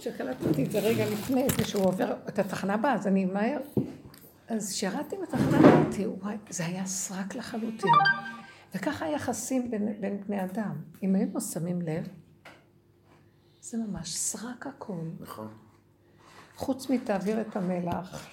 שקלטתי את זה רגע לפני, זה שהוא עובר את התחנה הבאה, אז אני מהר. אז שירדתי בתחנה, אמרתי, וואי, זה היה סרק לחלוטין. וככה היחסים בין בני אדם. אם היינו שמים לב, זה ממש סרק הכל. נכון. חוץ מתעביר את המלח.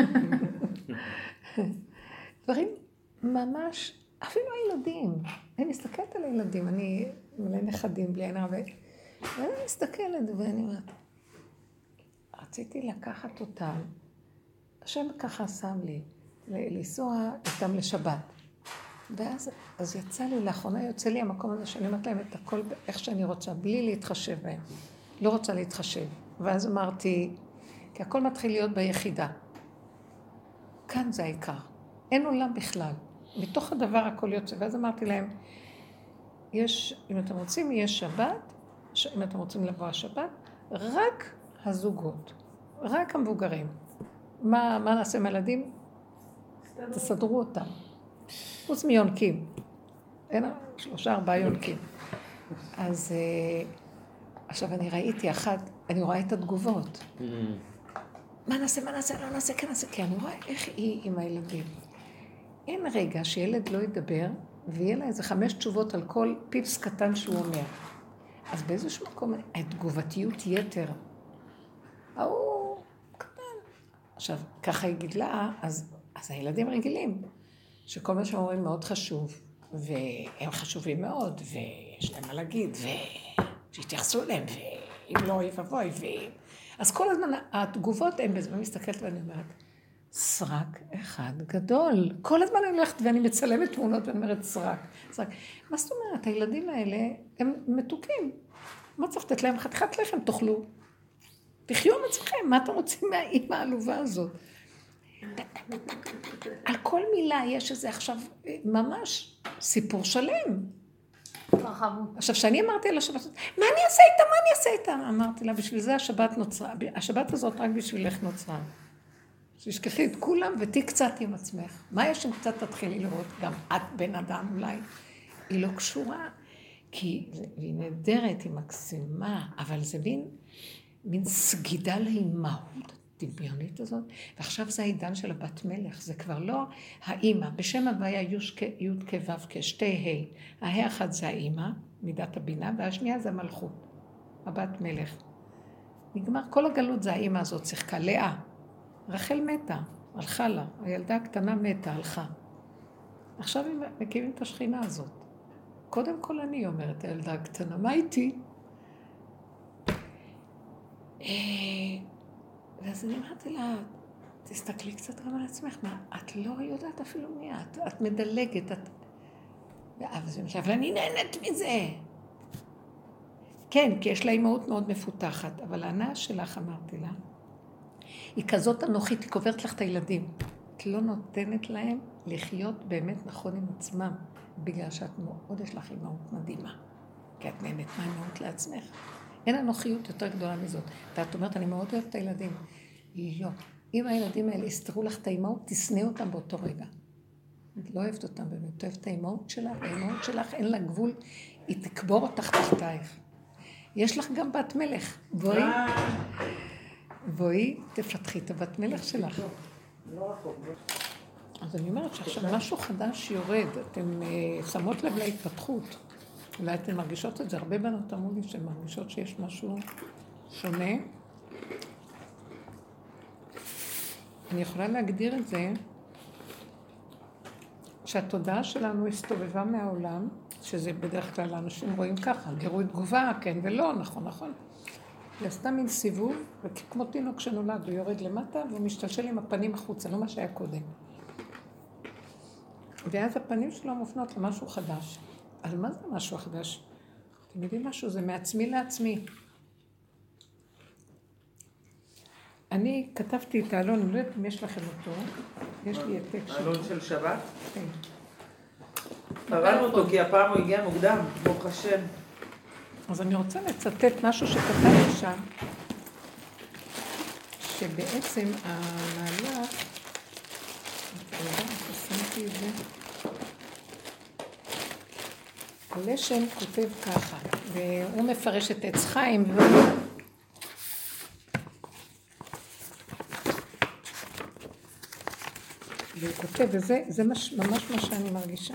דברים ממש, אפילו הילדים. אני מסתכלת על הילדים, אני מלא נכדים בלי עין הרבה. ואני מסתכלת ואני אומרת, רציתי לקחת אותם, השם ככה שם לי, לנסוע איתם לשבת. ואז יצא לי, לאחרונה יוצא לי המקום הזה שאני אומרת להם את הכל איך שאני רוצה, בלי להתחשב בהם. לא רוצה להתחשב. ואז אמרתי, כי הכל מתחיל להיות ביחידה. כאן זה העיקר. אין עולם בכלל. מתוך הדבר הכל יוצא. ואז אמרתי להם, אם אתם רוצים, יש שבת, אם אתם רוצים לבוא השבת, רק הזוגות, רק המבוגרים. מה נעשה עם הילדים? תסדרו אותם. חוץ מיונקים. אין 3-4 יונקים. אז עכשיו אני ראיתי אני רואה את התגובות. מה נעשה, לא נעשה, כן נעשה, כי אני רואה איך היא עם הילדים. אין רגע שילד לא ידבר, ויהיה לה איזה 5 תשובות על כל פיפס קטן שהוא אומר. אז באיזשהו מקום, התגובתיות יתר. קטן. עכשיו, ככה היא גידלה, אז הילדים רגילים, שכל מה שאומרים מאוד חשוב, והם חשובים מאוד, ויש להם מה להגיד, ושיתייחסו אליהם, ואם לא, יבואי, אז כל הזמן התגובות הן בזה, ואני מסתכלת ואני אומרת, סרק אחד גדול. כל הזמן אני הולכת ואני מצלמת תמונות ואני אומרת סרק. מה זאת אומרת? הילדים האלה הם מתוקים. מה צריך לתת להם? חתיכת לחם תאכלו. תחיו עם עצמכם, מה אתם רוצים מהאימא העלובה הזאת? על כל מילה יש איזה עכשיו ממש סיפור שלם. עכשיו, שאני אמרתי על השבת, מה אני אעשה איתה? אמרתי לה, בשביל זה השבת נוצרה. השבת הזאת רק בשבילך נוצרה. ששכחי את כולם ותהי קצת עם עצמך. מה יש אם קצת תתחילי לראות? גם את בן אדם אולי. היא לא קשורה, כי היא נהדרת, היא מקסימה, אבל זה מין סגידה לאימהות הדמיונית הזאת. ועכשיו זה העידן של הבת מלך, זה כבר לא האימא. בשם הוויה י' כו' כשתי ה'. האחד זה האימא, מידת הבינה, והשנייה זה המלכות, הבת מלך. נגמר, כל הגלות זה האימא הזאת, שיחקה לאה. רחל מתה, הלכה לה, הילדה הקטנה מתה, הלכה. עכשיו הם מקימים את השכינה הזאת. קודם כל אני אומרת, הילדה הקטנה, מה איתי? ואז אני אמרתי לה, תסתכלי קצת גם על עצמך, את לא יודעת אפילו מי את מדלגת, אבל אני נהנית מזה. כן, כי יש לה אימהות מאוד מפותחת, אבל ההנאה שלך, אמרתי לה, היא כזאת אנוכית, היא קוברת לך את הילדים. את לא נותנת להם לחיות באמת נכון עם עצמם, בגלל שאת מאוד יש לך אימהות מדהימה, כי את נהנית מהאימהות לעצמך. אין אנוכיות יותר גדולה מזאת. ואת אומרת, אני מאוד אוהבת את הילדים. לא. אם הילדים האלה יסתרו לך את האימהות, תשנא אותם באותו רגע. את לא אוהבת אותם באמת, אוהבת את האימהות שלך, האימהות שלך אין לה גבול, היא תקבור אותך תחתייך. יש לך גם בת מלך, בואי תפתחי את הבת מלך שלך. אז אני אומרת שעכשיו משהו חדש יורד, אתן שמות לב להתפתחות. אולי אתן מרגישות את זה, הרבה בנות אמרו לי שהן מרגישות שיש משהו שונה. אני יכולה להגדיר את זה, שהתודעה שלנו הסתובבה מהעולם, שזה בדרך כלל האנשים רואים ככה, גירוי תגובה, כן ולא, נכון. היא עשתה מין סיבוב, וכמו תינוק שנולד, הוא יורד למטה, והוא משתלשל עם הפנים החוצה, לא מה שהיה קודם. ואז הפנים שלו מופנות למשהו חדש. אז מה זה משהו חדש? אתם יודעים משהו? זה מעצמי לעצמי. אני כתבתי את האלון, אני לא יודעת אם יש לכם אותו, יש לי העתק שלו. האלון של שבת? כן. קראנו אותו כי הפעם הוא הגיע מוקדם, ברוך השם. אז אני רוצה לצטט משהו שכתבתי שם, שבעצם המהלך, אני יודעת, שמתי את זה, הלשם כותב ככה, והוא מפרש את עץ חיים, כותב, וזה ממש מה שאני מרגישה.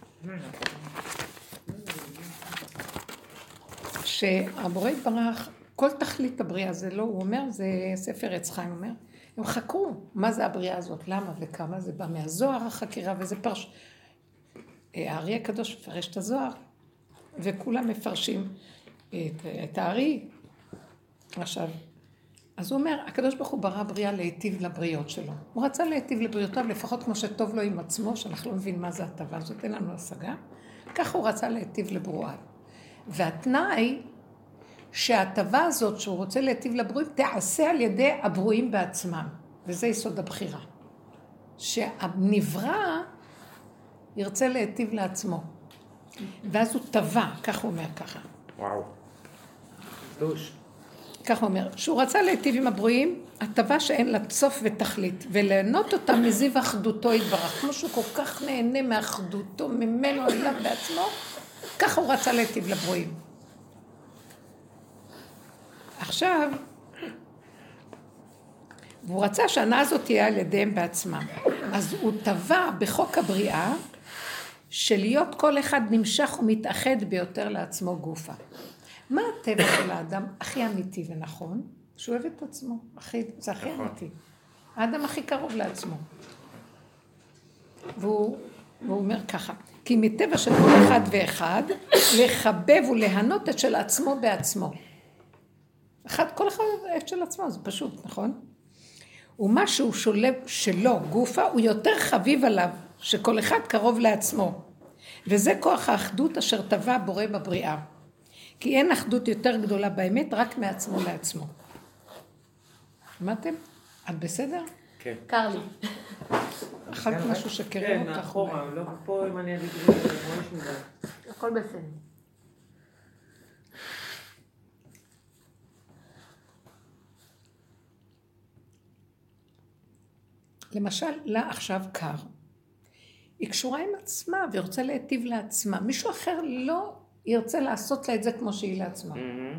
שהבורא יתברך, כל תכלית הבריאה זה לא, הוא אומר, זה ספר עץ חיים, הוא אומר, הם חקרו מה זה הבריאה הזאת, למה וכמה, זה בא מהזוהר החקירה, וזה הארי הקדוש מפרש את הזוהר, וכולם מפרשים את הארי. עכשיו, אז הוא אומר, הקדוש ברוך הוא ברא בריאה להיטיב לבריות שלו. הוא רצה להיטיב לבריאותיו, לפחות כמו שטוב לו עם עצמו, שאנחנו לא מבין מה זה הטבה הזאת, אין לנו השגה. ככה הוא רצה להיטיב לברואיו. והתנאי שההטבה הזאת שהוא רוצה להיטיב לברואים, תעשה על ידי הברואים בעצמם. וזה יסוד הבחירה. שהנברא ירצה להיטיב לעצמו. ואז הוא טבע, כך הוא אומר ככה. וואו. דוש. כך הוא אומר, שהוא רצה להיטיב עם הברואים, הטבע שאין לה סוף ותכלית, וליהנות אותה מזיו אחדותו יתברך. כמו שהוא כל כך נהנה מאחדותו, ממנו אליו בעצמו, ככה הוא רצה להיטיב לברואים. עכשיו, והוא רצה שההנאה הזאת תהיה על ידיהם בעצמם. אז הוא טבע בחוק הבריאה, של להיות כל אחד נמשך ומתאחד ביותר לעצמו גופה. מה הטבע של האדם הכי אמיתי ונכון? שהוא אוהב את עצמו, זה הכי אמיתי. האדם הכי קרוב לעצמו. והוא אומר ככה, כי מטבע של כל אחד ואחד, לחבב ולהנות את של עצמו בעצמו. כל אחד את של עצמו, זה פשוט, נכון? ומה שהוא שולב שלו, גופה, הוא יותר חביב עליו, שכל אחד קרוב לעצמו. וזה כוח האחדות אשר טבע בורא בבריאה. כי אין אחדות יותר גדולה באמת, רק מעצמו לעצמו. שמעתם? את בסדר? כן. קר לי. אכלת משהו שקרם כן, אותך? מאחורה, לא פה אם אני אגיד לי, לא יש מדי. הכל בסדר. למשל, לה עכשיו קר. היא קשורה עם עצמה ורוצה להיטיב לעצמה. מישהו אחר לא ירצה לעשות לה את זה כמו שהיא לעצמה.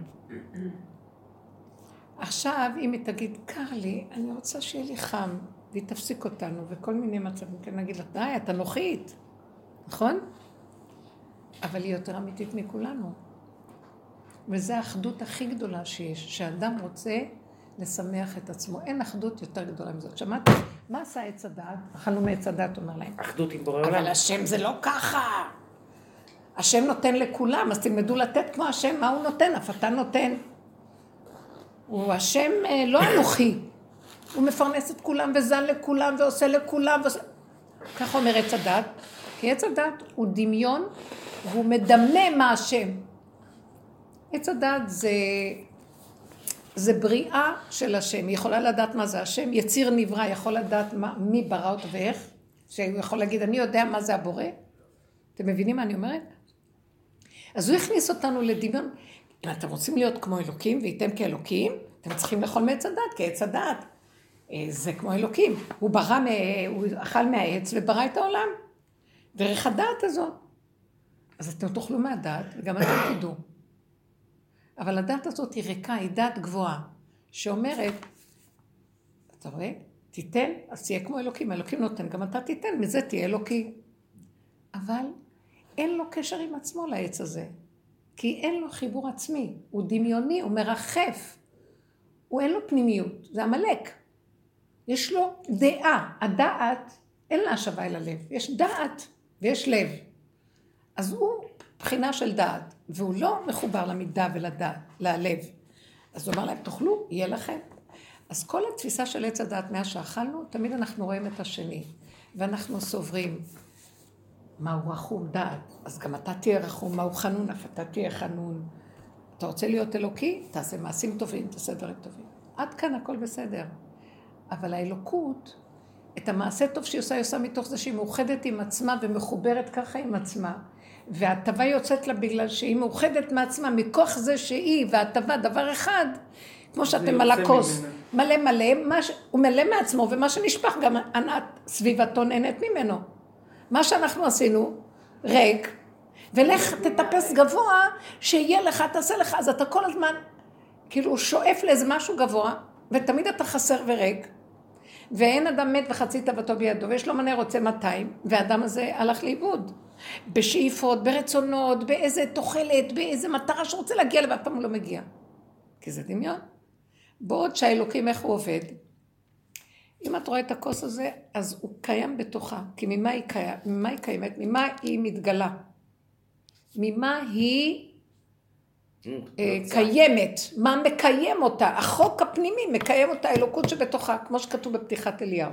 עכשיו, אם היא תגיד, קר לי, אני רוצה שיהיה לי חם, והיא תפסיק אותנו, וכל מיני מצבים, כן נגיד לה, די, את אנוכית, נכון? אבל היא יותר אמיתית מכולנו. וזו האחדות הכי גדולה שיש, שאדם רוצה לשמח את עצמו. אין אחדות יותר גדולה מזאת. שמעת? מה עשה עץ הדעת? אכלנו מעץ הדעת, אומר להם. אחדות עם בורא עולם. אבל השם זה לא ככה. השם נותן לכולם, אז תלמדו לתת כמו השם, מה הוא נותן? אף אתה נותן. הוא השם לא אנוכי. הוא מפרנס את כולם וזן לכולם ועושה לכולם. כך אומר עץ הדעת. כי עץ הדעת הוא דמיון והוא מדמה מה השם. עץ הדעת זה בריאה של השם. היא יכולה לדעת מה זה השם. יציר נברא יכול לדעת מי ברא אותו ואיך. שהוא יכול להגיד, אני יודע מה זה הבורא. אתם מבינים מה אני אומרת? אז הוא הכניס אותנו לדמיון. אם אתם רוצים להיות כמו אלוקים וייתם כאלוקים, אתם צריכים לאכול מעץ הדעת, כי עץ הדעת זה כמו אלוקים. הוא אכל מהעץ וברא את העולם. דרך הדעת הזאת. אז אתם תאכלו מהדעת וגם אתם תדעו. אבל הדעת הזאת היא ריקה, היא דעת גבוהה, שאומרת, אתה רואה? תיתן, אז תהיה כמו אלוקים. אלוקים נותן, גם אתה תיתן, מזה תהיה אלוקי. אבל אין לו קשר עם עצמו לעץ הזה. כי אין לו חיבור עצמי. הוא דמיוני, הוא מרחף. הוא אין לו פנימיות, זה המלאק. יש לו דעה. הדעת, אין לה השווה אל הלב. יש דעת ויש לב. אז הוא בחינה של דעת, והוא לא מחובר למידה ולדעת, ללב. אז הוא אמר להם, תאכלו, יהיה לכם. אז כל התפיסה של עץ הדעת מאז שאכלנו, תמיד אנחנו רואים את השני, ואנחנו סוברים מהו רחום דעת, אז גם אתה תהיה רחום, מהו חנון, אף אתה תהיה חנון. אתה רוצה להיות אלוקי? תעשה מעשים טובים, תעשה דברים טובים. עד כאן הכל בסדר. אבל האלוקות, את המעשה טוב שהיא עושה, היא עושה מתוך זה שהיא מאוחדת עם עצמה ומחוברת ככה עם עצמה. והטבע יוצאת לה בגלל שהיא מאוחדת מעצמה, מכוח זה שהיא והטבע דבר אחד, כמו שאתם על הכוס, מלא מלא, הוא מלא מעצמו, ומה שנשפך גם ענת סביבתו נהנית ממנו. מה שאנחנו עשינו, ריק, ולך תטפס גבוה, שיהיה לך, תעשה לך, אז אתה כל הזמן, כאילו שואף לאיזה משהו גבוה, ותמיד אתה חסר וריק, ואין אדם מת וחצי תאוותו בידו, ויש לו מנה רוצה 200, והאדם הזה הלך לאיבוד. בשאיפות, ברצונות, באיזה תוחלת, באיזה מטרה שרוצה להגיע לה, ואף פעם הוא לא מגיע. כי זה דמיון. בעוד שהאלוקים איך הוא עובד. אם את רואה את הכוס הזה, אז הוא קיים בתוכה. כי ממה היא קיימת? ממה היא מתגלה? ממה היא קיימת? מה מקיים אותה? החוק הפנימי מקיים אותה, האלוקות שבתוכה, כמו שכתוב בפתיחת אליהו.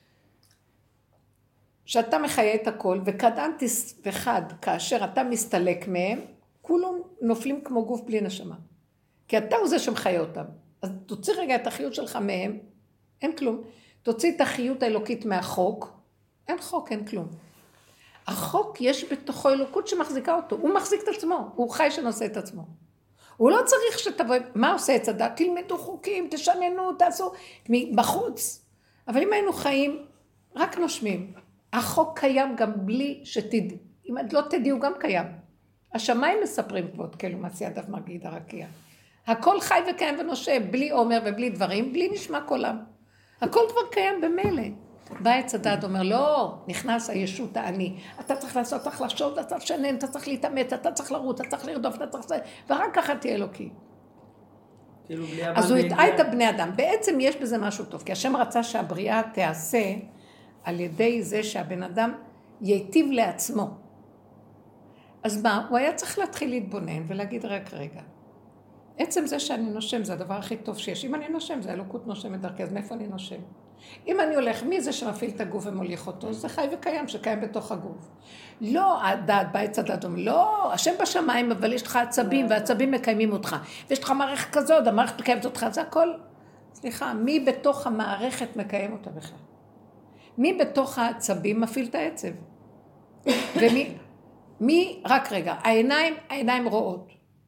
שאתה מחיה את הכל, וכאן וחד, כאשר אתה מסתלק מהם, כולם נופלים כמו גוף בלי נשמה. כי אתה הוא זה שמחיה אותם. אז תוציא רגע את החיות שלך מהם, אין כלום. תוציא את החיות האלוקית מהחוק, אין חוק, אין כלום. החוק יש בתוכו אלוקות שמחזיקה אותו, הוא מחזיק את עצמו, הוא חי שנושא את עצמו. הוא לא צריך שתבוא, מה עושה את הדת? תלמדו חוקים, תשננו, תעשו, בחוץ. אבל אם היינו חיים, רק נושמים. החוק קיים גם בלי שתדעי. אם את לא תדעי, הוא גם קיים. השמיים מספרים כבוד, כאילו מעשיית דף מגיד הרקיע. הכל חי וקיים ונושם, בלי עומר ובלי דברים, בלי נשמע קולם. הכל כבר קיים במילא. בא עץ הדת, אומר, לא, נכנס הישות האני. אתה צריך לעשות, אתה צריך לחשוב, אתה צריך לשנן, אתה צריך להתאמץ, אתה צריך לרוץ, אתה צריך לרדוף, אתה צריך... ורק ככה תהיה אלוקי. אז הוא יטעה את הבני אדם. בעצם יש בזה משהו טוב, כי השם רצה שהבריאה תעשה על ידי זה שהבן אדם ייטיב לעצמו. אז מה? הוא היה צריך להתחיל להתבונן ולהגיד רק רגע. עצם זה שאני נושם זה הדבר הכי טוב שיש. אם אני נושם, זה אלוקות נושמת דרכי, אז מאיפה אני נושם? אם אני הולך, מי זה שמפעיל את הגוף ומוליך אותו? זה חי וקיים, שקיים בתוך הגוף. לא הדעת, בעץ הדעת, לא, השם בשמיים, אבל יש לך עצבים, והעצבים מקיימים אותך. ויש לך מערכת כזאת, המערכת מקיימת אותך, זה הכל. סליחה, מי בתוך המערכת מקיים אותה בכלל? מי בתוך העצבים מפעיל את העצב? ומי, רק רגע, העיניים רואות.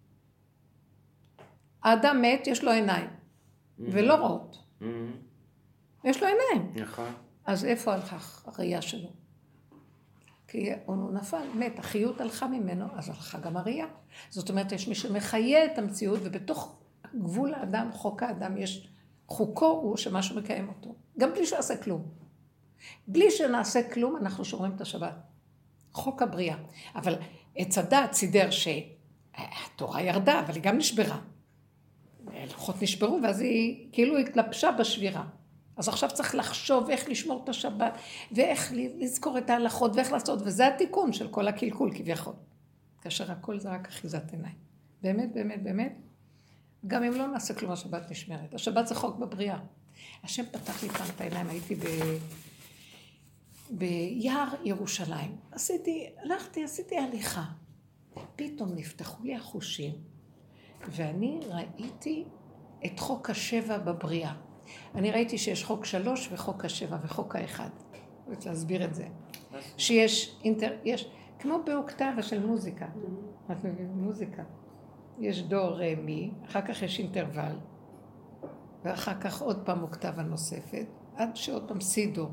האדם מת, יש לו עיניים, ולא רואות. יש לו עיניים. נכון. אז איפה הלכה הראייה שלו? כי הוא נפל, מת, החיות הלכה ממנו, אז הלכה גם הראייה. זאת אומרת, יש מי שמחיה את המציאות, ובתוך גבול האדם, חוק האדם, יש חוקו הוא שמשהו מקיים אותו. גם בלי שעשה כלום. בלי שנעשה כלום, אנחנו שומרים את השבת. חוק הבריאה. אבל עץ הדת סידר שהתורה ירדה, אבל היא גם נשברה. הלוחות נשברו, ואז היא כאילו התלבשה בשבירה. אז עכשיו צריך לחשוב איך לשמור את השבת, ואיך לזכור את ההלכות, ואיך לעשות, וזה התיקון של כל הקלקול כביכול. כאשר הכל זה רק אחיזת עיניים. באמת, באמת, באמת. גם אם לא נעשה כלום, השבת נשמרת. השבת זה חוק בבריאה. השם פתח לי פעם את העיניים, הייתי ביער ירושלים. עשיתי הליכה. פתאום נפתחו לי החושים, ואני ראיתי את חוק השבע בבריאה. אני ראיתי שיש חוק 3 וחוק השבע וחוק האחד. אני רוצה להסביר את זה. שיש כמו באוקטבה של מוזיקה. את מבינה? מוזיקה. יש דו, רה, מי, אחר כך יש אינטרוול, ואחר כך עוד פעם אוקטבה נוספת, עד שעוד פעם סידו.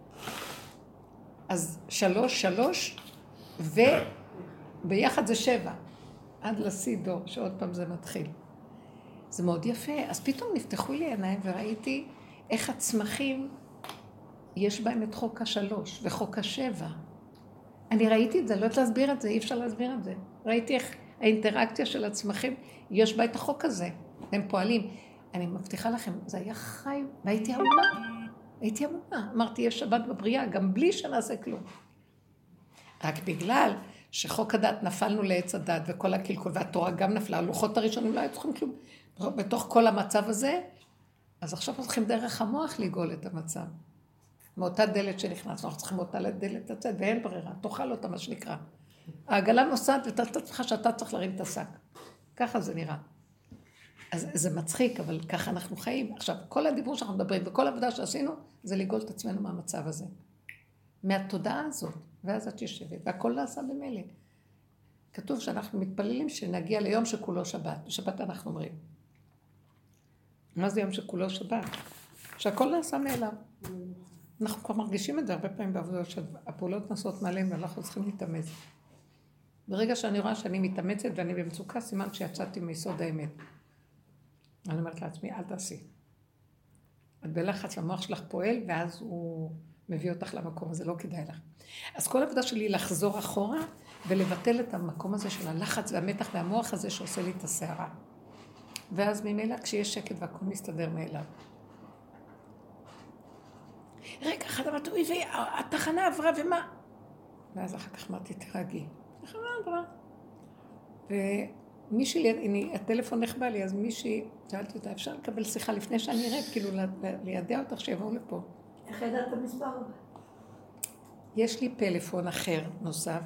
אז 3, וביחד זה 7, עד לסידו, שעוד פעם זה מתחיל. זה מאוד יפה. אז פתאום נפתחו לי עיניים וראיתי איך הצמחים, יש בהם את חוק 3 וחוק 7. אני ראיתי את זה, לא יודעת להסביר את זה, אי אפשר להסביר את זה. ראיתי איך האינטראקציה של הצמחים, יש בה את החוק הזה, הם פועלים. אני מבטיחה לכם, זה היה חי, והייתי עמומה. אמרתי, יש שבת בבריאה, גם בלי שנעשה כלום. רק בגלל שחוק הדת נפלנו לעץ הדת, וכל הקלקול, והתורה גם נפלה, הלוחות הראשונים לא היו צריכים כלום. בתוך כל המצב הזה, אז עכשיו אנחנו צריכים דרך המוח לגאול את המצב. מאותה דלת שנכנסנו, אנחנו צריכים אותה לדלת לצאת, ואין ברירה, תאכל אותה מה שנקרא. העגלה נוסעת ותת לך שאתה צריך להרים את השק. ככה זה נראה. אז זה מצחיק, אבל ככה אנחנו חיים. עכשיו, כל הדיבור שאנחנו מדברים וכל העבודה שעשינו, זה לגאול את עצמנו מהמצב הזה. מהתודעה הזאת, ואז את יושבת, והכל נעשה במילא. כתוב שאנחנו מתפללים שנגיע ליום שכולו שבת. בשבת אנחנו אומרים. מה זה יום שכולו שבת? שהכל נעשה מאליו. אנחנו כבר מרגישים את זה הרבה פעמים בעבודות שהפעולות נעשות מעליהם ואנחנו צריכים להתאמץ. ברגע שאני רואה שאני מתאמצת ואני במצוקה, סימן שיצאתי מיסוד האמת. אני אומרת לעצמי, אל תעשי. את בלחץ, המוח שלך פועל, ואז הוא מביא אותך למקום הזה, לא כדאי לך. אז כל העבודה שלי היא לחזור אחורה, ולבטל את המקום הזה של הלחץ והמתח והמוח הזה שעושה לי את השערה. ואז ממילא כשיש שקט והכל מסתדר מאליו. רגע, אחד אמרתי, אוי, והתחנה עברה ומה? ואז אחר כך אמרתי, תרגי. התחנה עברה. ומישהי ליד, הטלפון נחבא לי, אז מישהי, שאלתי אותה, אפשר לקבל שיחה לפני שאני ארד, כאילו לידע אותך שיבואו לפה. איך ידעת המספר? יש לי פלאפון אחר נוסף,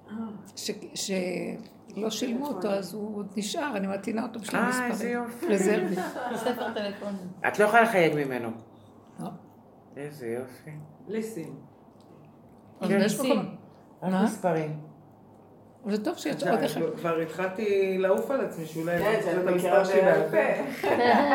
שלא שילמו אותו, אז הוא עוד נשאר, אני מתאינה אותו בשביל המספרים. איזה יופי. רזרבי. ספר טלפון. את לא יכולה לחייג ממנו. לא. איזה יופי. ליסים. אז יש מקום. רק מספרים. זה טוב שיש עוד אחד. כבר התחלתי לעוף על עצמי, שאולי כן, אני את המספר שלי בעל פה.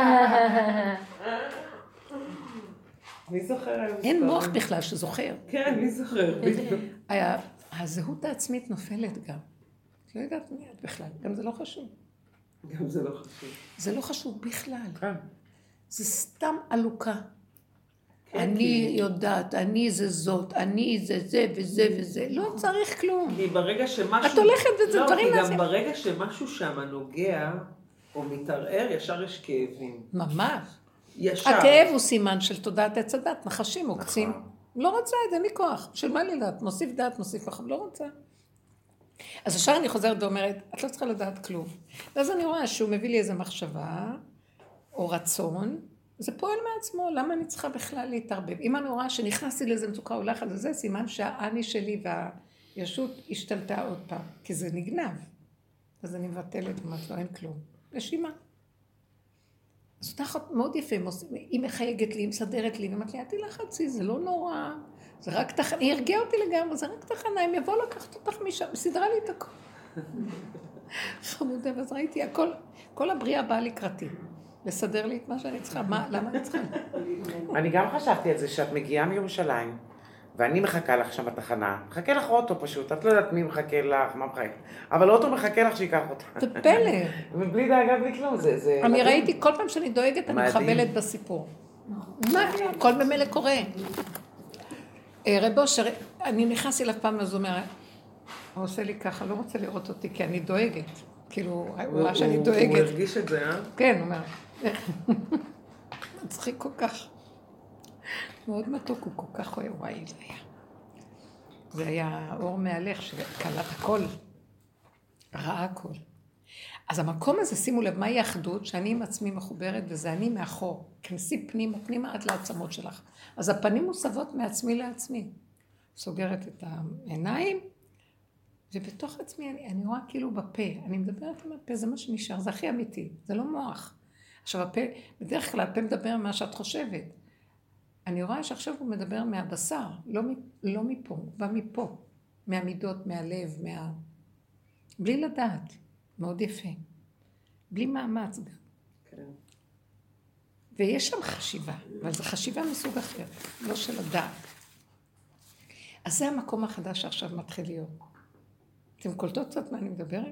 מי זוכר היום מספרים? אין מוח בכלל שזוכר. כן, מי זוכר? בדיוק. הזהות העצמית נופלת גם. את לא יודעת מי את בכלל, גם זה לא חשוב. גם זה לא חשוב. זה לא חשוב בכלל. כן. זה סתם עלוקה. אני יודעת, אני זה זאת, אני זה זה וזה וזה. לא צריך כלום. כי ברגע שמשהו... את הולכת וזה דברים לא, כי מהזה. גם ברגע שמשהו שם נוגע או מתערער, ישר יש כאבים. ממש. ישר. הכאב הוא סימן של תודעת עץ הדת, נחשים, מוקצים. לא רוצה את זה, מכוח. של מה לי דעת? מוסיף דעת, מוסיף אחר, לא רוצה. אז עכשיו אני חוזרת ואומרת, את לא צריכה לדעת כלום. ואז אני רואה שהוא מביא לי איזו מחשבה, או רצון, זה פועל מעצמו, למה אני צריכה בכלל להתערבב? אם אני רואה שנכנסתי לאיזה מצוקה או לחץ, זה סימן שהאני שלי והישות השתלטה עוד פעם, כי זה נגנב. אז אני מבטלת ומת, לא, אין כלום. נשימה. אז אותה אחות מאוד יפה, היא מחייגת לי, היא מסדרת לי, היא אומרת לי, אל תלחצי, זה לא נורא, זה רק תחנה, היא הרגיעה אותי לגמרי, זה רק תחנה, הם יבואו לקחת אותך משם, סידרה לי את הכל. חמודה, ואז ראיתי, כל הבריאה באה לקראתי, לסדר לי את מה שאני צריכה, למה אני צריכה? אני גם חשבתי על זה שאת מגיעה מירושלים, ואני מחכה לך שם בתחנה, מחכה לך אוטו פשוט, את לא יודעת מי מחכה לך, מה מחכה, אבל אוטו מחכה לך שיקח אותה. זה פלא. ובלי דאגה, בלי כלום, זה... אני ראיתי, כל פעם שאני דואגת, אני מחבלת בסיפור. מה? הכל במילא קורה. רב אושר, אני נכנס אליו פעם, אז הוא אומר, הוא עושה לי ככה, לא רוצה לראות אותי, כי אני דואגת. כאילו, הוא רואה שאני דואגת. הוא הרגיש את זה, אה? כן, הוא אומר. מצחיק כל כך. מאוד מתוק, הוא כל כך אוהב, וואי, זה היה. זה היה אור מהלך שקלט הכל, ראה הכל. אז המקום הזה, שימו לב, מהי האחדות? שאני עם עצמי מחוברת, וזה אני מאחור. כנסי פנימה, פנימה עד לעצמות שלך. אז הפנים מוסבות מעצמי לעצמי. סוגרת את העיניים, ובתוך עצמי אני רואה כאילו בפה. אני מדברת עם הפה, זה מה שנשאר, זה הכי אמיתי, זה לא מוח. עכשיו הפה, בדרך כלל הפה מדבר מה שאת חושבת. אני רואה שעכשיו הוא מדבר מהבשר, לא מפה, הוא בא מפה, מהמידות, מהלב, בלי לדעת, מאוד יפה. בלי מאמץ גם. כן. ויש שם חשיבה, אבל זו חשיבה מסוג אחר, לא של הדעת. אז זה המקום החדש שעכשיו מתחיל להיות. אתם קולטות קצת מה אני מדברת?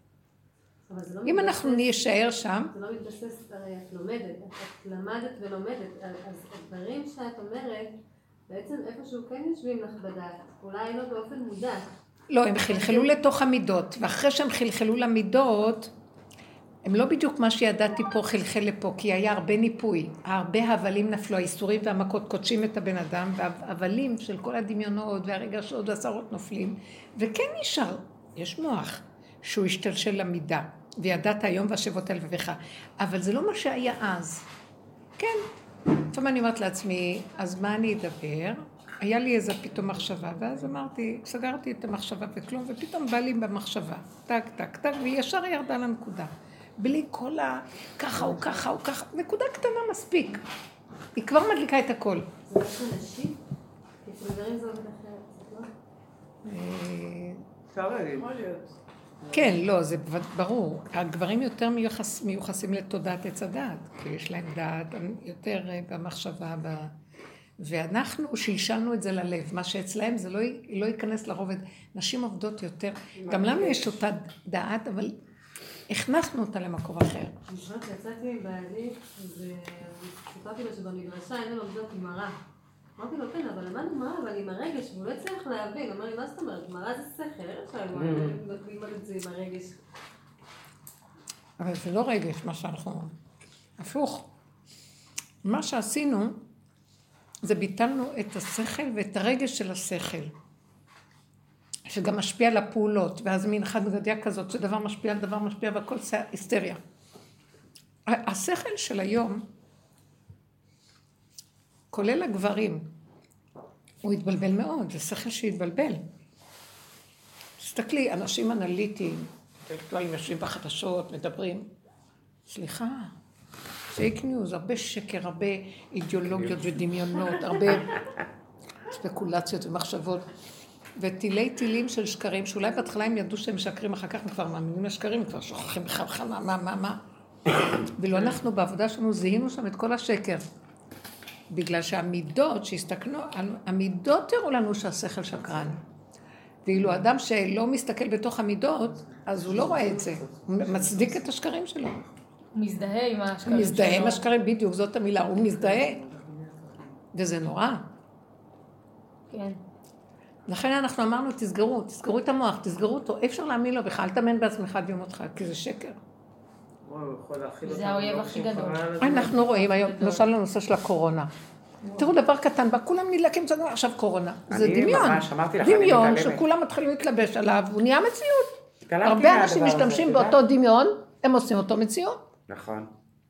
אם אנחנו נשאר שם... זה לא מתבסס, הרי את לומדת, את למדת ולומדת, אז הדברים שאת אומרת, בעצם איפשהו כן יושבים לך בדעת, אולי לא באופן מודע. לא, הם חלחלו לתוך המידות, ואחרי שהם חלחלו למידות, הם לא בדיוק מה שידעתי פה חלחל לפה, כי היה הרבה ניפוי, הרבה הבלים נפלו, האיסורים והמכות קודשים את הבן אדם, וההבלים של כל הדמיונות והרגשות והשרות נופלים, וכן נשאר, יש מוח שהוא השתלשל למידה, וידעת היום והשבות על לבביך, אבל זה לא מה שהיה אז. כן, לפעמים אני אומרת לעצמי, אז מה אני אדבר? היה לי איזה פתאום מחשבה, ואז אמרתי, סגרתי את המחשבה וכלום, ופתאום בא לי במחשבה, טק, טק, טק, והיא ישר ירדה לנקודה. בלי כל ככה או ככה או ככה, נקודה קטנה מספיק. היא כבר מדליקה את הכל. זה משהו נשי? כי אצל גברים זה עובד אחרת, לא? אפשר להגיד. כן, לא, זה ברור. הגברים יותר מיוחסים לתודעת עץ הדעת, כי יש להם דעת יותר במחשבה, ואנחנו שילשלנו את זה ללב. מה שאצלהם זה לא ייכנס לרובד. נשים עובדות יותר. גם לנו יש אותה דעת, אבל הכנסנו אותה למקום אחר. אני חושבת שיצאתי עם בעלי, וסיפרתי לו שבמדרשה היינו לומדות גמרא. אמרתי לו, כן, אבל למדנו גמרא, אבל עם הרגש, והוא לא הצליח להבין. הוא אומר לי, מה זאת אומרת? גמרא זה שכל, עכשיו ללמוד את זה עם הרגש. אבל זה לא רגש, מה שאנחנו... הפוך. מה שעשינו, זה ביטלנו את השכל ואת הרגש של השכל. שגם משפיע על הפעולות, ואז מין חד גדיה כזאת, שדבר משפיע על דבר משפיע, והכל היסטריה. השכל של היום, כולל הגברים, הוא התבלבל מאוד, זה שכל שהתבלבל. תסתכלי, אנשים אנליטיים, אינטלקטואלים יושבים בחדשות, מדברים, סליחה, פייק ניוז, הרבה שקר, הרבה אידיאולוגיות ודמיונות, הרבה ספקולציות ומחשבות, וטילי טילים של שקרים, שאולי בהתחלה הם ידעו שהם שקרים, אחר כך הם כבר מאמינים לשקרים, כבר שוכחים בכלל מה. ולא אנחנו בעבודה שלנו זיהינו שם את כל השקר. בגלל שהמידות שהסתכנו, המידות הראו לנו שהשכל שקרן. ואילו אדם שלא מסתכל בתוך המידות, אז הוא לא רואה את זה. הוא מצדיק את השקרים שלו. הוא מזדהה עם השקרים שלו. הוא מזדהה עם השקרים, בדיוק, זאת המילה, הוא מזדהה. וזה נורא. כן. לכן אנחנו אמרנו, תסגרו את המוח, תסגרו אותו, אי אפשר להאמין לו בכלל, אל תאמן בעצמך עד יום אותך, כי זה שקר. זה האויב הכי גדול. אנחנו רואים היום, למשל לנושא של הקורונה. תראו דבר קטן, כולם נדלקים, עכשיו קורונה. זה דמיון. דמיון שכולם מתחילים להתלבש עליו, הוא נהיה מציאות. הרבה אנשים משתמשים באותו דמיון, הם עושים אותו מציאות. נכון.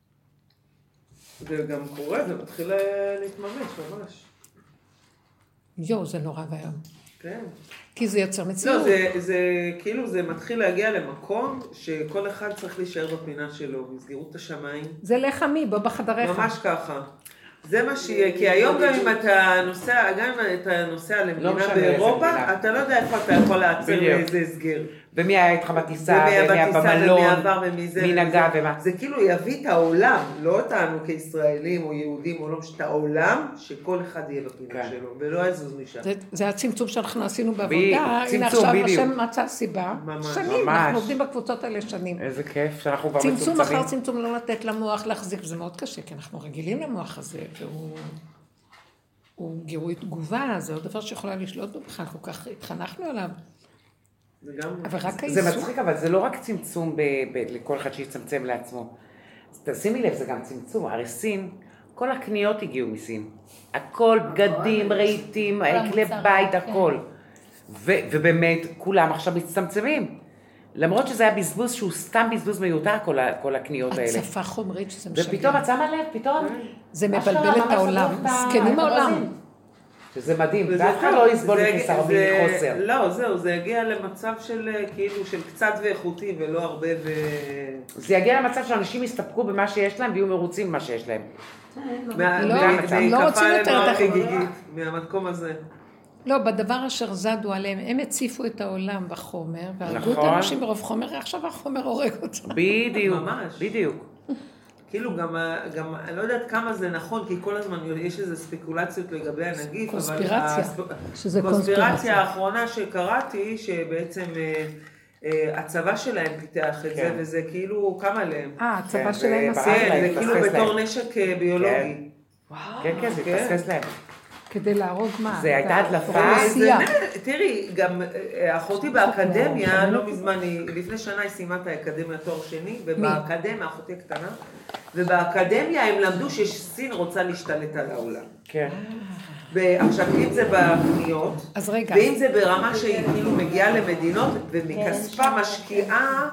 זה גם קורה, זה מתחיל להתממש ממש. זה נורא והיום. כן. כי זה יוצר מציאות. לא, זה כאילו זה מתחיל להגיע למקום שכל אחד צריך להישאר בפינה שלו, יסגרו את השמיים. זה לחמי, בוא בחדריך. ממש ככה. זה מה שיהיה, כי היום גם אם אתה נוסע למדינה באירופה, אתה לא יודע איפה אתה יכול לעצר לאיזה הסגר. ומי היה איתך בטיסה, ומי היה במלון, מי נגע ומה. זה כאילו יביא את העולם, לא אותנו כישראלים או יהודים או לא, את העולם, שכל אחד יהיה בפינה שלו, ולא יזוז משם. זה הצמצום שאנחנו עשינו בעבודה, הנה עכשיו השם מצא סיבה, שנים, אנחנו עובדים בקבוצות האלה שנים. איזה כיף שאנחנו כבר מצומצמים. צמצום אחר צמצום, לא לתת למוח להחזיק, זה מאוד קשה, כי אנחנו רגילים למוח הזה, והוא גירוי תגובה, זה עוד דבר שיכולה לשלוט בו בכלל, כל כך התחנכנו עליו. זה מצחיק, אבל זה לא רק צמצום לכל אחד שיצמצם לעצמו. תשימי לב, זה גם צמצום. הרי סין, כל הקניות הגיעו מסין. הכל, בגדים, רהיטים, כלי בית, הכל. ובאמת, כולם עכשיו מצטמצמים. למרות שזה היה בזבוז שהוא סתם בזבוז מיותר, כל הקניות האלה. הצפה חומרית שזה משגע. ופתאום את שמה לב, פתאום... זה מבלבל את העולם, זקנים העולם. שזה מדהים, ואף אחד לא יסבול מכיסר מחוסר. לא, זהו, זה יגיע למצב של כאילו של קצת ואיכותי ולא הרבה זה יגיע למצב שאנשים יסתפקו במה שיש להם ויהיו מרוצים במה שיש להם. הם לא רוצים יותר את החגיגית, מהמקום הזה. לא, בדבר אשר זדו עליהם, הם הציפו את העולם בחומר, והרגו את האנשים ברוב חומר, עכשיו החומר הורג אותם. בדיוק, בדיוק. כאילו גם, אני לא יודעת כמה זה נכון, כי כל הזמן יש איזה ספקולציות לגבי הנגיף, קונספירציה, שזה קונספירציה האחרונה שקראתי, שבעצם הצבא שלהם פיתח את זה, וזה כאילו, כמה להם? הצבא שלהם עשה. כן, זה כאילו בתור נשק ביולוגי. כן, כן, זה התפספס להם. כדי להרוג מה? זה הייתה הדלפה. תראי, גם אחותי באקדמיה, לא מזמן, לפני שנה היא סיימה את האקדמיה תואר שני, ובאקדמיה, אחותי קטנה, ובאקדמיה הם למדו שסין רוצה להשתלט על העולם. כן. עכשיו, אם זה בקניות, ואם זה ברמה שהיא כאילו מגיעה למדינות, ומכספה משקיעה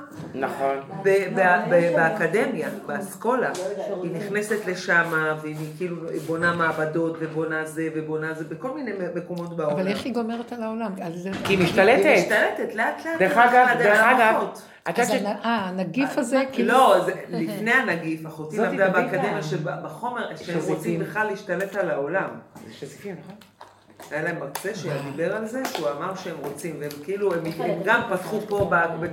באקדמיה, באסכולה, היא נכנסת לשם, והיא כאילו בונה מעבדות, ובונה זה, ובונה זה, בכל מיני מקומות בעולם. אבל איך היא גומרת על העולם? כי היא משתלטת. היא משתלטת, לאט לאט. דרך אגב, הנגיף הזה כאילו... לא, לפני הנגיף, אחותי למדה באקדמיה שבחומר, שהם רוצים בכלל להשתלט על העולם. זה שזיפים, נכון? היה להם מרצה שדיבר על זה, שהוא אמר שהם רוצים, והם כאילו, הם גם פתחו פה,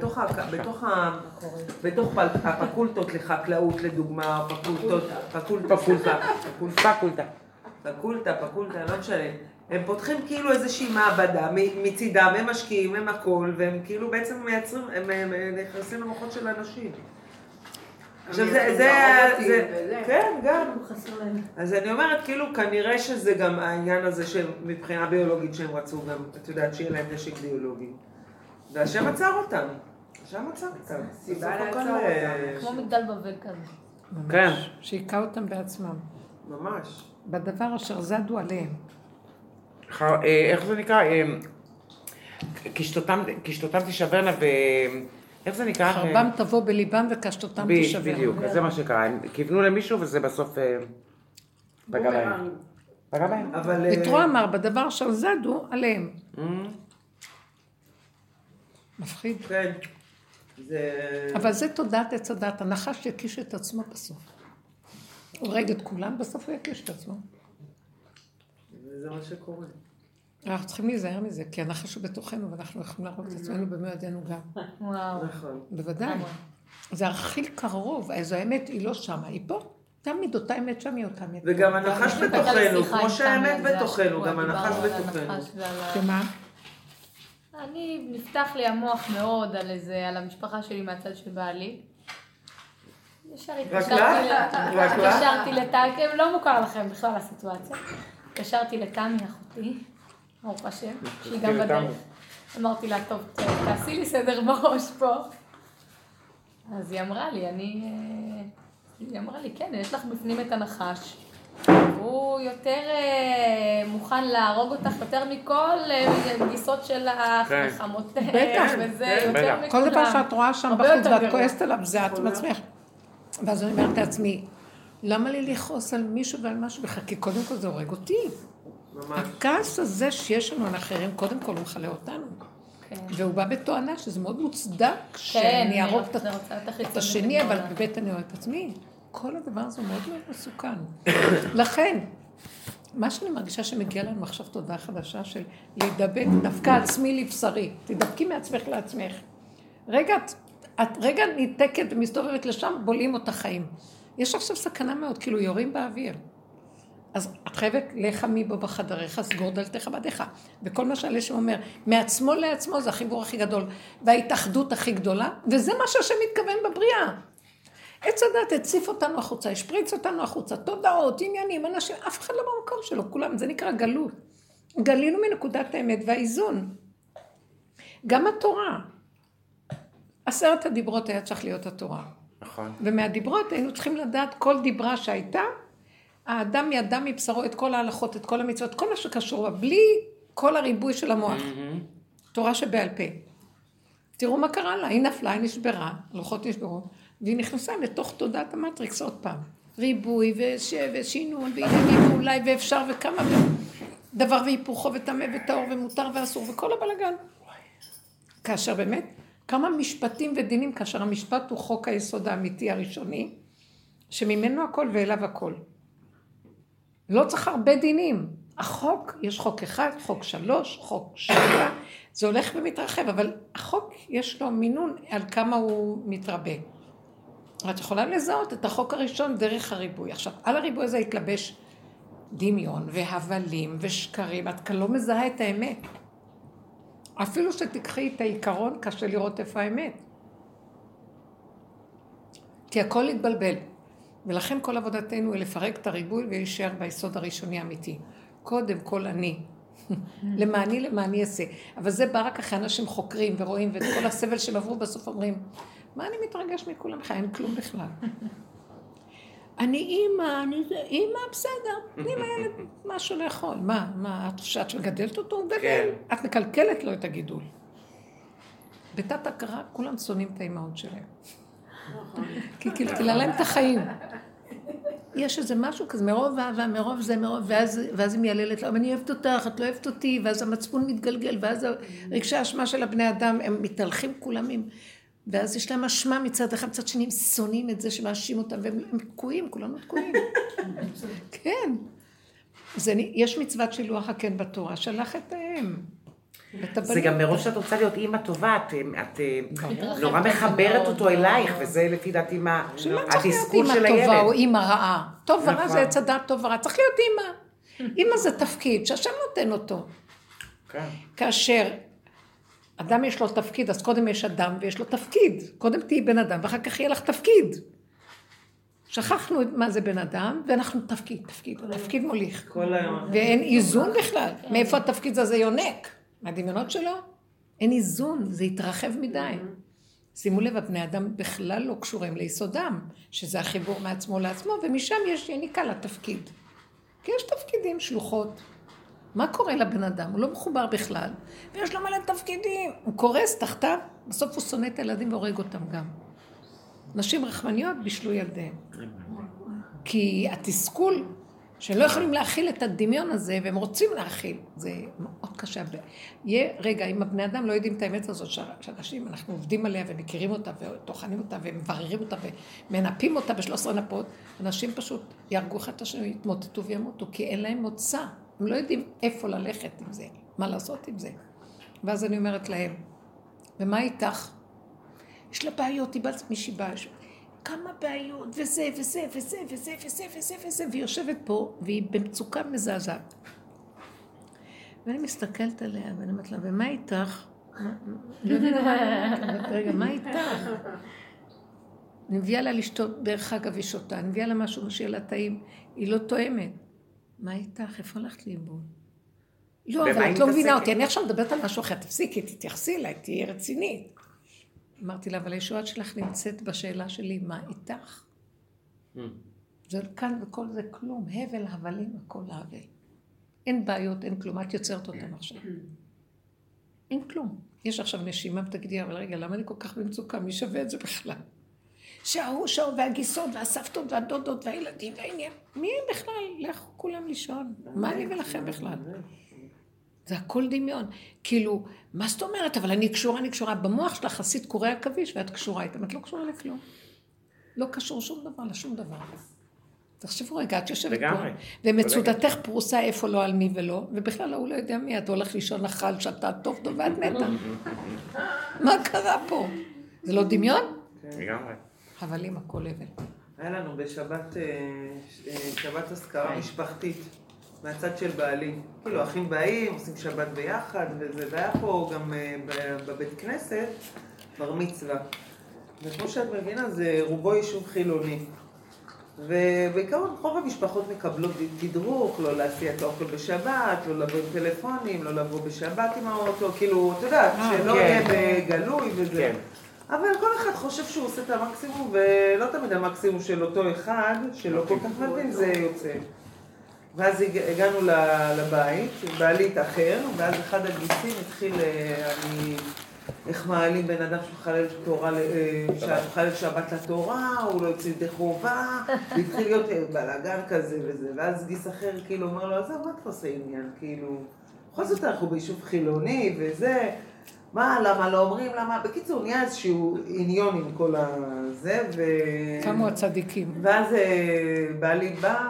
בתוך הפקולטות לחקלאות, לדוגמה, פקולטה, לא משנה, הם פותחים כאילו איזושהי מעבדה, מצידם הם משקיעים, הם הכל, והם כאילו בעצם מייצרים, הם נכנסים למוחות של אנשים. עכשיו כן, גם. אז אני אומרת, כאילו, כנראה שזה גם העניין הזה מבחינה ביולוגית שהם רצו גם, את יודעת, שיהיה להם נשק ביולוגי. והשם עצר אותם. השם עצר אותם. סיבה לעצור אותם. כמו מגדל בבל כזה. כן. שיקע אותם בעצמם. ממש. בדבר אשר זדו עליהם. איך זה נקרא? קשתותם תשברנה ו... איך זה נקרא? חרבם תבוא בליבם וקשתותם תשברנה. בדיוק, אז זה מה שקרה. הם כיוונו למישהו וזה בסוף פגע בהם. פגע בהם. יתרו אמר, בדבר אשר זדו עליהם. מפחיד. כן. אבל זה תודעת עץ הדת, הנחש יקיש את עצמו בסוף. הוא הורג את כולם, בסוף הוא יקיש את עצמו. וזה מה שקורה. אנחנו צריכים להיזהר מזה, כי הנחש הוא בתוכנו, ואנחנו יכולים להרוג את עצמנו במו ידינו גם. וואו. נכון. בוודאי. זה הכי קרוב, אז האמת היא לא שמה, היא פה. תמיד אותה אמת שם היא אותה אמת. וגם הנחש בתוכנו, כמו שהאמת בתוכנו, גם הנחש בתוכנו. שמה? אני, נפתח לי המוח מאוד על המשפחה שלי מהצד של בעלי. ישר התקשרתי לתמי, לא מוכר לכם בכלל הסיטואציה. התקשרתי לתמי אחותי, ברוך השם, שהיא גם בדרך. אמרתי לה, טוב, תעשי לי סדר בראש פה. אז היא אמרה לי, כן, יש לך בפנים את הנחש. הוא יותר מוכן להרוג אותך יותר מכל גיסות שלך, וחמותך, וזה יותר מכולם. כל דבר שאת רואה שם בחוץ ואת כועסת עליו, זה את מצליח. ואז אני אומרת לעצמי, למה לי לכעוס על מישהו ועל משהו בכלל? כי קודם כל זה הורג אותי. הכעס הזה שיש לנו על אחרים, קודם כל הוא מחלה אותנו. והוא בא בתואנה שזה מאוד מוצדק, שאני ארוג את השני, אבל בבית אני רואה את עצמי. כל הדבר הזה הוא מאוד מאוד מסוכן. לכן, מה שאני מרגישה שמגיע לנו עכשיו תודה חדשה של להידבק דווקא עצמי לבשרי. תדבקי מעצמך לעצמך. את רגע ניתקת ומסתובבת לשם, בולעים אותה חיים. יש עכשיו סכנה מאוד, כאילו יורים באוויר. אז את חייבת לחמי בו בחדריך, סגור דלתך בדיך. וכל מה שעלה שאומר, מעצמו לעצמו זה החיבור הכי גדול, וההתאחדות הכי גדולה, וזה מה שהשם מתכוון בבריאה. עץ הדת הציף אותנו החוצה, השפריץ אותנו החוצה, תודעות, עניינים, אנשים, אף אחד לא במקום שלו, כולם, זה נקרא גלות. גלינו מנקודת האמת והאיזון. גם התורה. 10 הדיברות היה צריך להיות התורה. נכון. ומהדיברות היינו צריכים לדעת כל דיברה שהייתה, האדם ידע מבשרו את כל ההלכות, את כל המצוות, כל מה שקשור, בלי כל הריבוי של המוח. תורה שבעל פה. תראו מה קרה לה, היא נפלה, היא נשברה, הלכות נשברו, והיא נכנסה לתוך תודעת המטריקס עוד פעם. ריבוי ושינון, ועניינים אולי ואפשר וכמה דבר והיפוכו וטמא וטהור ומותר ואסור וכל הבלגן. כאשר באמת, כמה משפטים ודינים, כאשר המשפט הוא חוק היסוד האמיתי הראשוני, שממנו הכל ואליו הכל. לא צריך הרבה דינים. החוק, יש חוק 1, חוק 3, חוק 7, זה הולך ומתרחב, אבל החוק יש לו מינון על כמה הוא מתרבה. את יכולה לזהות את החוק הראשון דרך הריבוי. עכשיו, על הריבוי הזה התלבש דמיון והבלים ושקרים, את כאן לא מזהה את האמת. אפילו שתקחי את העיקרון, קשה לראות איפה האמת. כי הכל יתבלבל. ולכן כל עבודתנו היא לפרק את הריבוי ולהישאר ביסוד הראשוני האמיתי. קודם כל אני. למעני אעשה. אבל זה בא רק אחרי אנשים חוקרים ורואים, ואת כל הסבל שהם עברו בסוף אומרים, מה אני מתרגש מכולם? אין כלום בכלל. אני אימא, בסדר. תני לילד משהו לאכול. מה, את מגדלת אותו? הוא גדל. את מקלקלת לו את הגידול. בתת הכרה, כולם שונאים את האימהות שלהם. כי קלקלה להם את החיים. יש איזה משהו כזה, מרוב אהבה, מרוב זה, ואז היא מייללת לה, אני אוהבת אותך, את לא אוהבת אותי, ואז המצפון מתגלגל, ואז רגשי האשמה של הבני אדם, הם מתהלכים כולם, ואז יש להם אשמה מצד אחד, מצד שני, הם שונאים את זה שמאשים אותם, והם תקועים, כולנו תקועים. כן. יש מצוות שילוח הקן בתורה, שלח את האם. זה גם מראש שאת רוצה להיות אימא טובה, את נורא מחברת אותו אלייך, וזה לפי דעתי מה התסכול של הילד. שלא צריך להיות אימא טובה או אימא רעה. טוב ורע זה עץ הדעת טוב ורע, צריך להיות אימא. אמא זה תפקיד שהשם נותן אותו. כן. כאשר אדם יש לו תפקיד, אז קודם יש אדם ויש לו תפקיד. קודם תהי בן אדם ואחר כך יהיה לך תפקיד. שכחנו מה זה בן אדם, ואנחנו תפקיד מוליך. ואין איזון בכלל. מאיפה התפקיד הזה יונק? מהדמיונות שלו? אין איזון, זה יתרחב מדי. שימו לב, הבני אדם בכלל לא קשורים ליסודם, שזה החיבור מעצמו לעצמו, ומשם יש יניקה לתפקיד. כי יש תפקידים, שלוחות. מה קורה לבן אדם? הוא לא מחובר בכלל, ויש לו מלא תפקידים. הוא קורס תחתיו, בסוף הוא שונא את הילדים והורג אותם גם. נשים רחמניות בישלו ילדיהם. כי התסכול, שלא יכולים להכיל את הדמיון הזה, והם רוצים להכיל, זה מאוד קשה. יהיה רגע, אם הבני אדם לא יודעים את האמת הזאת, שאנשים, אנחנו עובדים עליה ומכירים אותה, וטוחנים אותה, ומבררים אותה, ומנפים אותה ב13 נפות, אנשים פשוט ירגו אחד את השני, יתמוטטו וימותו, כי אין להם מוצא. הם לא יודעים איפה ללכת עם זה, מה לעשות עם זה. ואז אני אומרת להם, ומה איתך? יש לה בעיות, היא בת מישהי באה, כמה בעיות, וזה, וזה, וזה, וזה, וזה, וזה, וזה, והיא יושבת פה, והיא במצוקה מזעזעת. ואני מסתכלת עליה, ואני אומרת לה, ומה איתך? רגע, מה איתך? אני מביאה לה לשתות, דרך אגב היא שותה, אני מביאה לה משהו שיהיה לה טעים, היא לא תואמת. מה איתך? איפה הלכת לאיבוד? לא, אבל את לא מבינה אותי, אני עכשיו מדברת על משהו אחר, תפסיקי, תתייחסי אליי, תהיי רצינית. אמרתי לה, אבל הישועה שלך נמצאת בשאלה שלי, מה איתך? זה כאן וכל זה כלום, הבל, הבלים, הכל הבל. אין בעיות, אין כלום, את יוצרת אותם עכשיו. אין כלום. יש עכשיו נשימה ותגידי, אבל רגע, למה אני כל כך במצוקה? מי שווה את זה בכלל? שההוא, והגיסות, והסבתות, והדודות, והילדים, והעניין. מי הם בכלל? לכו כולם לישון. מה אני ולכם בכלל? זה הכל דמיון. כאילו, מה זאת אומרת? אבל אני קשורה. במוח שלך חסית קורי עכביש, ואת קשורה איתם. את לא קשורה לכלום. לא קשור שום דבר לשום דבר. תחשבו רגע, את יושבת פה, ומצודתך פרוסה איפה לא על מי ולא, ובכלל הוא לא יודע מי, את הולך לישון אכל, שתה טוב, ואת מתה. מה קרה פה? זה לא דמיון? לגמרי. אבל אם הכל הבל. היה לנו בשבת, שבת הזכרה משפחתית, מהצד של בעלי. כאילו, אחים באים, עושים שבת ביחד, והיה פה גם בבית כנסת, בר מצווה. וכמו שאת מבינה, זה רובו יישוב חילוני. ובעיקרון רוב המשפחות מקבלות תדרוך, לא להסיע את האוכל בשבת, לא לבוא עם טלפונים, לא לבוא בשבת עם האוטו, כאילו, אתה יודעת, שלא יהיה בגלוי וזה. אבל כל אחד חושב שהוא עושה את המקסימום, ולא תמיד המקסימום של אותו אחד, שלא כל כך מבין, זה יוצא. ואז הגענו לבית, בעלי התאחר, ואז אחד הגיסים התחיל, איך מעלים בן אדם שמחלל שבת לתורה, הוא לא יוצא ידי חובה, והתחיל להיות בלגן כזה וזה, ואז גיס אחר כאילו אומר לו, אז מה אתה עושה עניין, כאילו, בכל זאת אנחנו ביישוב חילוני וזה, מה, למה לא אומרים, למה, בקיצור נהיה איזשהו עניון עם כל הזה, כמה הצדיקים. ואז בעלי בא,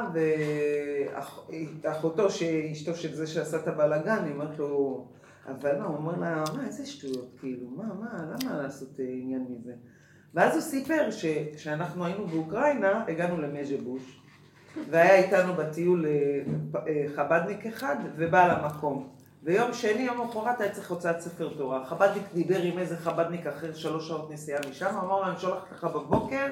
ואחותו, אשתו של זה שעשה את הבלגן, היא אומרת לו, אבל מה, הוא אומר לה, מה, איזה שטויות, כאילו, למה לעשות עניין מזה? ואז הוא סיפר שאנחנו היינו באוקראינה, הגענו למז'בוש, והיה איתנו בטיול חבדניק אחד, ובא למקום. ויום שני, יום אחרת, היה צריך הוצאת ספר תורה. חבדניק דיבר עם איזה חבדניק אחר, 3 שעות נסיעה משם, אמר לו, אני שולח לך בבוקר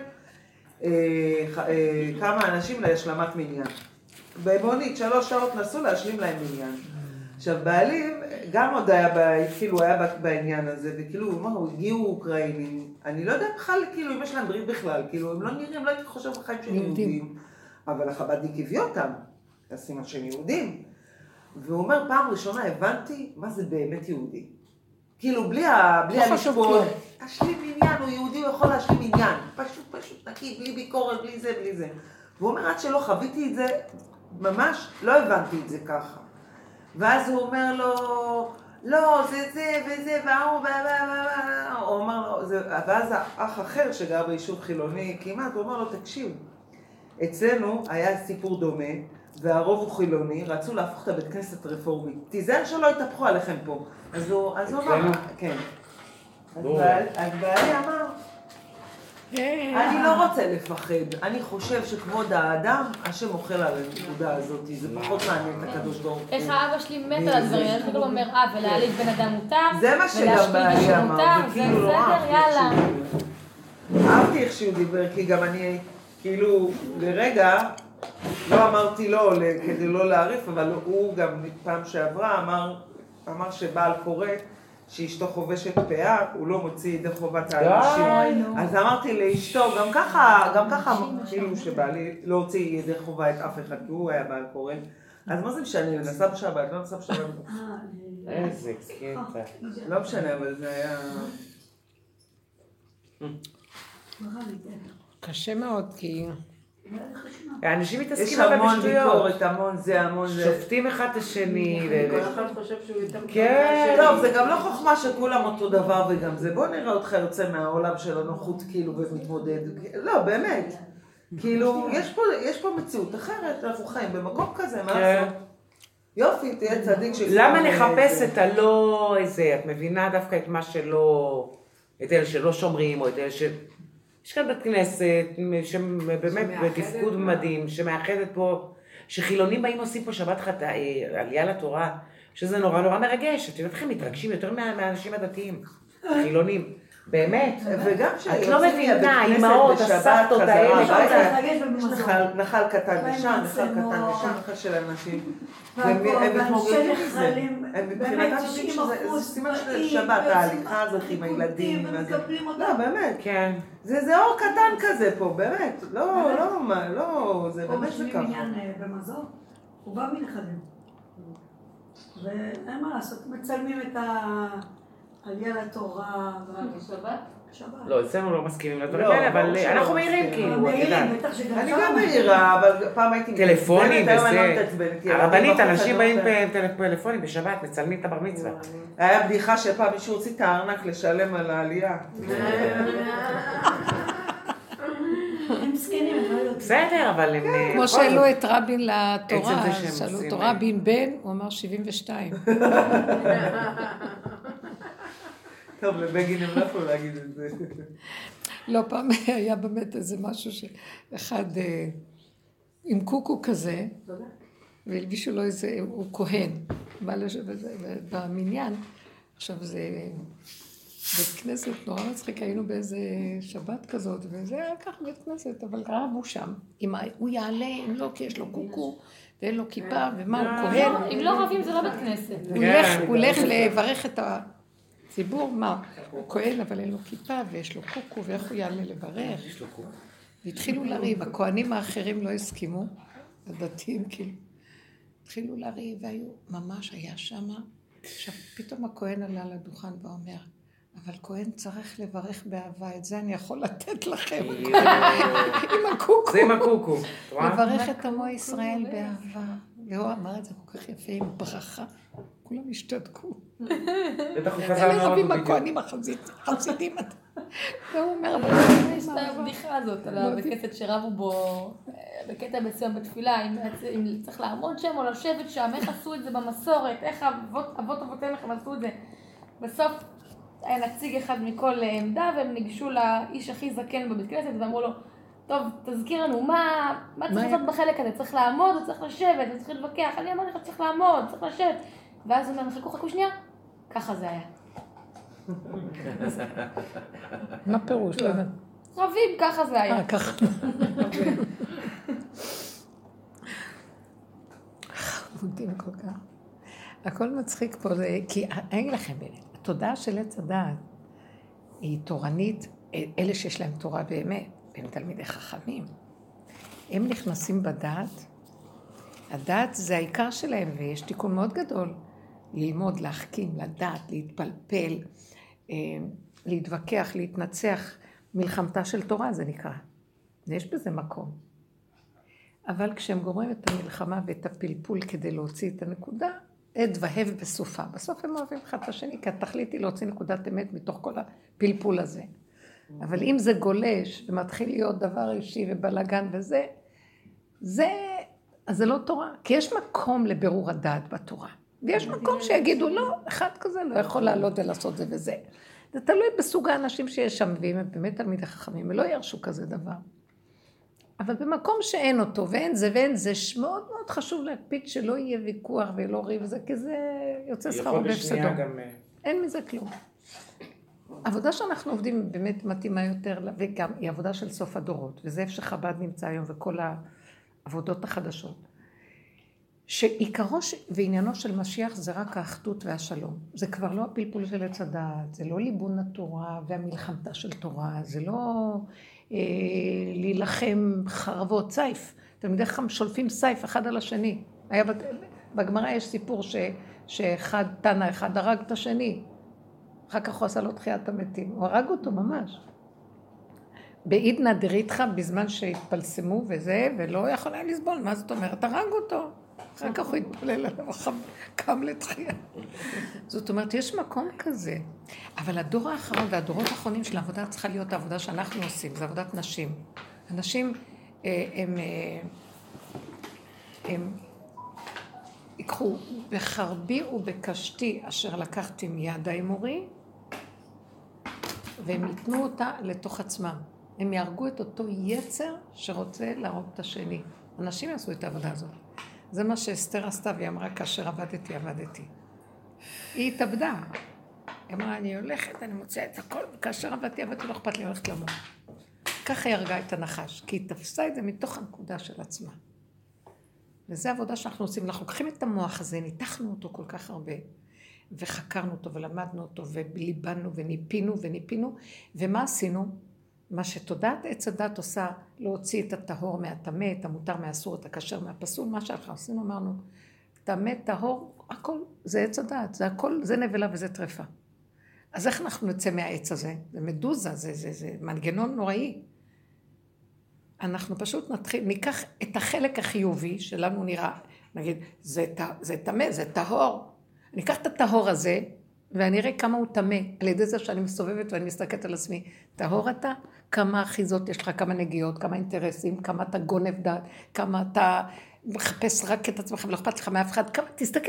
כמה אנשים להשלמת מניין. במונית 3 שעות נסו להשלים להם מניין. עכשיו, בעלים גם עוד היה, כאילו, היה בעניין הזה, וכאילו, הוא הגיעו אוקראינים, אני לא יודע בכלל, כאילו, אם יש להם ברית בכלל, כאילו, הם לא נראים, לא הייתי חושב בחיים שהם יהודים, אבל החבדניק הביא אותם, לשים שהם יהודים, והוא אומר, פעם ראשונה הבנתי מה זה באמת יהודי. כאילו, בלי המשפור, תשלים עניין, הוא יהודי, הוא יכול להשלים עניין, פשוט נקי, בלי ביקורת, בלי זה, בלי זה. והוא אומר, עד שלא חוויתי את זה, ממש לא הבנתי את זה ככה. ואז הוא אומר לו, לא, זה וזה, והוא, הוא אומר לו, ואז האח אחר שגר ביישוב חילוני כמעט, הוא אומר לו, תקשיב, אצלנו היה סיפור דומה, והרוב הוא חילוני, רצו להפוך את הבית כנסת רפורמי. תיזהר שלא יתהפכו עליכם פה. אז הוא אמר, כן. אז בעלי אמר, אני לא רוצה לפחד. אני חושב שכבוד האדם, השם אוכל על הנקודה הזאת. זה פחות מעניין את הקדוש ברוך הוא. איך האבא שלי מת על הדברים, איך הוא אומר, ולהעליב בן אדם מותר, זה מה שגם בעלי אמר, וכאילו לא אהבתי איך שהוא דיבר, כי גם אני, כאילו, לרגע, לא אמרתי לו כדי לא להעריף, אבל הוא גם פעם שעברה אמר שבעל קורא, שאשתו חובשת פאה, הוא לא מוציא ידי חובת האנשים. אז אמרתי לאשתו, גם ככה כאילו שבעלי לא הוציא ידי חובה את אף אחד, כי הוא היה בעל קורא. אז מה זה משנה? נסע בשבת, לא נסע בשבת. איזה קטע. לא משנה, אבל זה היה... קשה מאוד, כי... האנשים מתעסקים יש הרבה המון בשטויות. ביקורת, המון זה. שופטים אחד את השני. כל אחד חושב שהוא יותר כן. טוב, זה גם לא חוכמה שכולם אותו דבר וגם זה. בוא נראה אותך יוצא מהעולם של הנוחות כאילו ומתמודד. לא, באמת. כאילו, יש פה מציאות אחרת, אנחנו חיים במקום כזה, מה לעשות? יופי, תהיה צדיק למה לחפש את הלא איזה, את מבינה דווקא את מה שלא, את אלה שלא שומרים, או את אלה של... יש כאן בית כנסת, שבאמת בתפקוד מדהים, שמאחדת פה, שחילונים באים עושים פה שבת עלייה לתורה, שזה נורא נורא מרגש. את יודעת לכם, מתרגשים יותר מהאנשים הדתיים, חילונים. באמת. וגם את לא מבינה, אמהות, הסבתות האלה. נחל קטן לשם, נחל של אנשים. הם מתמוגגים מזה. הם מבחינתם שזה סימן של שבת, ההליכה הזאת עם הילדים. לא, באמת. זה אור קטן כזה פה, באמת. לא, זה באמת זה ככה. פה משלים עניין במזור, הוא בא מנכדים. ואין מה לעשות, מצלמים את העלייה לתורה. בשבת? לא, אצלנו לא מסכימים לדברים האלה, אבל אנחנו מהירים כאילו, את יודעת. אני גם מהירה, אבל פעם הייתי... טלפונים וזה. הרבנית, אנשים באים בטלפונים בשבת, מצלמים את הבר מצווה. היה בדיחה שפעם מישהו הוציא את הארנק לשלם על העלייה. הם סקנים, הם לא יודעים. בסדר, אבל הם... כמו שאלו את רבין לתורה, שאלו אותו רבין בן, הוא אמר 72. טוב, לבגין הם לא יכולו להגיד את זה. לא, פעם היה באמת איזה משהו שאחד עם קוקו כזה, והלבישו לו איזה, הוא כהן, בא לשבת במניין. עכשיו זה בית כנסת נורא מצחיק, היינו באיזה שבת כזאת, וזה היה כך בית כנסת, אבל רבו שם. הוא יעלה, אם לא, כי יש לו קוקו, ואין לו כיפה, ומה, הוא כהן. אם לא רבים זה לא בית כנסת. הוא הולך לברך את הציבור, מה? הוא כהן, אבל אין לו כיפה, ויש לו קוקו, ואיך הוא יעלה לברך? והתחילו לריב, הכהנים האחרים לא הסכימו, הדתיים כאילו. התחילו לריב, והיו, ממש היה שמה. עכשיו, פתאום הכהן עלה לדוכן ואומר, אבל כהן צריך לברך באהבה, את זה אני יכול לתת לכם. עם הקוקו. זה עם הקוקו. לברך את עמו ישראל באהבה. והוא אמר את זה כל כך יפה, עם ברכה. כולם השתתקו. בטח הוא חזר מאוד רבים הכהנים החסידים. והוא אומר, יש את הבדיחה הזאת על הבית כנסת שרבו בו, בקטע מסוים בתפילה, אם צריך לעמוד שם או לשבת שם, איך עשו את זה במסורת, איך אבות אבותיהם עשו את זה. בסוף היה נציג אחד מכל עמדה, והם ניגשו לאיש הכי זקן בבית כנסת ואמרו לו, טוב, תזכיר לנו, מה צריך לעשות בחלק הזה? צריך לעמוד או צריך לשבת? צריך להתווכח? אני אמרתי לך, צריך לעמוד, צריך לשבת. ואז הוא אומר, חכו שנייה. ככה זה היה. מה פירוש? לא יודע. רבים, ככה זה היה. ככה. חמודים כל כך. הכל מצחיק פה, כי אני אגיד לכם, התודעה של עץ הדעת היא תורנית, אלה שיש להם תורה באמת, הם תלמידי חכמים. הם נכנסים בדעת, הדעת זה העיקר שלהם, ויש תיקון מאוד גדול, ללמוד, להחכים, לדעת, להתפלפל, להתווכח, להתנצח, מלחמתה של תורה זה נקרא. יש בזה מקום. אבל כשהם גומרים את המלחמה ואת הפלפול כדי להוציא את הנקודה, עד והב בסופה. בסוף הם אוהבים אחד את השני, כי התכלית היא להוציא נקודת אמת מתוך כל הפלפול הזה. אבל אם זה גולש ומתחיל להיות דבר אישי ובלגן וזה, אז זה לא תורה. כי יש מקום לבירור הדעת בתורה. ויש מקום שיגידו, לא, אחד כזה לא יכול לעלות ולעשות זה וזה. זה תלוי בסוג האנשים שיש שם, ואם הם באמת תלמידי חכמים, הם לא ירשו כזה דבר. אבל במקום שאין אותו, ואין זה ואין זה, מאוד מאוד חשוב להקפיד שלא יהיה ויכוח ולא ריב וזה, כי זה יוצא שכרו בהפסדו. אין מזה כלום. העבודה שאנחנו עובדים באמת מתאימה יותר, וגם היא עבודה של סוף הדורות, וזה איפה שחב"ד נמצא היום, וכל העבודות החדשות. שעיקרו ועניינו של משיח זה רק האחדות והשלום. זה כבר לא הפלפול של עץ הדעת, זה לא ליבון התורה והמלחמתה של תורה, זה לא להילחם חרבות סייף. תלמידי חכם שולפים סייף אחד על השני. בגמרא יש סיפור שאחד תנא, אחד הרג את השני. אחר כך הוא עשה לו תחיית המתים. הוא הרג אותו ממש. בעידנא דריתחא בזמן שהתפלסמו וזה, ולא יכול היה לסבול. מה זאת אומרת? הרג אותו. אחר כך הוא התפלל עליו, קם לתחייה. זאת אומרת, יש מקום כזה. אבל הדור האחרון והדורות האחרונים של העבודה צריכה להיות העבודה שאנחנו עושים. זה עבודת נשים. הנשים הם יקחו בחרבי ובקשתי אשר לקחתי מיד האמורי, והם ייתנו אותה לתוך עצמם. הם יהרגו את אותו יצר שרוצה להרוג את השני. אנשים יעשו את העבודה הזאת. זה מה שאסתר עשתה, והיא אמרה, כאשר עבדתי. היא התאבדה. היא אמרה, אני הולכת, אני מוצאה את הכל, וכאשר עבדתי, לא אכפת לי, הולכת למות. ככה היא הרגה את הנחש, כי היא תפסה את זה מתוך הנקודה של עצמה. וזו העבודה שאנחנו עושים. אנחנו לוקחים את המוח הזה, ניתחנו אותו כל כך הרבה, וחקרנו אותו ולמדנו אותו, וליבנו וניפינו, ומה עשינו? מה שתודעת עץ הדת עושה, להוציא את הטהור מהטמא, את המותר מהאסור, את הכשר מהפסול, מה שאנחנו עשינו, אמרנו, טמא, טהור, הכל, זה עץ הדת, זה הכל, זה נבלה וזה טרפה. אז איך אנחנו נצא מהעץ הזה? זה מדוזה, זה מנגנון נוראי. אנחנו פשוט ניקח את החלק החיובי שלנו נראה, נגיד, זה טמא, זה טהור. אני אקח את הטהור הזה, ואני אראה כמה הוא טמא, על ידי זה שאני מסובבת ואני מסתכלת על עצמי. טהור אתה? כמה אחיזות יש לך, כמה נגיעות, כמה אינטרסים, כמה אתה גונב דעת, כמה אתה מחפש רק את עצמך ולא אכפת לך מאף אחד. תסתכל.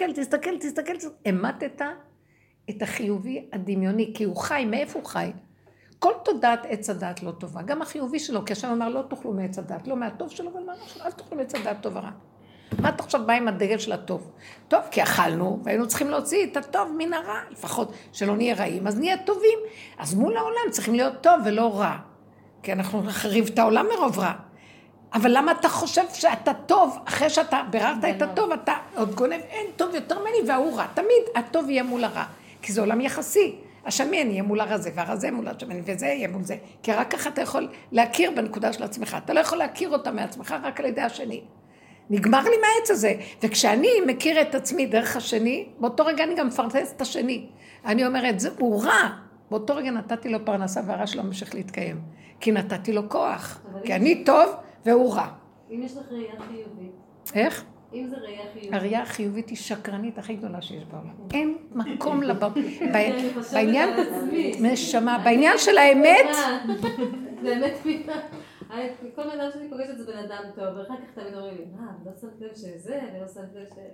המתת את החיובי הדמיוני, כי הוא חי, מאיפה הוא חי? כל תודעת עץ הדעת לא טובה, גם החיובי שלו, כי השם אמר לא תאכלו מעץ הדעת, לא מהטוב שלו, אבל מהרע שלו, אל תאכלו מעץ הדעת טוב ורע. מה אתה עכשיו בא עם הדגל של הטוב? טוב, כי אכלנו, והיינו צריכים להוציא את הטוב מן הרע, לפחות שלא נהיה רעים, אז נהיה טובים. אז מול העולם צריכים להיות טוב ולא רע, כי אנחנו נחריב את העולם מרוב רע. אבל למה אתה חושב שאתה טוב, אחרי שאתה ביררת את הטוב, אתה עוד גונב, אין טוב יותר ממני והוא רע. תמיד הטוב יהיה מול הרע, כי זה עולם יחסי. השמן יהיה מול הרזה, והרזה מול השמן, וזה יהיה מול זה. כי רק ככה אתה יכול להכיר בנקודה של עצמך. אתה לא יכול להכיר אותה מעצמך רק על ידי השני. נגמר לי מהעץ הזה, וכשאני מכיר את עצמי דרך השני, באותו רגע אני גם מפרנס את השני. אני אומרת, זה הוא רע. באותו רגע נתתי לו פרנסה והרע שלו ממשיך להתקיים. כי נתתי לו כוח. כי אני טוב והוא רע. אם יש לך ראייה חיובית. איך? אם זה ראייה חיובית. הראייה החיובית היא שקרנית הכי גדולה שיש בעולם. אין מקום בעניין, נשמה, בעניין של האמת. זה אמת תמימה. כל אדם שאני פוגשת זה בן אדם טוב, ואחר כך תמיד אומרים לי, לא שמת לב שזה, ולא שמת לב ש...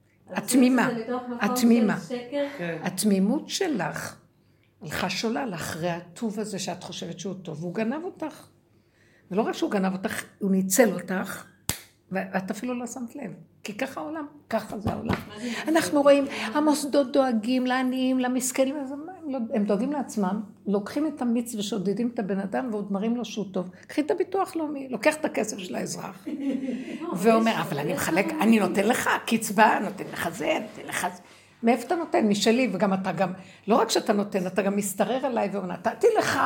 התמימות שלך, הלכה שולל אחרי הטוב הזה שאת חושבת שהוא טוב, והוא גנב אותך. ולא רק שהוא גנב אותך, הוא ניצל אותך, ואת אפילו לא שמת לב. כי ככה העולם, ככה זה העולם. אנחנו רואים, המוסדות דואגים לעניים, למסכנים, הם דואגים לעצמם, לוקחים את המיץ ושודדים את הבן אדם, ועוד מראים לו שהוא טוב. קחי את הביטוח לאומי, לוקח את הכסף של האזרח. ואומר, אבל אני מחלק, אני נותן לך קצבה, נותן לך זה, נותן לך זה. מאיפה אתה נותן? משלי, וגם אתה גם, לא רק שאתה נותן, אתה גם מסתרר עליי ואומר, נתתי לך.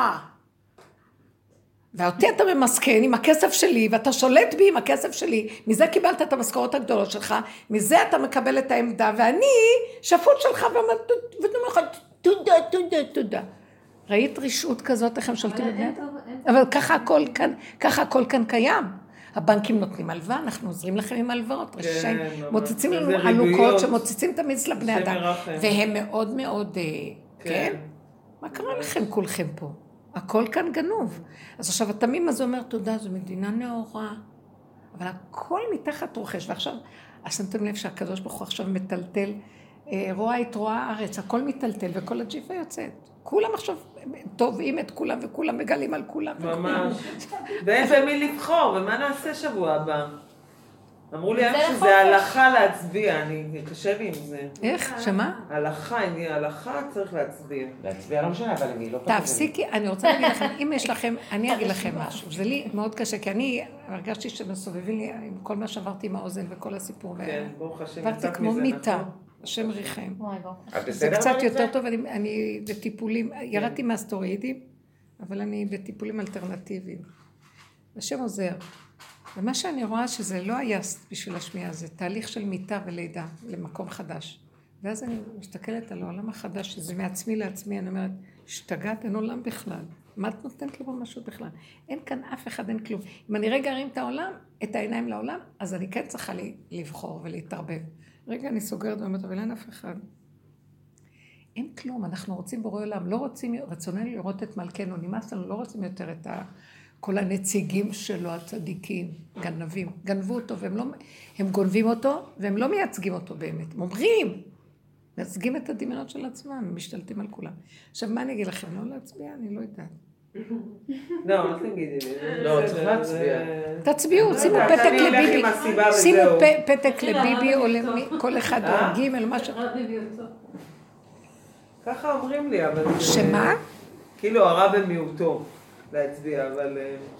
ואותי אתה ממסכן עם הכסף שלי, ואתה שולט בי עם הכסף שלי, מזה קיבלת את המשכורות הגדולות שלך, מזה אתה מקבל את העמדה, ואני שפוט שלך ואומר לך, תודה. ראית רשעות כזאת, איך הם שולטים את זה? אבל ככה הכל כאן קיים. הבנקים נותנים הלוואה, אנחנו עוזרים לכם עם הלוואות, רשעים, מוצצים לנו עלוקות שמוצצים את המיץ לבני אדם, והם מאוד מאוד, כן? מה קרה לכם כולכם פה? הכל כאן גנוב. אז עכשיו התמים הזה אומר, תודה, זו מדינה נאורה, אבל הכל מתחת רוכש, ועכשיו, שמתם לב שהקדוש ברוך הוא עכשיו מטלטל, רואה את רוע הארץ, הכל מטלטל, וכל הג'יפה יוצאת. כולם עכשיו טובעים את כולם וכולם מגלים על כולם. ממש. ואין במי לבחור, ומה נעשה שבוע הבא? אמרו לי היום שזה הלכה להצביע, אני קשה לי עם זה. איך? שמה? הלכה צריך להצביע. להצביע לא משנה, אבל אני לא פתאום. תפסיקי, אני רוצה להגיד לכם, אם יש לכם, אני אגיד לכם משהו. זה לי מאוד קשה, כי אני הרגשתי שמסובבים לי עם כל מה שעברתי עם האוזן וכל הסיפור. כן, ברוך השם. עברתי כמו מיטה, השם ריחם. את זה בסדר קצת אבל יותר טוב, אני בטיפולים, ירדתי מהסטרואידים, אבל אני בטיפולים אלטרנטיביים. השם עוזר. ומה שאני רואה שזה לא היה בשביל השמיעה, זה תהליך של מיטה ולידה למקום חדש. ואז אני מסתכלת על העולם החדש, שזה מעצמי לעצמי, אני אומרת, השתגעת, אין עולם בכלל. מה את נותנת לו משהו בכלל? אין כאן אף אחד, אין כלום. אם אני רגע ארים את העולם, את העיניים לעולם, אז אני כן צריכה לבחור ולהתערבב. רגע אני סוגרת ואומרת, אבל אין אף אחד. אין כלום, אנחנו רוצים בורא עולם, לא רוצים, רצוננו לראות את מלכנו, נמאס לנו, לא רוצים יותר את כל הנציגים שלו, הצדיקים, גנבים, גנבו אותו, הם גונבים אותו, והם לא מייצגים אותו באמת, הם אומרים, מייצגים את הדמיונות של עצמם, הם משתלטים על כולם. עכשיו, מה אני אגיד לכם? לא להצביע? אני לא יודעת. לא, אל תגידי לי. לא, צריך להצביע. תצביעו, שימו פתק לביבי, שימו פתק לביבי, או לכל אחד או גימל, מה ש... ככה אומרים לי, אבל... שמה? כאילו הרע במיעוטו להצביע, אבל...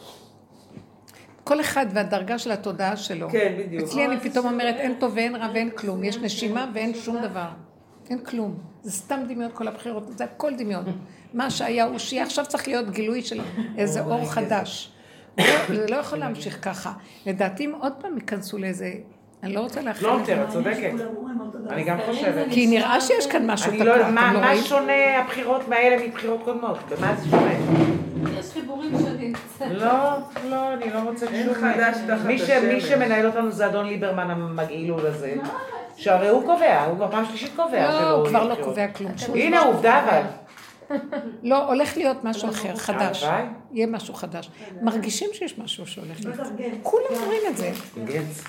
כל אחד והדרגה של התודעה שלו. כן, בדיוק. אצלי אני פתאום אומרת, אין טוב ואין רע ואין כלום. יש נשימה ואין שום דבר. אין כלום. זה סתם דמיון כל הבחירות, זה הכל דמיון. מה שהיה הוא שיהיה, עכשיו צריך להיות גילוי של איזה אור חדש. זה לא יכול להמשיך ככה. לדעתי, עוד פעם ייכנסו לאיזה... אני לא רוצה להכין. לא יותר, את צודקת. אני גם חושבת. כי נראה שיש כאן משהו תקוע. מה שונה הבחירות מהאלה מבחירות קודמות? במה זה שונה? יש חיבורים שונים. לא, אני לא רוצה אין שום... חדש תחת השמש. מי שמנהל אותנו זה אדון ליברמן המגעיל הזה. שהרי הוא קובע, הוא כבר פעם שלישית קובע. לא, הוא כבר לא קובע כלום. הנה עובדה אבל. לא, הולך להיות משהו אחר, חדש. יהיה משהו חדש. מרגישים שיש משהו שהולך להיות. כולם אומרים את זה. גנץ.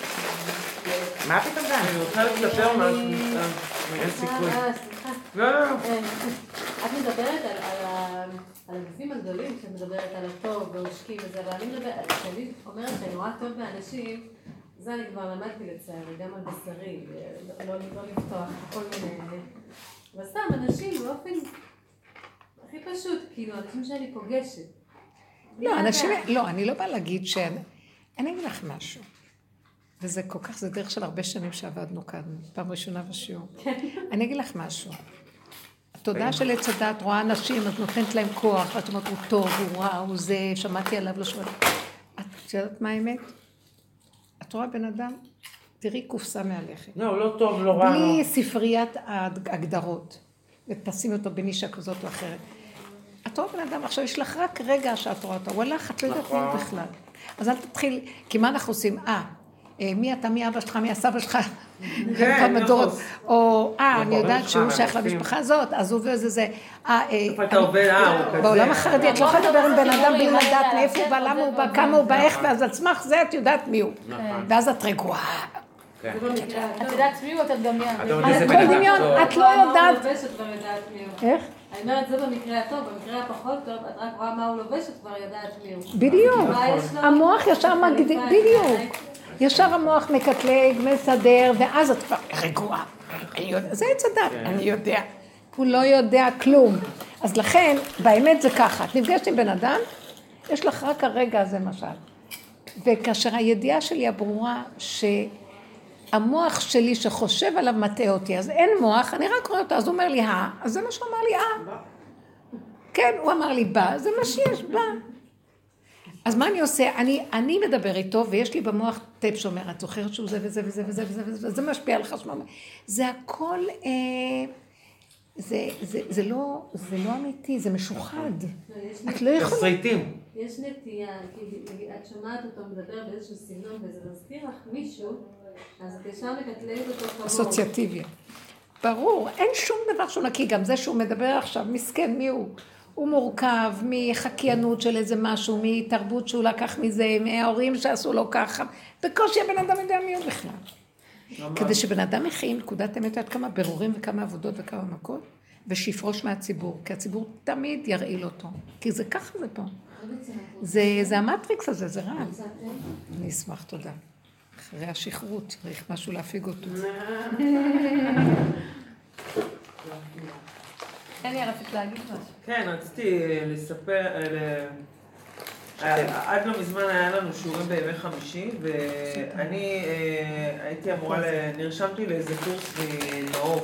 מה פתאום זה? אני רוצה לספר משהו. אין סיכוי. סליחה. לא. את מדברת על הגופים הגדולים, שאת מדברת על הטוב והמשקים וזה, אבל אני מדברת, כשאני אומרת שאני רואה טוב באנשים, זה אני כבר למדתי לצערי, גם על בשרי, לא לפתוח, כל מיני... וסתם, אנשים באופן הכי פשוט, כאילו, אנשים שאני פוגשת. לא, אנשים... לא, אני לא באה להגיד אני אגיד לך משהו. וזה כל כך, זה דרך של הרבה שנים שעבדנו כאן, פעם ראשונה בשיעור. אני אגיד לך משהו. התודעה של עץ הדת, רואה אנשים, את נותנת להם כוח, ואת אומרת, הוא טוב, הוא רע, הוא זה, שמעתי עליו, לא שמעתי. את יודעת מה האמת? את רואה בן אדם, תראי קופסה מהלכת. לא טוב, לא רע. בלי ספריית ההגדרות, ותשימי אותו בנישה כזאת או אחרת. את רואה בן אדם, עכשיו יש לך רק רגע שאת רואה אותו, הוא הלך, את לא יודעת מי בכלל. אז אל תתחיל, כי מה אנחנו עושים? מי אתה, מי אבא שלך, מי הסבא שלך? כן, נכון. או, אני יודעת שהוא שייך למשפחה הזאת, אז הוא וזה, איפה אתה עובד, הוא כזה. בעולם החרדי, את לא יכולה לדבר עם בן אדם בלי לדעת מאיפה הוא בא, למה הוא בא, כמה הוא בא, איך, ואז על סמך זה את יודעת מי הוא. ואז את רגועה. את יודעת מי הוא, אתה דמיין. כל דמיון, את לא יודעת. איך? אני אומרת, זה במקרה הטוב, במקרה הפחות טוב, את רק רואה מה הוא לובש, את כבר יודעת מי הוא. בדיוק. המוח ישר מגדיר, בדיוק. ישר המוח מקטלג, מסדר, ואז את כבר רגועה. זה עץ הדת, אני יודע. הוא לא יודע כלום. אז לכן, באמת זה ככה. את נפגשת עם בן אדם, יש לך רק הרגע הזה משל. וכאשר הידיעה שלי הברורה שהמוח שלי שחושב עליו מטעה אותי, אז אין מוח, אני רק רואה אותו, אז הוא אומר לי, אז זה מה שהוא אמר לי, כן, הוא אמר לי, זה מה שיש, אז מה אני עושה? אני מדבר איתו, ויש לי במוח טייפ שאומר, את זוכרת שהוא זה וזה וזה וזה וזה וזה, זה משפיע על חשמל. זה הכל, זה לא אמיתי, זה משוחד. את לא יכולה... תסריטים. יש נטייה, כי את שומעת אותו מדבר באיזשהו סגנון, וזה מזכיר לך מישהו, אז את ישר מקטלגת אותו כמוהו. אסוציאטיביה. ברור, אין שום דבר שהוא נקי, גם זה שהוא מדבר עכשיו, מסכן, מי הוא? הוא מורכב מחקיינות של איזה משהו, מתרבות שהוא לקח מזה, מההורים שעשו לו ככה. בקושי הבן אדם יודע מי הוא בכלל. כדי שבן אדם יחיה נקודת אמת עד כמה ברורים וכמה עבודות וכמה מכות, ושיפרוש מהציבור, כי הציבור תמיד ירעיל אותו. כי זה ככה זה פה. זה המטריקס הזה, זה רע. אני אשמח, תודה. אחרי השחרות צריך משהו להפיג אותו. אני רצית להגיד משהו. כן, רציתי לספר, עד לא מזמן היה לנו שיעורים בימי חמישי, ואני הייתי אמורה, נרשמתי לאיזה קורס במעוף,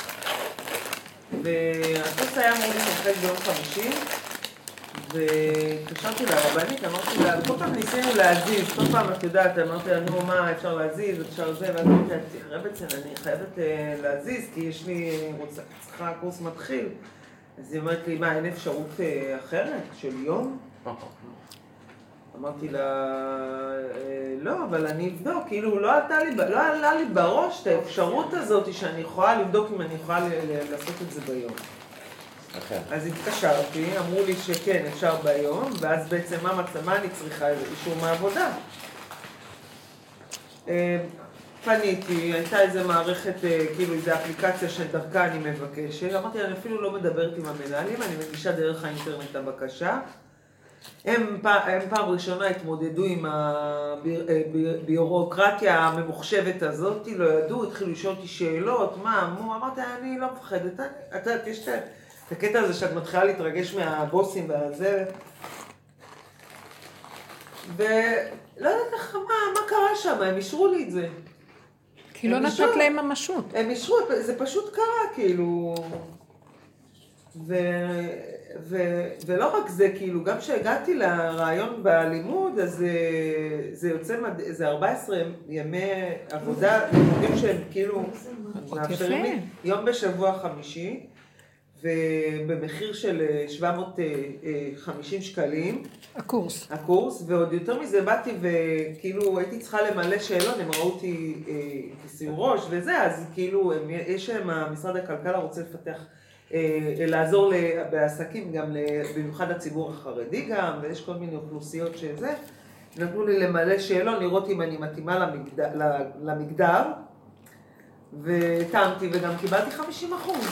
והקורס היה אמור להתרחש ביום חמישי, והתקשרתי לרבנית, אמרתי לה, כל פעם ניסינו להזיז, כל פעם את יודעת, אמרתי לה, נו מה, אפשר להזיז, אפשר זה, ואז אמרתי לה, רבצן, אני חייבת להזיז, כי יש לי, צריכה קורס מתחיל. אז היא אומרת לי, מה, אין אפשרות אחרת של יום? אמרתי לה, לא, אבל אני אבדוק, כאילו לא עלה לי בראש את האפשרות הזאת שאני יכולה לבדוק אם אני יכולה לעשות את זה ביום. אז התקשרתי, אמרו לי שכן, אפשר ביום, ואז בעצם מה אני צריכה? אישור מהעבודה. פניתי, הייתה איזו מערכת, כאילו איזו אפליקציה שדרכה אני מבקשת. אמרתי, אני אפילו לא מדברת עם המנהלים, אני מגישה דרך האינטרנט הבקשה. הם פעם ראשונה התמודדו עם הביורוקרטיה הממוחשבת הזאת, לא ידעו, התחילו לשאול אותי שאלות, מה, אמרתי, אני לא מפחדת, את יודעת, יש את הקטע הזה שאת מתחילה להתרגש מהבוסים והזה, ולא יודעת לך מה קרה שם, הם אישרו לי את זה. כי לא נתת להם ממשות. הם אישרו, זה פשוט קרה, כאילו, ולא רק זה, כאילו, גם כשהגעתי לרעיון בלימוד, אז זה יוצא, זה 14 ימי עבודה, לימודים שהם כאילו, יום בשבוע חמישי, ובמחיר של 750 שקלים. הקורס, ועוד יותר מזה באתי וכאילו הייתי צריכה למלא שאלון, הם ראו אותי כסיור ראש וזה, אז כאילו יש משרד הכלכלה רוצה לפתח, לעזור בעסקים גם במיוחד הציבור החרדי גם, ויש כל מיני אוכלוסיות שזה. נתנו לי למלא שאלון, לראות אם אני מתאימה למגדר, וטעמתי וגם קיבלתי 50%.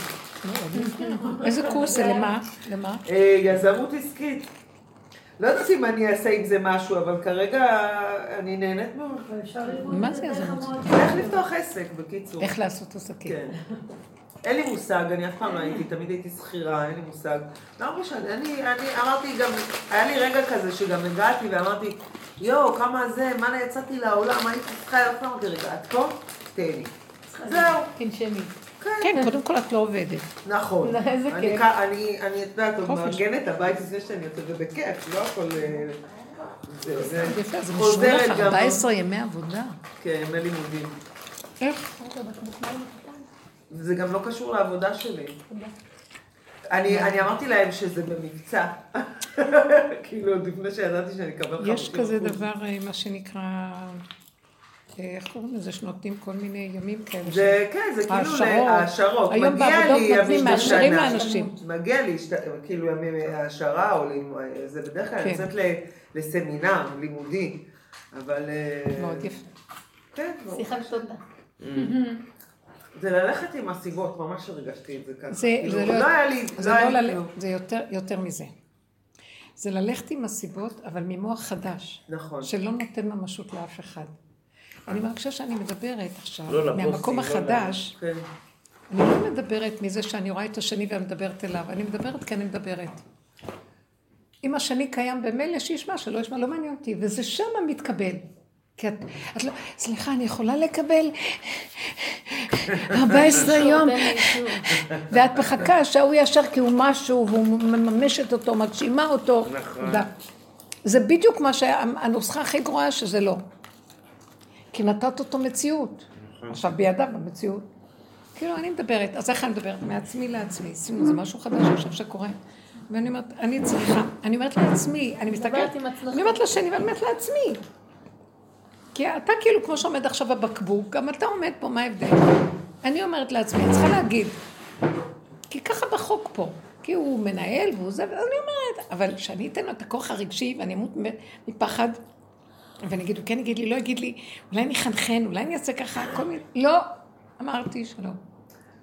איזה קורס זה? למה? יזמות עסקית. לא יודעת אם אני אעשה עם זה משהו, אבל כרגע אני נהנית מאוד. מה זה יזמות? איך לפתוח עסק, בקיצור. איך לעשות עסקים. כן. אין לי מושג, אני אף פעם לא הייתי, תמיד הייתי שכירה, אין לי מושג. לא משנה, אני אמרתי גם, היה לי רגע כזה שגם הגעתי ואמרתי, יואו, כמה זה, מה יצאתי לעולם, הייתי צריכה להיות, אמרתי, רגע, את פה? תן לי. זהו. תנשמי. כן, קודם כל את לא עובדת. נכון. איזה כיף. אני יודעת, עוד מארגנת הבית לפני שאני יוצאת, ובכיף, לא הכל... זה יפה, זה משהו לך 14 ימי עבודה. כן, ימי לימודים. איך? זה גם לא קשור לעבודה שלי. אני אמרתי להם שזה במבצע. כאילו, לפני שידעתי שאני אקבל 50%. יש כזה דבר, מה שנקרא... איך קוראים לזה? שנותנים כל מיני ימים כאלה. זה, כן, זה כאילו העשרות. היום בעבודות נותנים מאשרים לאנשים. מגיע לי, כאילו ימים העשרה, או זה בדרך כלל יוצאת לסמינר לימודי, אבל... מאוד יפה. כן, שיחה תודה. זה ללכת עם הסיבות, ממש הרגשתי את זה ככה. זה יותר מזה. זה ללכת עם הסיבות, אבל ממוח חדש. נכון. שלא נותן ממשות לאף אחד. אני מרגישה שאני מדברת עכשיו, מהמקום החדש, אני לא מדברת מזה שאני רואה את השני ואני מדברת אליו, אני מדברת כי אני מדברת. אם השני קיים במילא, שישמע, שלא ישמע, לא מעניין אותי, וזה שם מתקבל. כי את לא, סליחה, אני יכולה לקבל 14 יום, ואת מחכה שההוא ישר כי הוא משהו, והוא מממשת אותו, מגשימה אותו. זה בדיוק מה שהנוסחה הכי גרועה שזה לא. כי נתת אותו מציאות. עכשיו בידיו במציאות. כאילו אני מדברת, אז איך אני מדברת? מעצמי לעצמי. שימו, זה משהו חדש עכשיו שקורה. ואני אומרת, אני צריכה, אני אומרת לעצמי, אני מסתכלת, אני אומרת לשני ואני אומרת לעצמי. כי אתה כאילו כמו שעומד עכשיו בבקבוק, גם אתה עומד פה, מה ההבדל? אני אומרת לעצמי, אני צריכה להגיד. כי ככה בחוק פה. כי הוא מנהל והוא זה, ואני אומרת, אבל שאני אתן לו את הכוח הרגשי ואני אמות מפחד, ואני אגיד, הוא כן יגיד לי, לא יגיד לי, אולי אני חנחן, אולי אני אעשה ככה, כל מיני, לא, אמרתי שלום.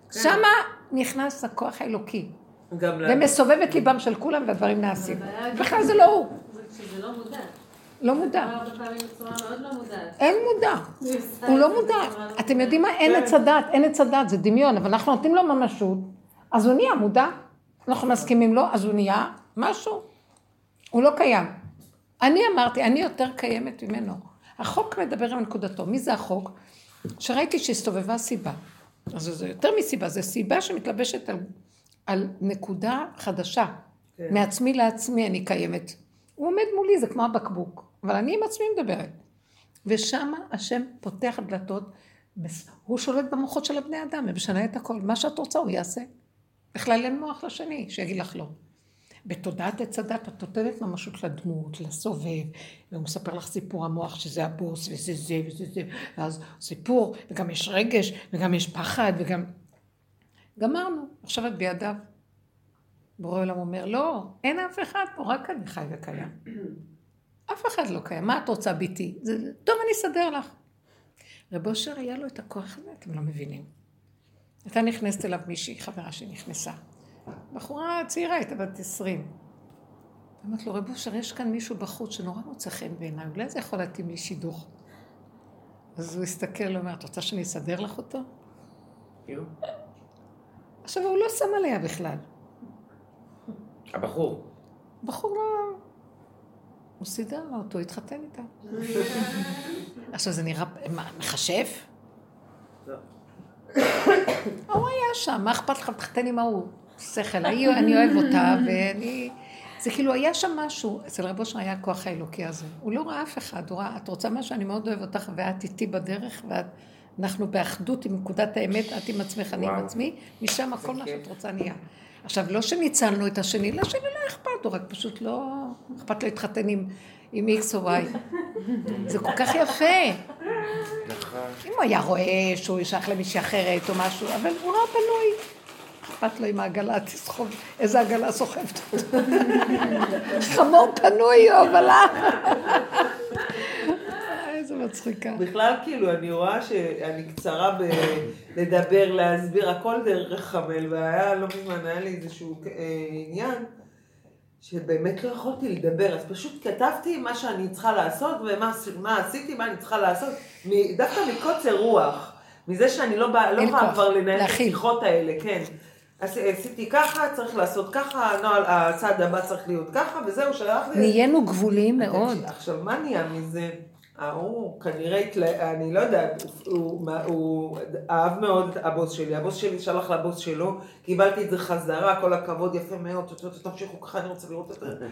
שמה נכנס הכוח האלוקי. ומסובב את ליבם של כולם והדברים נעשים. בכלל זה לא הוא. זה כשזה לא מודע. לא מודע. הרבה פעמים בצורה מאוד לא מודעת. אין מודע. הוא לא מודע. אתם יודעים מה? אין עץ הדת, אין עץ הדת, זה דמיון, אבל אנחנו נותנים לו ממשות, אז הוא נהיה מודע. אנחנו מסכימים לו, אז הוא נהיה משהו. הוא לא קיים. אני אמרתי, אני יותר קיימת ממנו. החוק מדבר עם נקודתו. מי זה החוק? שראיתי שהסתובבה סיבה. אז זה יותר מסיבה, זה סיבה שמתלבשת על נקודה חדשה. מעצמי לעצמי אני קיימת. הוא עומד מולי, זה כמו הבקבוק. אבל אני עם עצמי מדברת. ושם השם פותח דלתות, הוא שולט במוחות של הבני אדם, ומשנה את הכל. מה שאת רוצה הוא יעשה. בכלל אין מוח לשני, שיגיד לך לא. בתודעת עץ הדת, את נותנת ממשות לדמות, לסובב, והוא מספר לך סיפור המוח שזה הבוס, וזה זה וזה זה, ואז סיפור, וגם יש רגש, וגם יש פחד, וגם... גמרנו, עכשיו את בידיו. בורא עולם אומר, לא, אין אף אחד פה, רק אני חי וקיים. אף אחד לא קיים, מה את רוצה ביתי? טוב, אני אסדר לך. רב אושר היה לו את הכוח הזה, אתם לא מבינים. הייתה נכנסת אליו מישהי, חברה שנכנסה. בחורה צעירה, הייתה בת 20. אמרת לו, רב אושר, יש כאן מישהו בחוץ שנורא מוצא חן בעיניי, אולי זה יכול להתאים לי שידוך. אז הוא הסתכל, הוא אומר, את רוצה שאני אסדר לך אותו? עכשיו, הוא לא שם עליה בכלל. הבחור. בחור לא... הוא סידר לה אותו, התחתן איתה. עכשיו זה נראה מחשף? לא. הוא היה שם, מה אכפת לך להתחתן עם ההוא? שכל, אני אוהב אותה, ואני... זה כאילו היה שם משהו, אצל רב אושר היה הכוח האלוקי הזה. הוא לא ראה אף אחד, הוא ראה, את רוצה משהו, אני מאוד אוהב אותך, ואת איתי בדרך, ואנחנו באחדות עם נקודת האמת, את עם עצמך, אני עם עצמי, משם כל מה שאת רוצה נהיה. עכשיו, לא שניצלנו את השני, לשני לא אכפת, הוא רק פשוט לא אכפת לו להתחתן עם X או Y. זה כל כך יפה. אם הוא היה רואה שהוא ישייך למישהי אחרת או משהו, אבל הוא לא פנוי. אכפת לו עם העגלה, תסחוב, איזה עגלה סוחבת אותו. חמור פנוי, הובלה. איזה מצחיקה. בכלל כאילו, אני רואה שאני קצרה לדבר, להסביר, הכל דרך חמל, והיה לא מזמן, היה לי איזשהו עניין, שבאמת לא יכולתי לדבר, אז פשוט כתבתי מה שאני צריכה לעשות, ומה עשיתי, מה אני צריכה לעשות, דווקא מקוצר רוח, מזה שאני לא יכולה כבר לנהל את השיחות האלה, כן. אז עשיתי ככה, צריך לעשות ככה, הצעד הבא צריך להיות ככה, וזהו, שלח לי. נהיינו גבוליים מאוד. עכשיו, מה נהיה מזה? הוא כנראה, אני לא יודעת, הוא אהב מאוד את הבוס שלי שלח לבוס שלו, קיבלתי את זה חזרה, כל הכבוד, יפה מאוד, תמשיכו ככה, אני רוצה לראות את זה.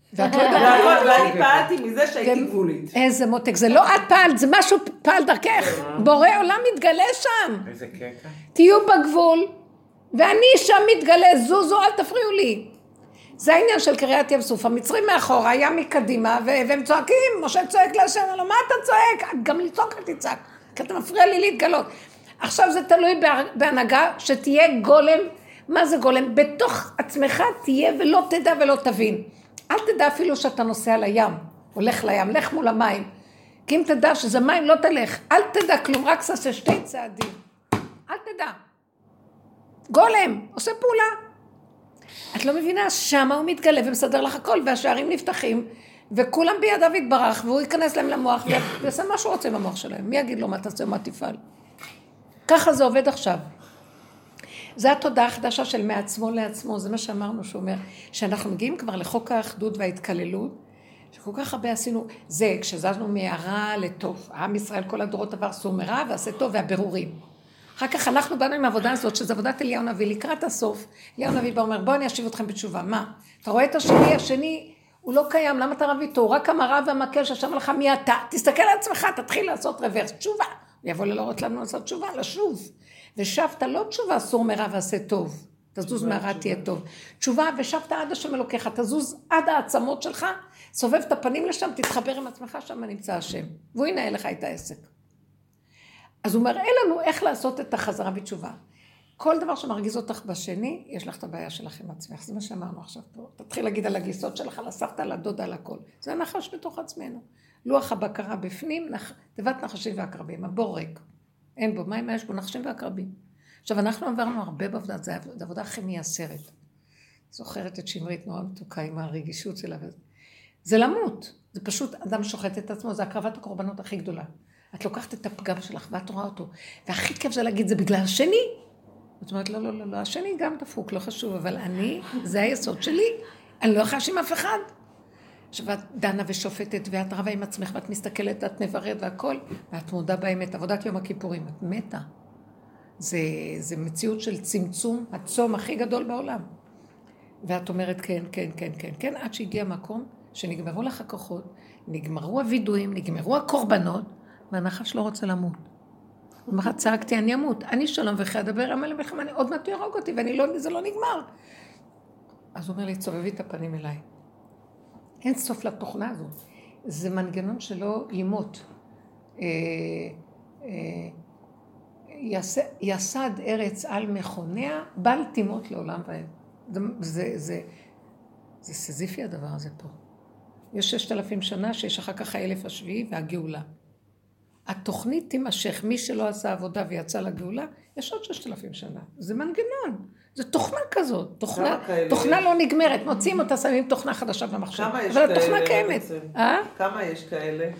ואני פעלתי מזה שהייתי גבולית. איזה מותק, זה לא את פעלת, זה משהו פעל דרכך, בורא עולם מתגלה שם. איזה קטע. תהיו בגבול, ואני שם מתגלה, זוזו, אל תפריעו לי. זה העניין של קריאת ים סוף, המצרים מאחורה, ים מקדימה, והם צועקים, משה צועק להשם, לא, מה אתה צועק? גם לצעוק אל תצעק, כי אתה מפריע לי להתגלות. עכשיו זה תלוי בהנהגה, שתהיה גולם, מה זה גולם? בתוך עצמך תהיה ולא תדע ולא תבין. אל תדע אפילו שאתה נוסע לים, הולך לים, לך מול המים. כי אם תדע שזה מים, לא תלך. אל תדע כלום, רק תעשה 2 צעדים. אל תדע. גולם, עושה פעולה. את לא מבינה, שמה הוא מתגלה ומסדר לך הכל, והשערים נפתחים, וכולם בידיו יתברך, והוא ייכנס להם למוח, ויעשה מה שהוא רוצה עם המוח שלהם. מי יגיד לו מה תעשה, מה תפעל? ככה זה עובד עכשיו. זה התודעה החדשה של מעצמו לעצמו, זה מה שאמרנו, שהוא אומר, שאנחנו מגיעים כבר לחוק האחדות וההתקללות, שכל כך הרבה עשינו, זה כשזזנו מהרע לטוב, עם ישראל כל הדורות עבר סור מרע, ועשה טוב והבירורים. אחר כך אנחנו באנו עם העבודה הזאת, שזו עבודת אליהו נביא, לקראת הסוף, אליהו נביא בא אומר, בוא אני אשיב אתכם בתשובה, מה? אתה רואה את השני הוא לא קיים, למה אתה רב איתו? רק המראה והמקל ששם לך מי אתה, תסתכל על עצמך, תתחיל לעשות רוורס, תשובה, הוא יבוא ללאות לנו לעשות תשובה, לשוב, ושבת לא תשובה, סור מרע ועשה טוב, תזוז מהרע תהיה טוב, תשובה ושבת עד השם אלוקיך, תזוז עד העצמות שלך, סובב את הפנים לשם, תתחבר עם עצמך, שם נמצא השם, והוא ינהל לך את העסק. אז הוא מראה לנו איך לעשות את החזרה בתשובה. כל דבר שמרגיז אותך בשני, יש לך את הבעיה שלך עם עצמך. זה מה שאמרנו עכשיו פה. תתחיל להגיד על הגיסות שלך, על הסבתא, על הדודה, על הכל. זה נחש בתוך עצמנו. לוח הבקרה בפנים, תיבת נחשים ועקרבים, הבור ריק. אין בו, מה יש בו? נחשים ועקרבים. עכשיו, אנחנו עברנו הרבה בעבודה, זו העבודה הכי מייסרת. זוכרת את שמרית נורא מתוקה עם הרגישות שלה. זה למות, זה פשוט אדם שוחט את עצמו, זה הקרבת הקורבנות הכי גדולה. את לוקחת את הפגם שלך ואת רואה אותו, והכי כיף זה להגיד, זה בגלל השני. זאת אומרת, לא, השני גם דפוק, לא חשוב, אבל אני, זה היסוד שלי, אני לא יכולה עם אף אחד. עכשיו, את דנה ושופטת, ואת רבה עם עצמך, ואת מסתכלת, את מברד והכל, ואת מודה באמת, עבודת יום הכיפורים, את מתה. זה מציאות של צמצום, הצום הכי גדול בעולם. ואת אומרת כן, עד שהגיע מקום שנגמרו לך הכוחות, נגמרו הוידועים, נגמרו הקורבנות, והנחש לא רוצה למות. ומחת צעקתי, אני אמות, אני שלום וכי אדבר, אמר למלחמה, עוד מעט יהרוג אותי, וזה לא נגמר. אז הוא אומר לי, צובבי את הפנים אליי. אין סוף לתוכנה הזו. זה מנגנון שלא ימות. יסד ארץ על מכוניה, בל תימות לעולם ועד. זה סזיפי הדבר הזה פה. יש 6,000 שנה שיש אחר כך 1,000 השביעי והגאולה. התוכנית תימשך, מי שלא עשה עבודה ויצא לגאולה, יש עוד 6,000 שנה. זה מנגנון, זה תוכנה כזאת, תוכנה לא נגמרת, מוצאים אותה, שמים תוכנה חדשה במחשב, אבל התוכנה קיימת. כמה יש כאלה?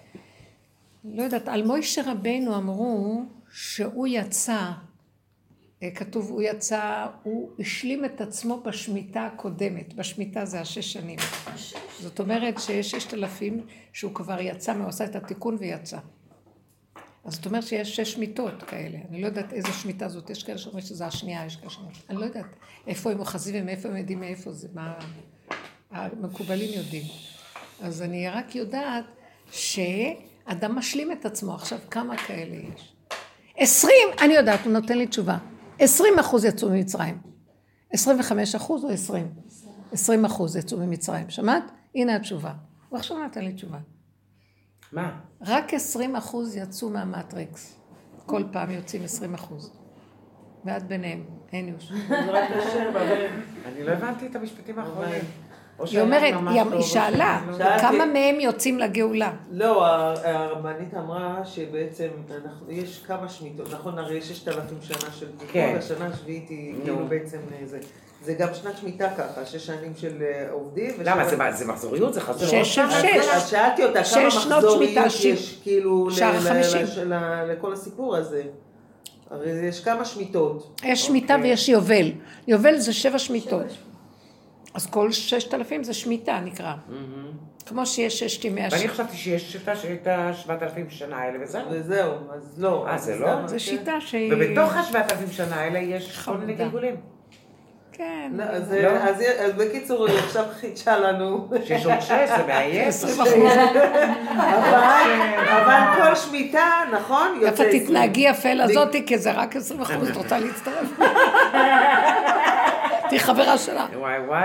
לא יודעת, על מוישה רבינו אמרו שהוא יצא, כתוב הוא יצא, הוא השלים את עצמו בשמיטה הקודמת, בשמיטה זה 6 שנים. זאת אומרת שיש 6,000 שהוא כבר יצא, הוא עשה את התיקון ויצא. אז זאת אומרת שיש 6 שמיטות כאלה, אני לא יודעת איזה שמיטה זאת, יש כאלה שאומרים שזה השנייה, יש כאלה שאומרים, אני לא יודעת איפה הם אוחזים ומאיפה הם יודעים מאיפה זה, מה המקובלים יודעים. אז אני רק יודעת שאדם משלים את עצמו, עכשיו כמה כאלה יש? 20, אני יודעת, הוא נותן לי תשובה, 20% יצאו ממצרים, 25% או 20? 20% יצאו ממצרים, שמעת? הנה התשובה, הוא עכשיו נתן לי תשובה. מה? רק 20% יצאו מהמטריקס. כל פעם יוצאים 20%. ועד ביניהם, אין יוש. אני לא הבנתי את המשפטים האחרונים. היא אומרת, היא שאלה, כמה מהם יוצאים לגאולה? לא, הרבנית אמרה שבעצם יש כמה שמיטות, נכון, הרי יש 6,000 שנה של תיקון, השנה השביעית היא כאילו בעצם זה. זה גם שנת שמיטה ככה, 6 שנים של עובדים. למה? זה מחזוריות? זה חזור? 6. אז שאלתי אותה, כמה מחזוריות יש כאילו שער 50. לכל הסיפור הזה. הרי יש כמה שמיטות. יש שמיטה ויש יובל. יובל זה 7 שמיטות. אז כל 6,000 זה שמיטה נקרא. כמו שיש 6 ימי השם. ואני חשבתי שיש את 7,000 שנה האלה וזהו. וזהו, אז לא. זה לא? זה שיטה שהיא... ובתוך 7,000 שנה האלה יש כל מיני גלגולים. כן. אז בקיצור, היא עכשיו חידשה לנו. שיש עוד 6, זה מעייף. 20%. אבל כל שמיטה, נכון? יפה, תתנהגי יפה לזאתי, כי זה רק 20%, את רוצה להצטרף. תהי חברה שלה. וואי.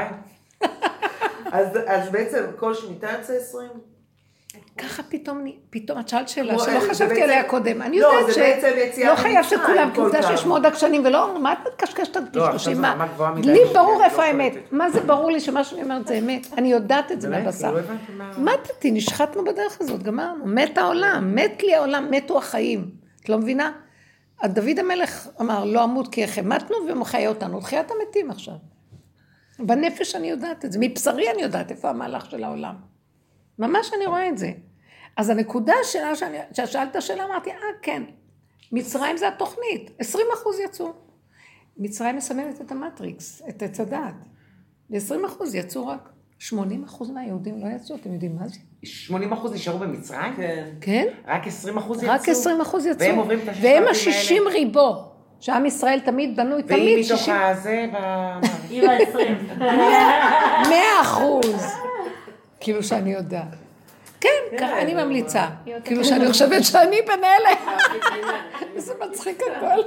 אז בעצם כל שמיטה יוצא 20? ככה פתאום את שאלת שאלה שלא חשבתי עליה קודם. אני יודעת שלא חייב שכולם, כי עובדה שיש מאוד עקשנים, ולא, מה את מתקשקשת את פשטושים? לי ברור איפה האמת. מה זה ברור לי שמה שאני אומרת זה אמת? אני יודעת את זה מהבשר. מתתי, נשחטנו בדרך הזאת, גמרנו. מת העולם, מת לי העולם, מתו החיים. את לא מבינה? דוד המלך אמר, לא אמות כי החמתנו ומחיה אותנו. תחיית המתים עכשיו. בנפש אני יודעת את זה. מבשרי אני יודעת איפה המהלך של העולם. ממש אני רואה את זה. אז הנקודה שלה, ששאלת שאלה, אמרתי, כן, מצרים זה התוכנית, 20% יצאו. מצרים מסמלת את המטריקס, את הצדד. ל-20% יצאו רק, 80% מהיהודים לא יצאו, אתם יודעים מה זה? 80% נשארו במצרים? כן. רק 20% יצאו? רק 20% יצאו. והם עוברים את והם ה-60 ריבו, שעם ישראל תמיד בנוי, תמיד 60. והיא מתוך הזה, עם ה-20. 100%. כאילו שאני יודעת. כן, ככה אני ממליצה. כאילו שאני חושבת שאני בין אלה. איזה מצחיק הכל.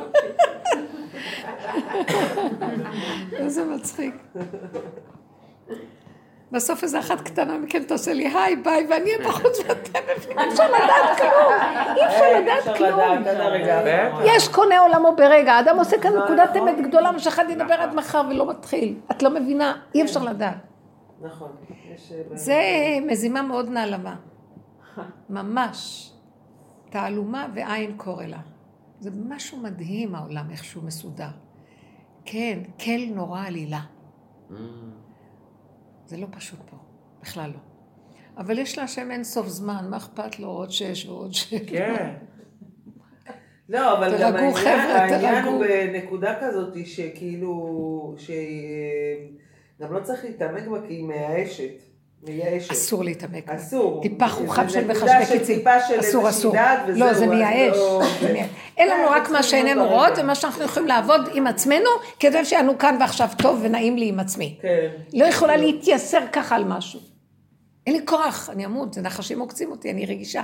איזה מצחיק. בסוף איזה אחת קטנה מכן תעשה לי היי ביי, ואני אהיה בחוץ ואתם מבינים. אי אפשר לדעת כלום. אי אפשר לדעת כלום. יש קונה עולמו ברגע. האדם עושה כאן נקודת אמת גדולה, מה שאחד ידבר עד מחר ולא מתחיל. את לא מבינה, אי אפשר לדעת. נכון. זה מזימה מאוד נעלמה. ממש. תעלומה ועין קורא לה. זה משהו מדהים העולם, איך שהוא מסודר. כן, כל נורא עלילה. זה לא פשוט פה, בכלל לא. אבל יש להשם אין סוף זמן, מה אכפת לו עוד 6 ועוד 6? כן. לא, אבל גם העניין הוא בנקודה כזאת שכאילו, שגם לא צריך להתעמק בה כי היא מייאשת. אסור להתעמק. אסור. טיפה חוכם של מחשבי קיצים. אסור. לא, זה מייאש. אין לנו רק מה שאיננו רואות, ומה שאנחנו יכולים לעבוד עם עצמנו, כדי שיענו כאן ועכשיו טוב ונעים לי עם עצמי. לא יכולה להתייסר ככה על משהו. אין לי כוח, אני אמות, זה נחשים עוקצים אותי, אני רגישה.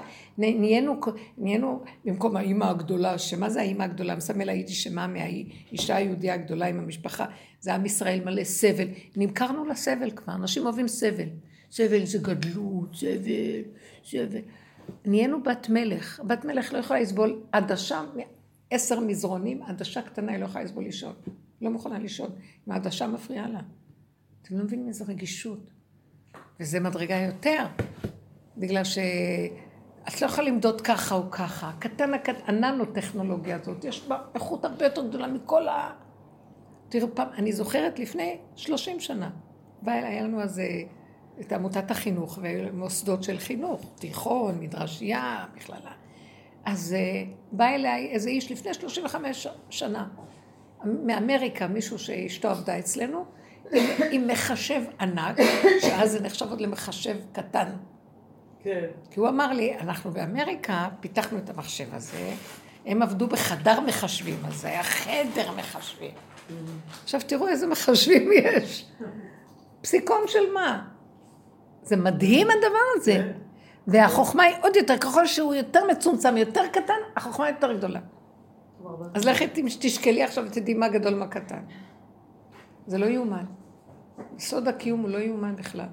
נהיינו במקום האמא הגדולה, שמה זה האמא הגדולה? מסמל הייתי שמה מהאישה היהודיה הגדולה עם המשפחה, זה עם ישראל מלא סבל. נמכרנו לסבל כבר, אנשים אוהבים סבל. סבל זה גדלות, סבל. נהיינו בת מלך. בת מלך לא יכולה לסבול עדשה, 10 מזרונים, עדשה קטנה היא לא יכולה לסבול לישון. לא מוכנה לישון, אם העדשה מפריעה לה. אתם לא מבינים איזו רגישות. וזה מדרגה יותר, בגלל שאת לא יכולה למדוד ככה או ככה. קטן, הננו-טכנולוגיה הזאת, יש בה איכות הרבה יותר גדולה מכל תראו פעם, אני זוכרת לפני 30 שנה, היה לנו אז את עמותת החינוך ומוסדות של חינוך, תיכון, מדרשייה, בכללה. אז בא אליי איזה איש לפני 35 שנה, מאמריקה, מישהו שאשתו עבדה אצלנו, עם מחשב ענק, שאז זה נחשב עוד למחשב קטן. כן. כי הוא אמר לי, אנחנו באמריקה פיתחנו את המחשב הזה, הם עבדו בחדר מחשבים, אז זה היה חדר מחשבים. עכשיו תראו איזה מחשבים יש. פסיקון של מה? זה מדהים הדבר הזה. והחוכמה היא עוד יותר, ככל שהוא יותר מצומצם, יותר קטן, החוכמה יותר גדולה. אז לכי תשקלי עכשיו ותדעי מה גדול מה קטן. זה לא יאומן. סוד הקיום הוא לא יאומן בכלל.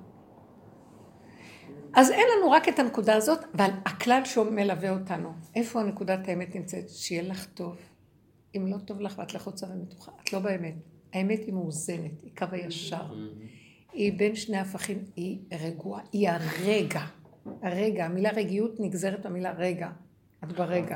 אז אין לנו רק את הנקודה הזאת, אבל הכלל שמלווה אותנו. איפה הנקודת האמת נמצאת? שיהיה לך טוב. אם לא טוב לך ואת לחוצה ומתוחה, את לא באמת. האמת היא מאוזנת, היא קו הישר. היא בין שני הפכים, היא רגועה, היא הרגע. הרגע, המילה רגיעות נגזרת במילה רגע. את ברגע.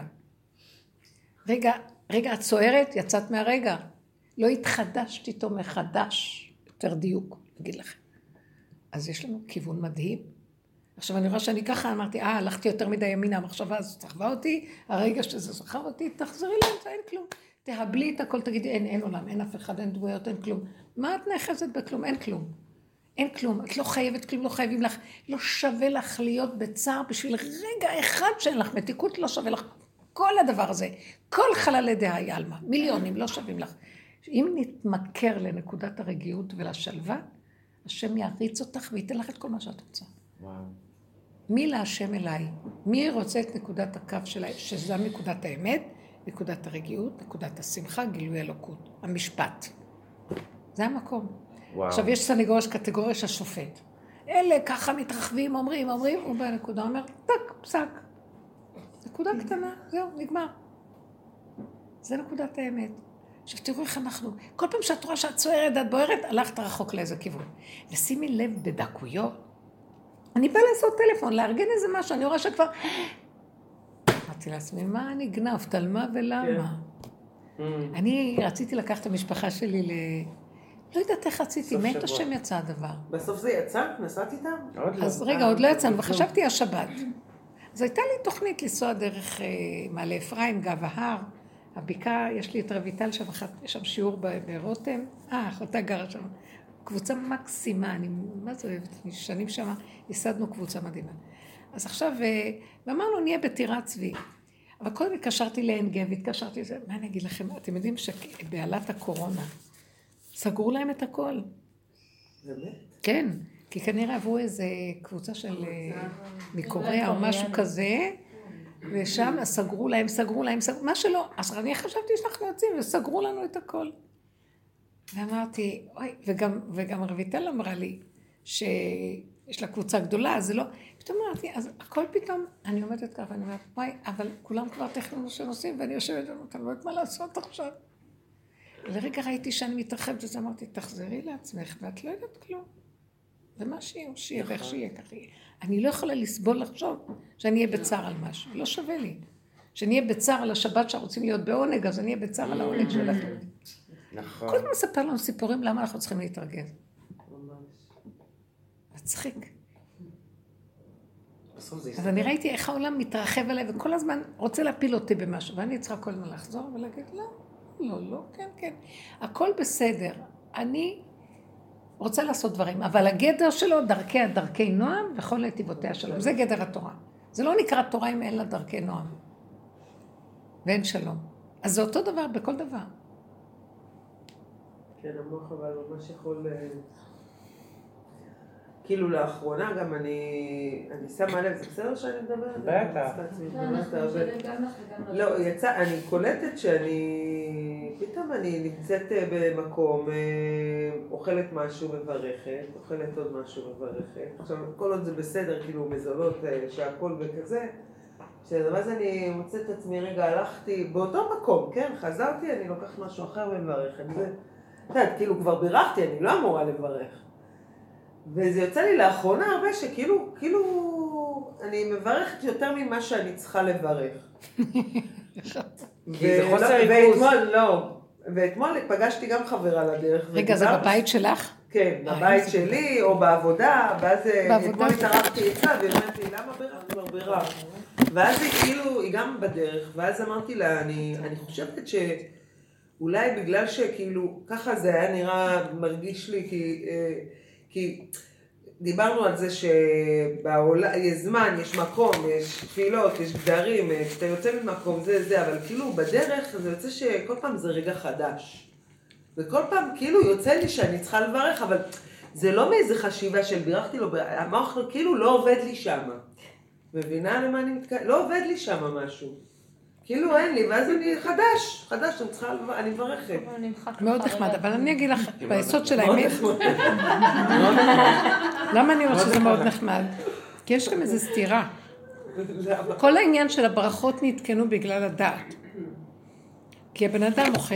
רגע, את סוערת, יצאת מהרגע. לא התחדשת איתו מחדש, יותר דיוק, אגיד לכם. אז יש לנו כיוון מדהים. עכשיו אני רואה שאני ככה אמרתי, הלכתי יותר מדי ימינה, המחשבה הזאת סחבה אותי, הרגע שזה סחב אותי, תחזרי לאמצע, אין כלום. תהבלי את הכל, תגידי, אין עולם, אין אף אחד, אין דמויות, אין כלום. מה את נאחזת בכלום? אין כלום. אין כלום, את לא חייבת כלום, לא חייבים לך, לא שווה לך להיות בצער בשביל רגע אחד שאין לך מתיקות, לא שווה לך כל הדבר הזה. כל חללי דהי עלמא, מיליונים לא שווים לך. אם נתמכר לנקודת הרגיעות ולשלווה, השם יריץ אותך וייתן לך את כל מה שאת רוצה. וואו. מי להשם אליי? מי רוצה את נקודת הקו שלה, שזה נקודת האמת, נקודת הרגיעות, נקודת השמחה, גילוי אלוקות, המשפט. זה המקום. וואו. עכשיו יש סניגוריה קטגוריה של שופט. אלה ככה מתרחבים, אומרים, הוא בנקודה אומר, טק, פסק. נקודה קטנה, זהו, נגמר. זה נקודת האמת. עכשיו תראו איך אנחנו, כל פעם שאת רואה שאת צוערת, את בוערת, הלכת רחוק לאיזה כיוון. ושימי לב בדקויות. אני באה לעשות טלפון, לארגן איזה משהו, אני רואה שכבר... אמרתי לעצמי, מה אני גנבת, על מה ולמה? אני רציתי לקחת את המשפחה שלי לא יודעת איך רציתי, מאת השם יצא הדבר. בסוף זה יצא? נסעת איתם? אז רגע, עוד לא יצאנו, וחשבתי השבת. אז הייתה לי תוכנית לנסוע דרך מעלה אפרים, גב ההר, הבקעה, יש לי את רויטל שם, יש שם שיעור ברותם, אחותה גרה שם, קבוצה מקסימה, אני מה זה אוהבת, שנים שם, ייסדנו קבוצה מדהימה. אז עכשיו, ואמרנו, נהיה בטירת צבי. אבל קודם התקשרתי לעין גב, התקשרתי לזה, מה אני אגיד לכם, אתם יודעים שבעלת הקורונה, סגרו להם את הכל. באמת? כן, כי כנראה עברו איזה קבוצה של מקוריאה או משהו כזה, ושם סגרו להם, מה שלא. אז אני חשבתי שאנחנו יוצאים וסגרו לנו את הכל. ואמרתי, אוי, וגם רויטל אמרה לי, שיש לה קבוצה גדולה, אז זה לא... פתאום אמרתי, אז הכל פתאום, אני עומדת ככה, ואני אומרת, וואי, אבל כולם כבר טכנולוגיה שנוסעים, ואני יושבת, אתה לא יודעת מה לעשות עכשיו. לרגע ראיתי שאני מתרחבת, אז אמרתי, תחזרי לעצמך, ואת לא יודעת כלום. ומה שיהיה, ואיך שיהיה, כך יהיה. אני לא יכולה לסבול לחשוב שאני אהיה בצער על משהו, לא שווה לי. שנהיה בצער על השבת שרוצים להיות בעונג, אז אני אהיה בצער על העונג שלכם. נכון. כל הזמן מספר לנו סיפורים למה אנחנו צריכים להתרגל. מצחיק. אז אני ראיתי איך העולם מתרחב עליי, וכל הזמן רוצה להפיל אותי במשהו, ואני צריכה כל הזמן לחזור ולהגיד, לא, כן. הכל בסדר. אני רוצה לעשות דברים, אבל הגדר שלו, דרכי נועם, וכל נתיבותיה שלום. זה גדר התורה. זה לא נקרא תורה אם אין לה דרכי נועם. ואין שלום. אז זה אותו דבר בכל דבר. כן, המוח אבל ממש יכול... כאילו לאחרונה גם אני שמה לב, זה בסדר שאני מדברת? בטח. לא, אני קולטת פתאום אני נמצאת במקום, אוכלת משהו מברכת, אוכלת עוד משהו מברכת. עכשיו, כל עוד זה בסדר, כאילו מזונות שהכל וכזה, ואז אני מוצאת את עצמי, רגע, הלכתי באותו מקום, כן, חזרתי, אני לוקחת משהו אחר ומברכת. כאילו כבר בירכתי, אני לא אמורה לברך. וזה יוצא לי לאחרונה הרבה שכאילו אני מברכת יותר ממה שאני צריכה לברך. כי זה חוסר ריכוז. ואתמול פגשתי גם חברה לדרך. רגע, זה בבית שלך? כן, בבית שלי או בעבודה, ואז אתמול התערבתי איתה, והיא אמרתי, למה בירכת? כבר בירכת. ואז היא גם בדרך, ואז אמרתי לה, אני חושבת שאולי בגלל שכאילו ככה זה היה נראה, מרגיש לי כי דיברנו על זה שבעולם יש זמן, יש מקום, יש תפילות, יש גדרים, כשאתה יוצא ממקום זה, אבל כאילו בדרך זה יוצא שכל פעם זה רגע חדש. וכל פעם כאילו יוצא לי שאני צריכה לברך, אבל זה לא מאיזה חשיבה של בירכתי לו, המוח כאילו לא עובד לי שמה. מבינה למה אני מתכוונת? לא עובד לי שמה משהו. כאילו אין לי, ואז אני חדש, אני צריכה, אני מברכת. מאוד נחמד, אבל אני אגיד לך, ביסוד של האמת, למה אני אומרת שזה מאוד נחמד? כי יש גם איזו סתירה. כל העניין של הברכות נתקנו בגלל הדעת. כי הבן אדם אוכל,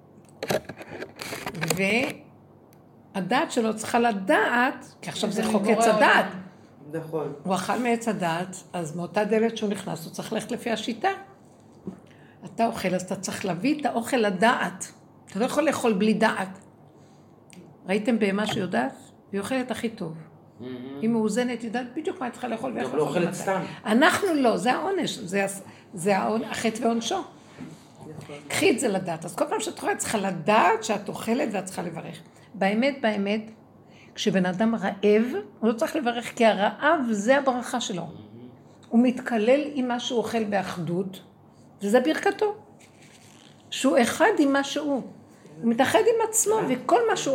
והדעת שלו צריכה לדעת, כי עכשיו זה חוק עץ הדעת. נכון. הוא אכל מעץ הדעת, אז מאותה דלת שהוא נכנס, הוא צריך ללכת לפי השיטה. אתה אוכל, אז אתה צריך להביא את האוכל לדעת. אתה לא יכול לאכול בלי דעת. ראיתם בהמה שיודעת? היא אוכלת הכי טוב. היא מאוזנת, יודעת בדיוק מה היא צריכה לאכול. גם לא אוכלת סתם. אנחנו לא, זה העונש, זה החטא ועונשו. קחי את זה לדעת. אז כל פעם שאת אוכלת, צריכה לדעת שאת אוכלת ואת צריכה לברך. באמת, כשבן אדם רעב, הוא לא צריך לברך, כי הרעב זה הברכה שלו. הוא מתקלל עם מה שהוא אוכל באחדות, וזה ברכתו. שהוא אחד עם מה שהוא. הוא מתאחד עם עצמו, וכל מה שהוא...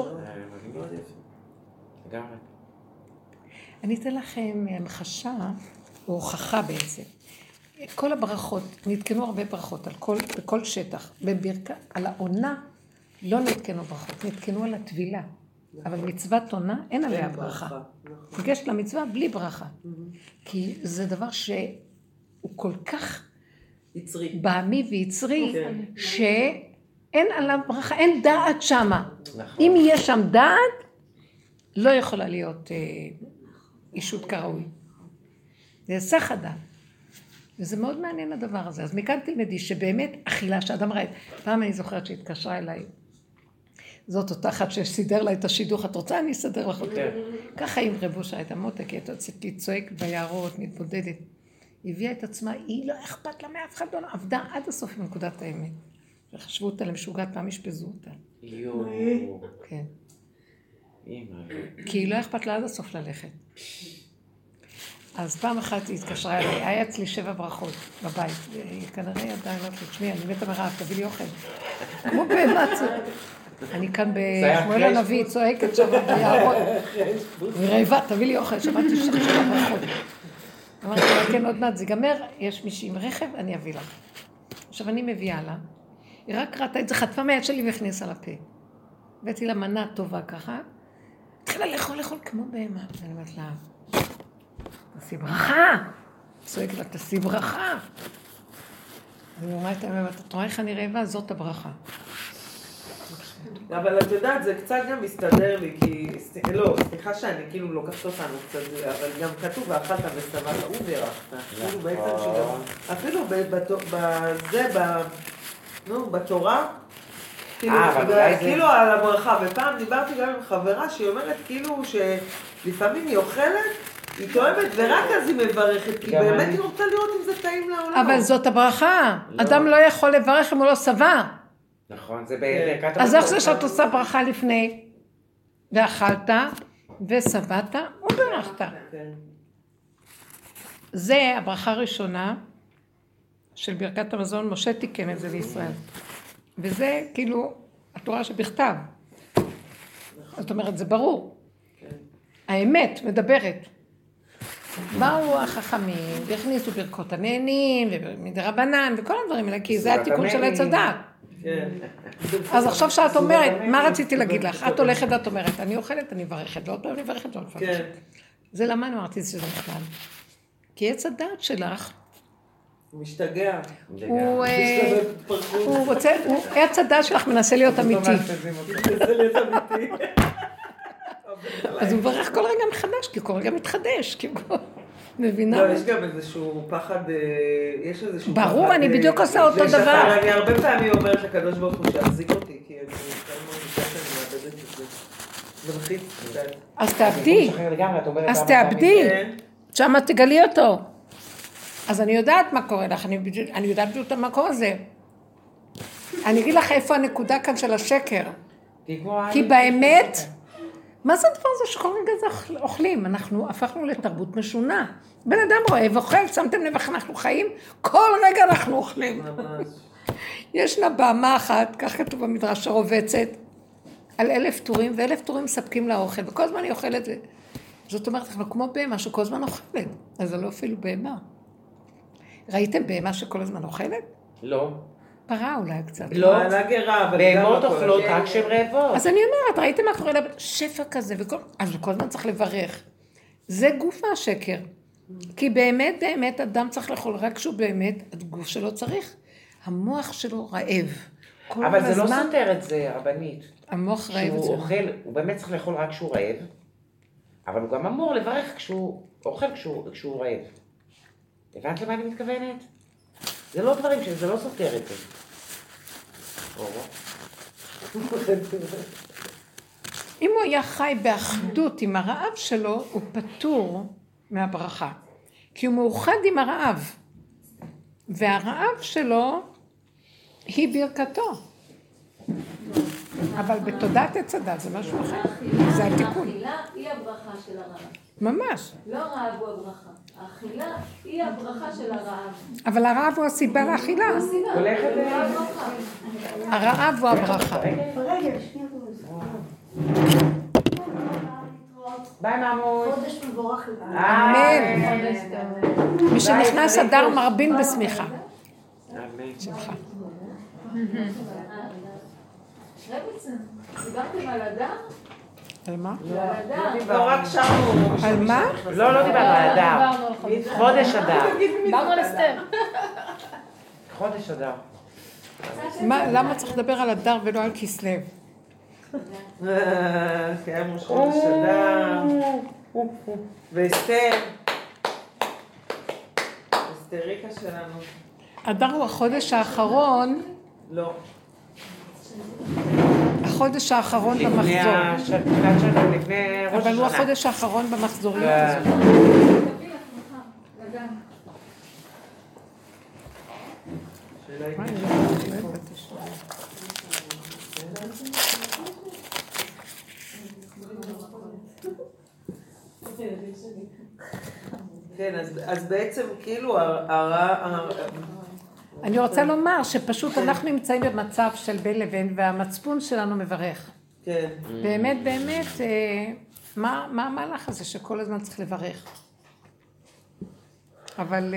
אני אתן לכם המחשה, או הוכחה בעצם. כל הברכות, נתקנו הרבה ברכות, בכל שטח. על העונה לא נתקנו ברכות, נתקנו על הטבילה. אבל מצוות עונה, אין עליה ברכה. ניגשת למצווה בלי ברכה. כי זה דבר שהוא כל כך... יצרי. בעמי ויצרי, שאין עליו ברכה, אין דעת שמה. אם יש שם דעת, לא יכולה להיות אישות כראוי. זה היסח הדעת. וזה מאוד מעניין הדבר הזה. אז מכאן תלמדי שבאמת אכילה שאדם רעב. פעם אני זוכרת שהתקשרה אליי, זאת אותה אחת שסידר לה את השידוך, את רוצה? אני אסדר לך אותה. ככה עם רבושה, הייתה מותקת, היא צועק ביערות, מתבודדת. היא הביאה את עצמה, היא לא אכפת לה מאף אחד, לא עבדה עד הסוף בנקודת האמת. וחשבו אותה למשוגעת, פעם השפזו אותה. כן. כי היא לא אכפת לה עד הסוף ללכת. אז פעם אחת היא התקשרה אליי, היה אצלי 7 ברכות בבית, והיא כנראה עדיין לא תשמעי, אני מתה מרעב, תביא לי אוכל. כמו במצו. אני כאן בשמואל הנביא, צועקת שם ביערות. ורעבה, תביא לי אוכל, שמעתי שיש 7 ברכות. אמרתי לה, כן, עוד מעט, זה גמר, יש מישהי עם רכב, אני אביא לך. עכשיו אני מביאה לה, היא רק ראתה את זה, חטפה מהיד שלי והכניסה לפה. הבאתי לה מנה טובה ככה, התחילה לאכול כמו בהמה. ואני אומרת לה, תעשי ברכה. צועקת לה, תעשי ברכה. אני אומרת לה, אתה רואה איך אני רעבה? זאת הברכה. אבל את יודעת, זה קצת גם מסתדר לי, כי, לא, סליחה שאני כאילו לוקחת אותנו קצת, אבל גם כתוב, ואכלת ושבעת וברכת. כאילו בעצם שגם, אפילו בתורה, כאילו על הברכה, ופעם דיברתי גם עם חברה שהיא אומרת כאילו שלפעמים היא אוכלת, היא תואמת, ורק אז היא מברכת, כי באמת היא רוצה לראות אם זה טעים לה או לא. אבל זאת הברכה, אדם לא יכול לברך אם הוא לא שבע. נכון, זה בברכת המזון. אז איך זה שאת עושה ברכה לפני, ואכלת, ושבעת, וברכת. זה הברכה הראשונה של ברכת המזון, משה תיקן את זה לישראל. וזה כאילו התורה שבכתב. זאת אומרת, זה ברור. האמת מדברת. באו החכמים, והכניסו ברכות הנהנים, ומדרבנן, וכל הדברים האלה, כי זה התיקון של עץ הדת. אז עכשיו שאת אומרת, מה רציתי להגיד לך? את הולכת ואת אומרת, אני אוכלת, אני מברכת, ועוד פעם אני מברכת, ועוד פעם. זה למה אני אמרתי שזה בכלל. כי עץ הדת שלך, הוא משתגע. הוא רוצה, עץ הדת שלך מנסה להיות אמיתי. אז הוא מברך כל רגע מחדש, כי כל רגע מתחדש, כי הוא מבינה. לא, יש גם איזשהו פחד, יש איזשהו פחד. ברור, אני בדיוק עושה אותו דבר. אני הרבה פעמים אומרת לקדוש ברוך הוא שיחזיק אותי, כי אני מאבדת את זה. זה מלחיץ. אז תאבדי. שמה תגלי אותו. אז אני יודעת מה קורה לך, אני יודעת בדיוק מה קורה זה. אני אגיד לך איפה הנקודה כאן של השקר. כי באמת, מה זה הדבר הזה שכל רגע זה אוכלים? אנחנו הפכנו לתרבות משונה. בן אדם רואה ואוכל, שמתם לב איך אנחנו חיים? כל רגע אנחנו אוכלים. יש נבמה אחת, כך כתוב במדרש שרובצת, על 1,000 טורים, ו1,000 טורים מספקים לאוכל, וכל הזמן היא אוכלת. זאת אומרת, אנחנו כמו בהמה שכל הזמן אוכלת. אז זה לא אפילו בהמה. ראיתם בהמה שכל הזמן אוכלת? לא. פרה אולי קצת. לא, בהמות אוכלות רק שהן רעבות. אז אני אומרת, ראיתם מה קורה לה? שפע כזה, אז כל הזמן צריך לברך. זה גוף השקר. כי באמת אדם צריך לאכול רק כשהוא באמת, הגוף שלו צריך. המוח שלו רעב. אבל זה לא סותר את זה, רבנית. המוח רעב את זה. שהוא אוכל, הוא באמת צריך לאכול רק כשהוא רעב, אבל הוא גם אמור לברך כשהוא אוכל כשהוא רעב. הבנת למה אני מתכוונת? זה לא דברים זה לא סותר את זה. אם הוא היה חי באחדות עם הרעב שלו, הוא פטור מהברכה. כי הוא מאוחד עם הרעב. והרעב שלו היא ברכתו. אבל בתודעת עץ הדת זה משהו אחר. זה התיקון. האכילה היא הברכה של הרעב. ממש. לא הרעב הוא הברכה. האכילה היא הברכה של הרעב. אבל הרעב הוא הסיבה לאכילה. הרעב הוא הברכה. ביי מעמוד. חודש מבורך. אמן. מי שנכנס אדר מרבין בשמיכה. אמן. שמחה. רבצן, דיברתם על הדר? על מה? לא רק שמו. על מה? לא דיברנו על אדר. חודש אדר. דיברנו על אסתר. חודש אדר. למה צריך לדבר על אדר ולא על כסלו? כי היה ראש חודש אדר. ואסתר. אסתריקה שלנו. אדר הוא החודש האחרון. לא. החודש האחרון במחזור. אבל הוא החודש האחרון במחזוריות הזאת. כן, אז בעצם כאילו אני רוצה לומר שפשוט אנחנו נמצאים במצב של בין לבין, והמצפון שלנו מברך. כן. באמת, מה המהלך הזה שכל הזמן צריך לברך? אבל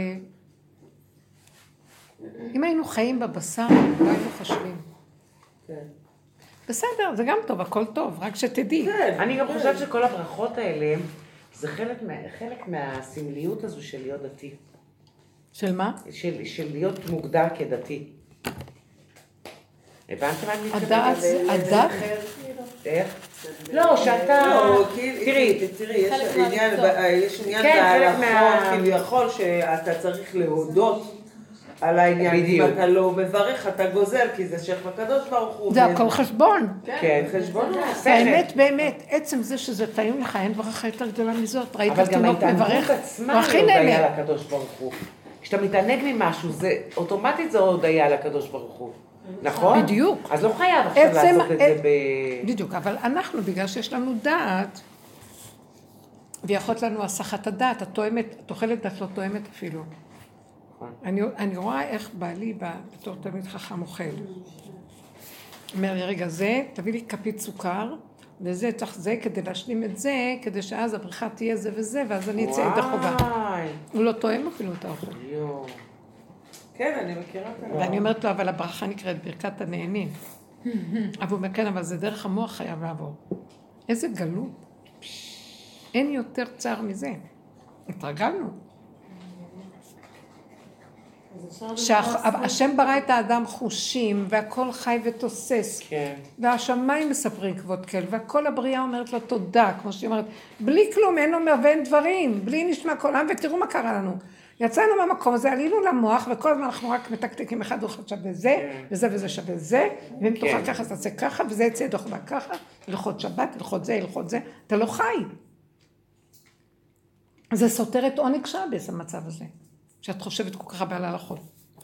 אם היינו חיים בבשר, לא היינו חושבים. כן. בסדר, זה גם טוב, הכל טוב, רק שתדעי. אני גם חושבת שכל הברכות האלה, זה חלק מהסמליות הזו של להיות דתי. של מה? של להיות מוגדר כדתי. הבנתם מה אני מתכוונת? הדת? איך? לא, שאתה... תראי, יש עניין בהלכות כביכול שאתה צריך להודות על העניין. אם אתה לא מברך, אתה גוזל, כי זה שייך לקדוש ברוך הוא. זה הכל חשבון. כן, חשבון. באמת, באמת, עצם זה שזה טעים לך, אין ברכה יותר גדולה מזאת. ראית תינוק מברך, אבל גם ההתענגות עצמה היא הודיה לקדוש ברוך הוא. כשאתה מתענג ממשהו, אוטומטית זו הודיה לקדוש ברוך הוא. נכון? בדיוק. אז לא חייב עכשיו לעשות את זה בדיוק, אבל אנחנו, בגלל שיש לנו דעת, ויכולת לנו הסחת הדעת, התאכלת דעת לא תואמת אפילו. אני רואה איך בעלי בתור תלמיד חכם אוכל. אומר לי, רגע, זה, תביא לי כפית סוכר, וזה צריך זה כדי להשלים את זה, כדי שאז הבריכה תהיה זה וזה, ואז אני אצא ידי חובה. הוא לא תואם אפילו את האוכל. כן, אני מכירה את זה. ואני אומרת לו, אבל הברכה נקראת ברכת הנהנים. אבל הוא אומר, כן, אבל זה דרך המוח חייב לעבור. איזה גלות. אין יותר צער מזה. התרגלנו. שהשם ברא את האדם חושים, והכל חי ותוסס. כן. והשמיים מספרים כבוד כל, והכל הבריאה אומרת לו תודה, כמו שהיא אומרת, בלי כלום, אין אומר ואין דברים, בלי נשמע קולם, ותראו מה קרה לנו. יצאנו מהמקום הזה, עלינו למוח, וכל הזמן אנחנו רק מתקתקים אחד אחד שווה זה, וזה וזה שווה זה, ואם תוכל ככה, תעשה ככה, וזה יצא דוח בה ככה, הלכות שבת, הלכות זה, הלכות זה, אתה לא חי. זה סותר את עונג שבס, המצב הזה, שאת חושבת כל כך הרבה על ההלכות.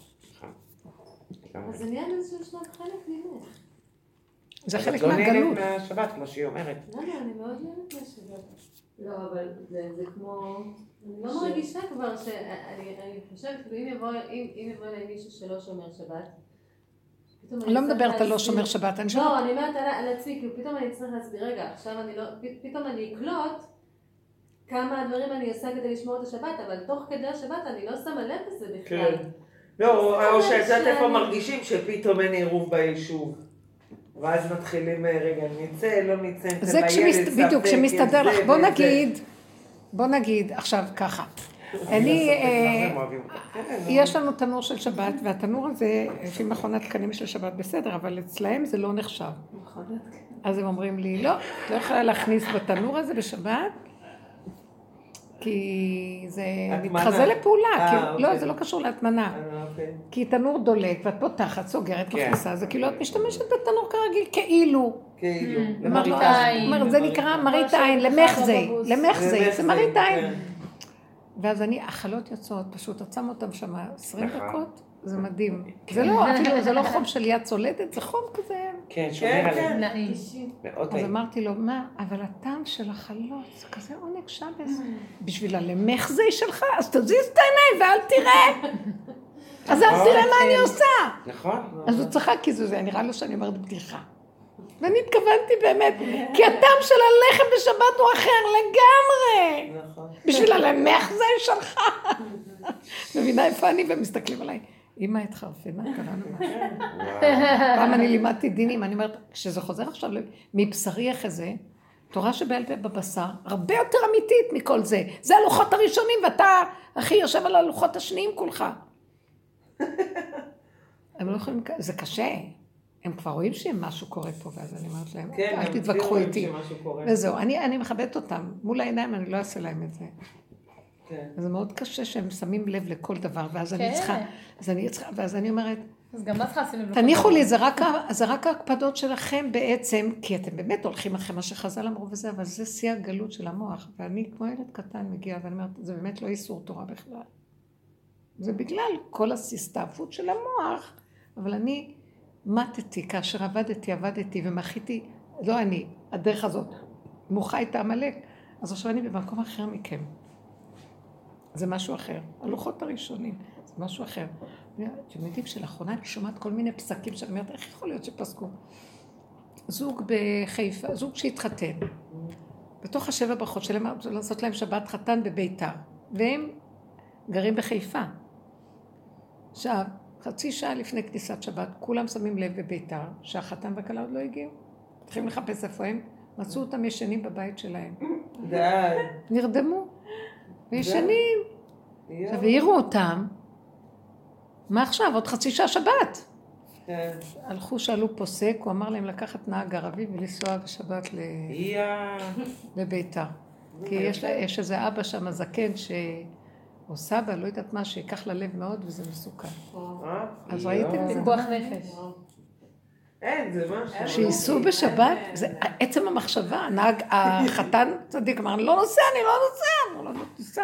אז אני עד איזשהו שלב חלק ממך. זה חלק מהגלות. את לא נהנית מהשבת, כמו שהיא אומרת. לא, אני מאוד נהנית מהשבת. לא, אבל זה כמו... אני לא מרגישה כבר שאני חושבת, אם יבוא אליי מישהו שלא שומר שבת, אני לא מדברת על לא שומר שבת, אני שומעת... לא, אני אומרת על עצמי, כי פתאום אני צריך להסביר, רגע, עכשיו אני לא... פתאום אני אקלוט כמה הדברים אני עושה כדי לשמור את השבת, אבל תוך כדי השבת אני לא שמה לב לזה בכלל. לא, או שאת איפה מרגישים שפתאום אין עירוב ביישוב. ואז מתחילים, רגע, נצא, לא נצא, זה בדיוק, כשמסתדר לך, בוא נגיד, עכשיו ככה, יש לנו תנור של שבת, והתנור הזה, לפי מכונת תקנים של שבת בסדר, אבל אצלהם זה לא נחשב. אז הם אומרים לי, לא, לא יכולה להכניס בתנור הזה בשבת, כי זה מתחזה לפעולה, לא, זה לא קשור להתמנה. כי תנור דולק, ואת פותחת, סוגרת, מכניסה, זה כאילו את משתמשת בתנור כרגיל, כאילו. זה נקרא מראית עין, למחזי, זה מראית עין. ואז החלות יוצאות, פשוט את שם אותם שם 20 דקות, זה מדהים. זה לא חום של יד צולדת, זה חום כזה. כן, שומר עליהם. אז אמרתי לו, מה, אבל הטעם של החלות, זה כזה עונג שבס. בשביל הלמחזי שלך, אז תזיז את העיניים ואל תראה. אז אל תראה מה אני עושה. נכון. אז הוא צחק, כי זה נראה לו שאני אומרת בדיחה. ואני התכוונתי באמת, כי הטעם של הלחם בשבת הוא אחר לגמרי. בשביל הלמחזי שלך. מבינה איפה אני ומסתכלים עליי. אמא התחרפנה, קראנו משהו. פעם אני לימדתי דינים, אני אומרת, כשזה חוזר עכשיו מבשרי איך זה, תורה שבעל פה בבשר, הרבה יותר אמיתית מכל זה. זה הלוחות הראשונים, ואתה, אחי, יושב על הלוחות השניים כולך. הם לא יכולים, זה קשה. הם כבר רואים שמשהו קורה פה, ואז אני אומרת להם, אל תתווכחו איתי. וזהו, אני מכבדת אותם. מול העיניים אני לא אעשה להם את זה. זה מאוד קשה שהם שמים לב לכל דבר, ואז אני צריכה, ואז אני אומרת, אז גם מה צריכה לשים לב? תניחו לי, זה רק ההקפדות שלכם בעצם, כי אתם באמת הולכים אחרי מה שחז"ל אמרו וזה, אבל זה שיא הגלות של המוח, ואני כמו ילד קטן מגיעה, ואני אומרת, זה באמת לא איסור תורה בכלל. זה בגלל כל הסתעפות של המוח, אבל אני מתתי, כאשר עבדתי ומחיתי, לא אני, הדרך הזאת, מוחה את העמלק, אז עכשיו אני במקום אחר מכם. זה משהו אחר. הלוחות הראשונים, זה משהו אחר. אתם יודעים שלאחרונה אני שומעת כל מיני פסקים שאני אומרת, איך יכול להיות שפסקו? זוג בחיפה, זוג שהתחתן. בתוך 7 ברכות שלהם, לעשות להם שבת חתן בביתר. והם גרים בחיפה. עכשיו, חצי שעה לפני כניסת שבת, כולם שמים לב בביתר, שהחתן והכלה עוד לא הגיעו. צריכים לחפש איפה הם, מצאו אותם ישנים בבית שלהם. די. נרדמו. וישנים. והעירו אותם. מה עכשיו? עוד חצי שעה שבת. הלכו, שאלו פוסק, הוא אמר להם לקחת נהג ערבי ולנסוע בשבת לביתר. כי יש איזה אבא שם, זקן, או סבא, לא יודעת מה, שיקח ללב מאוד וזה מסוכן. אז ראיתם את זה? פיקוח נפש. אין, זה משהו. שייסעו בשבת, עצם המחשבה, הנהג, החתן צדיק, אמר, אני לא נוסע, הוא לא נוסע.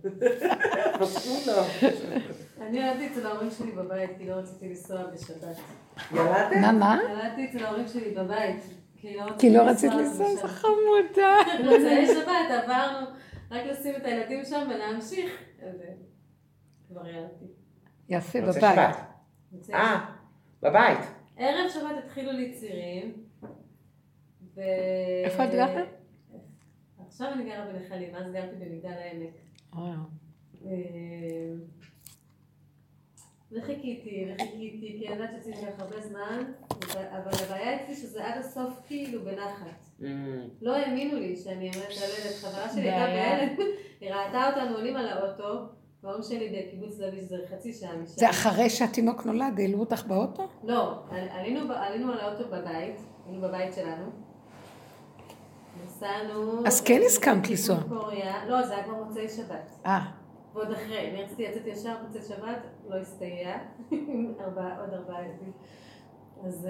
אני ילדתי אצל ההורים שלי בבית, כי לא רציתי לנסוע בשבת. ילדתם? מה? ילדתי אצל ההורים שלי בבית, כי לא רצית לנסוע, זה חמודה. במוצאי שבת עברנו רק לשים את הילדים שם ולהמשיך. כבר ילדתי. יפה, רוצה בבית. שבת. בבית. ערב שבת התחילו לי צירים. איפה את גרת? עכשיו אני גרה בנחלים, אז גרתי במגדל העמק. וחיכיתי, כי ידעת שציתי לך הרבה זמן, אבל הבעיה אצלי שזה עד הסוף כאילו בנחת. לא האמינו לי שאני אמרת לילד, חברה שלי הייתה בהלם, היא ראתה אותנו עולים על האוטו, וההורים שלי בקיבוץ לביש זה חצי שעה משם. זה אחרי שהתינוק נולד, העלו אותך באוטו? לא, עלינו על האוטו בבית, היינו בבית שלנו. נסענו... אז כן הסכמת לנסוע. לא, זה היה כבר מוצאי שבת. ועוד אחרי, אני רציתי לצאת ישר מוצאי שבת, לא הסתייע, עוד 4 ילדים. אז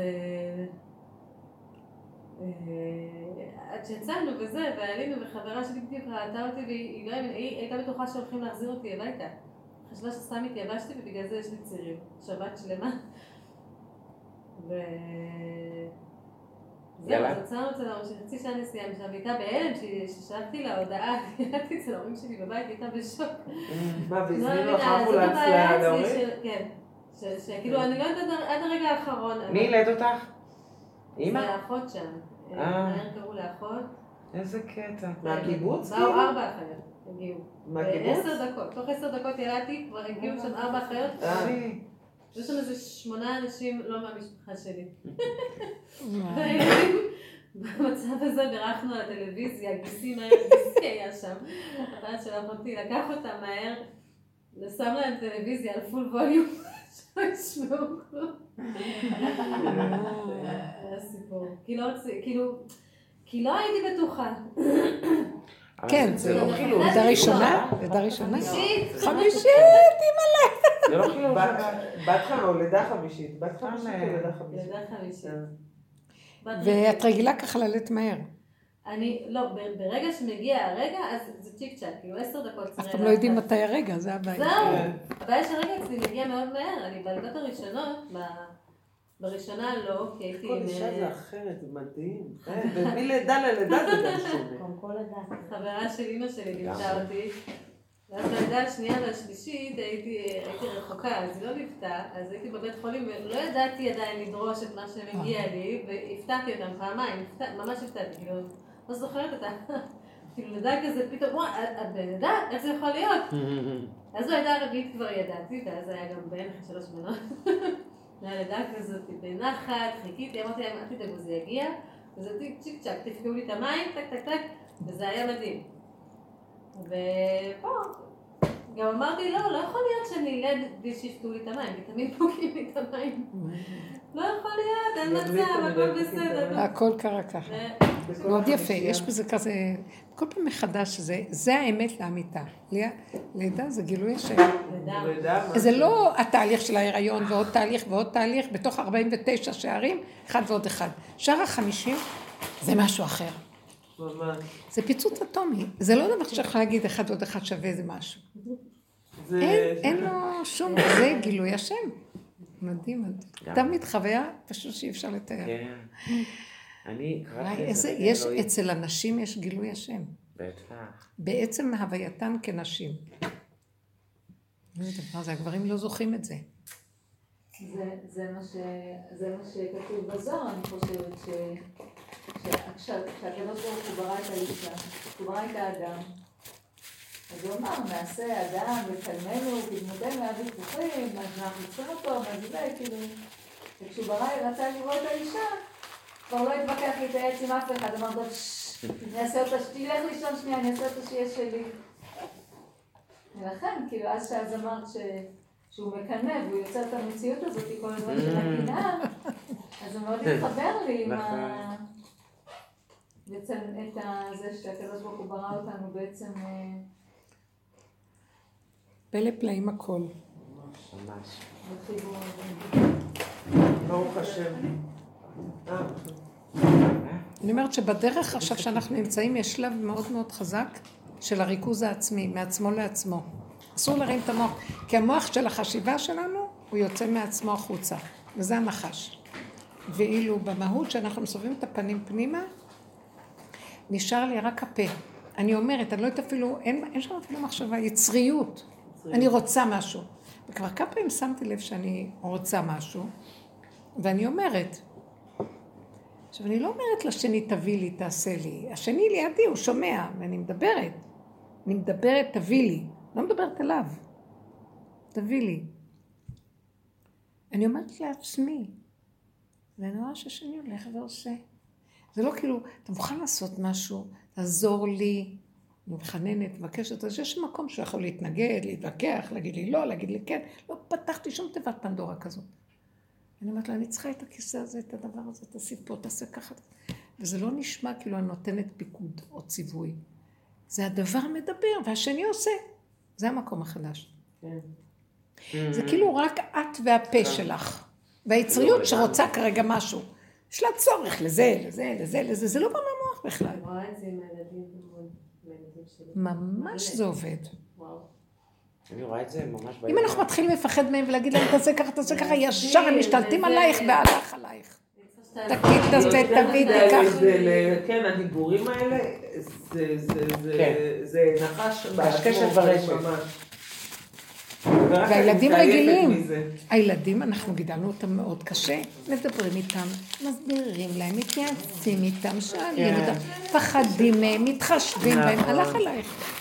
עד שיצאנו וזה, ועלינו, וחברה שלי בדיוק ראתה אותי, והיא הייתה בטוחה שהולכים להחזיר אותי הביתה. חשבה שסתם התייבשתי, ובגלל זה יש לי צירים. שבת שלמה. זהו, אז עצרנו אצל ההורים שחצי שעה נסיעה משם, והייתה בהלם ששלחתי לה הודעה, הגעתי אצל ההורים שלי בבית, הייתה בשוק. מה, והזמינו לך אמבולנס להורים? כן, שכאילו אני לא יודעת עד הרגע האחרון. מי ילד אותך? אמא? זה האחות שם. מהר קראו לאחות. איזה קטע. מהקיבוץ? באו 4 אחיות, הגיעו. מהקיבוץ? ב10 דקות, תוך 10 דקות ילדתי, כבר הגיעו שם 4 אחיות. יש שם איזה 8 אנשים לא מהמשפחה שלי. במצב הזה בירכנו על הטלוויזיה, גיסי היה שם. החתן של אחותי לקח אותה מהר, ושם להם טלוויזיה על פול ווליום, שלא ישמעו כלום. היה סיפור. כי לא הייתי בטוחה. כן, זה לא חילול. לידה ראשונה? לידה ראשונה? חמישית, אימא'לה. זה לא חילול. בת חמישית או לידה חמישית? בת חמישית או לידה חמישית? לידה חמישית. ואת רגילה ככה ללדת מהר. אני, לא, ברגע שמגיע הרגע, אז זה צ'יק צ'ק, כאילו 10 דקות. אז אתם לא יודעים מתי הרגע, זה הבעיה. זהו, הבעיה שהרגע אצלי מגיע מאוד מהר, אני בלידות הראשונות, בראשונה לא, כי הייתי... כל אישה זה אחרת, זה מדהים. מלידה ללידה זה גם שונה. כל לידה. חברה של אמא שלי ליוותה אותי, ואז בלידה השנייה והשלישית הייתי רחוקה, אז היא לא ליוותה, אז הייתי בבית חולים ולא ידעתי עדיין לדרוש את מה שמגיע לי, והפתעתי אותם פעמיים, ממש הפתעתי, כאילו, לא זוכרת אותה, כאילו לידה כזה פתאום, וואי, את בלידה? איך זה יכול להיות? אז בלידה הרביעית כבר ידעתי, ואז היה גם בערך 3 מנות. לידה כזאת בנחת, חיכיתי, אמרתי להם, אל תדאגו, זה יגיע, וזה צ'יק צ'ק, תפקעו לי את המים, טק טק טק, וזה היה מדהים. ופה, גם אמרתי, לא יכול להיות שאני ילד בלי שיפקעו לי את המים, כי תמיד פוגעים לי את המים. לא יכול להיות, אין מצב, הכל בסדר. הכל קרה ככה. מאוד יפה, יש בזה כזה, כל פעם מחדש, זה האמת לאמיתה. לידה זה גילוי השם. זה לא התהליך של ההיריון ועוד תהליך ועוד תהליך, בתוך 49 שערים, 1 ועוד 1. שער ה-50 זה משהו אחר. זה פיצוץ אטומי, זה לא דבר שאתה יכול להגיד 1 ועוד 1 שווה איזה משהו. אין לו שום, זה גילוי השם. מדהים, תמיד חוויה פשוט שאי אפשר לתאר. אני קראתי יש אצל הנשים יש גילוי השם. בטח. בעצם הווייתן כנשים. זה הגברים לא זוכים את זה. זה מה שכתוב בזוהר, אני חושבת שהקדוש ברוך הוא ברא את האישה, הוא ברא את האדם. אז הוא אמר, נעשה אדם ותלמנו, תלמודנו היה ויכוחים, אז אנחנו צריכים אותו, מה זה, כאילו. וכשהוא ברא, רצה לראות את האישה, כבר לא התווכח להתייעץ עם אף אחד, אמר, אני אעשה אותה, תלך לישון שנייה, אני אעשה אותה שיהיה שלי. ולכן, כאילו, אז אמרת שהוא מקנא, והוא יוצא את המציאות הזאת, כל הזמן של הקנאה, אז הוא מאוד מתחבר לי עם בעצם את זה שהקדוש ברוך הוא ברא אותנו בעצם... פלא פלאים הכל. ממש. ברוך השם. אני אומרת שבדרך עכשיו שאנחנו נמצאים יש שלב מאוד מאוד חזק של הריכוז העצמי, מעצמו לעצמו. אסור להרים את המוח, כי המוח של החשיבה שלנו הוא יוצא מעצמו החוצה, וזה הנחש. ואילו במהות שאנחנו מסובבים את הפנים פנימה, נשאר לי רק הפה. אני אומרת, אני לא יודעת אפילו, אין שם אפילו מחשבה, יצריות. אני רוצה משהו. וכבר כמה פעמים שמתי לב שאני רוצה משהו, ואני אומרת, עכשיו אני לא אומרת לשני תביא לי, תעשה לי. השני לידי, הוא שומע, ואני מדברת. אני מדברת, תביא לי. לא מדברת עליו. תביא לי. אני אומרת לעצמי, ואני רואה שהשני הולך ועושה. זה לא כאילו, אתה מוכן לעשות משהו, תעזור לי, אני מחננת, מבקשת, אז יש מקום שיכול להתנגד, להתווכח, להגיד לי לא, להגיד לי כן, לא פתחתי שום תיבת פנדורה כזאת. אני אומרת לה, אני צריכה את הכיסא הזה, את הדבר הזה, תעשי פה, תעשה ככה. וזה לא נשמע כאילו אני נותנת פיקוד או ציווי. זה הדבר מדבר, והשני עושה. זה המקום החדש. זה כאילו רק את והפה שלך. והיצריות שרוצה כרגע משהו. יש לה צורך לזה, לזה, לזה, לזה. זה לא בא מהמוח בכלל. אני רואה את זה עם הילדים שלי. ממש זה עובד. אני רואה את זה ממש... אם אנחנו מתחילים לפחד מהם ולהגיד להם, תעשה ככה, תעשה ככה, ישר הם משתלטים עלייך והלך עלייך. תגיד, תעשה, תביא, תיקח. כן, הדיבורים האלה, זה נחש קשקשת ברשת. והילדים רגילים. הילדים, אנחנו גידלנו אותם מאוד קשה, מדברים איתם, מסבירים להם, מתייעצים איתם, שואלים אותם, פחדים מהם, מתחשבים בהם, הלך עלייך.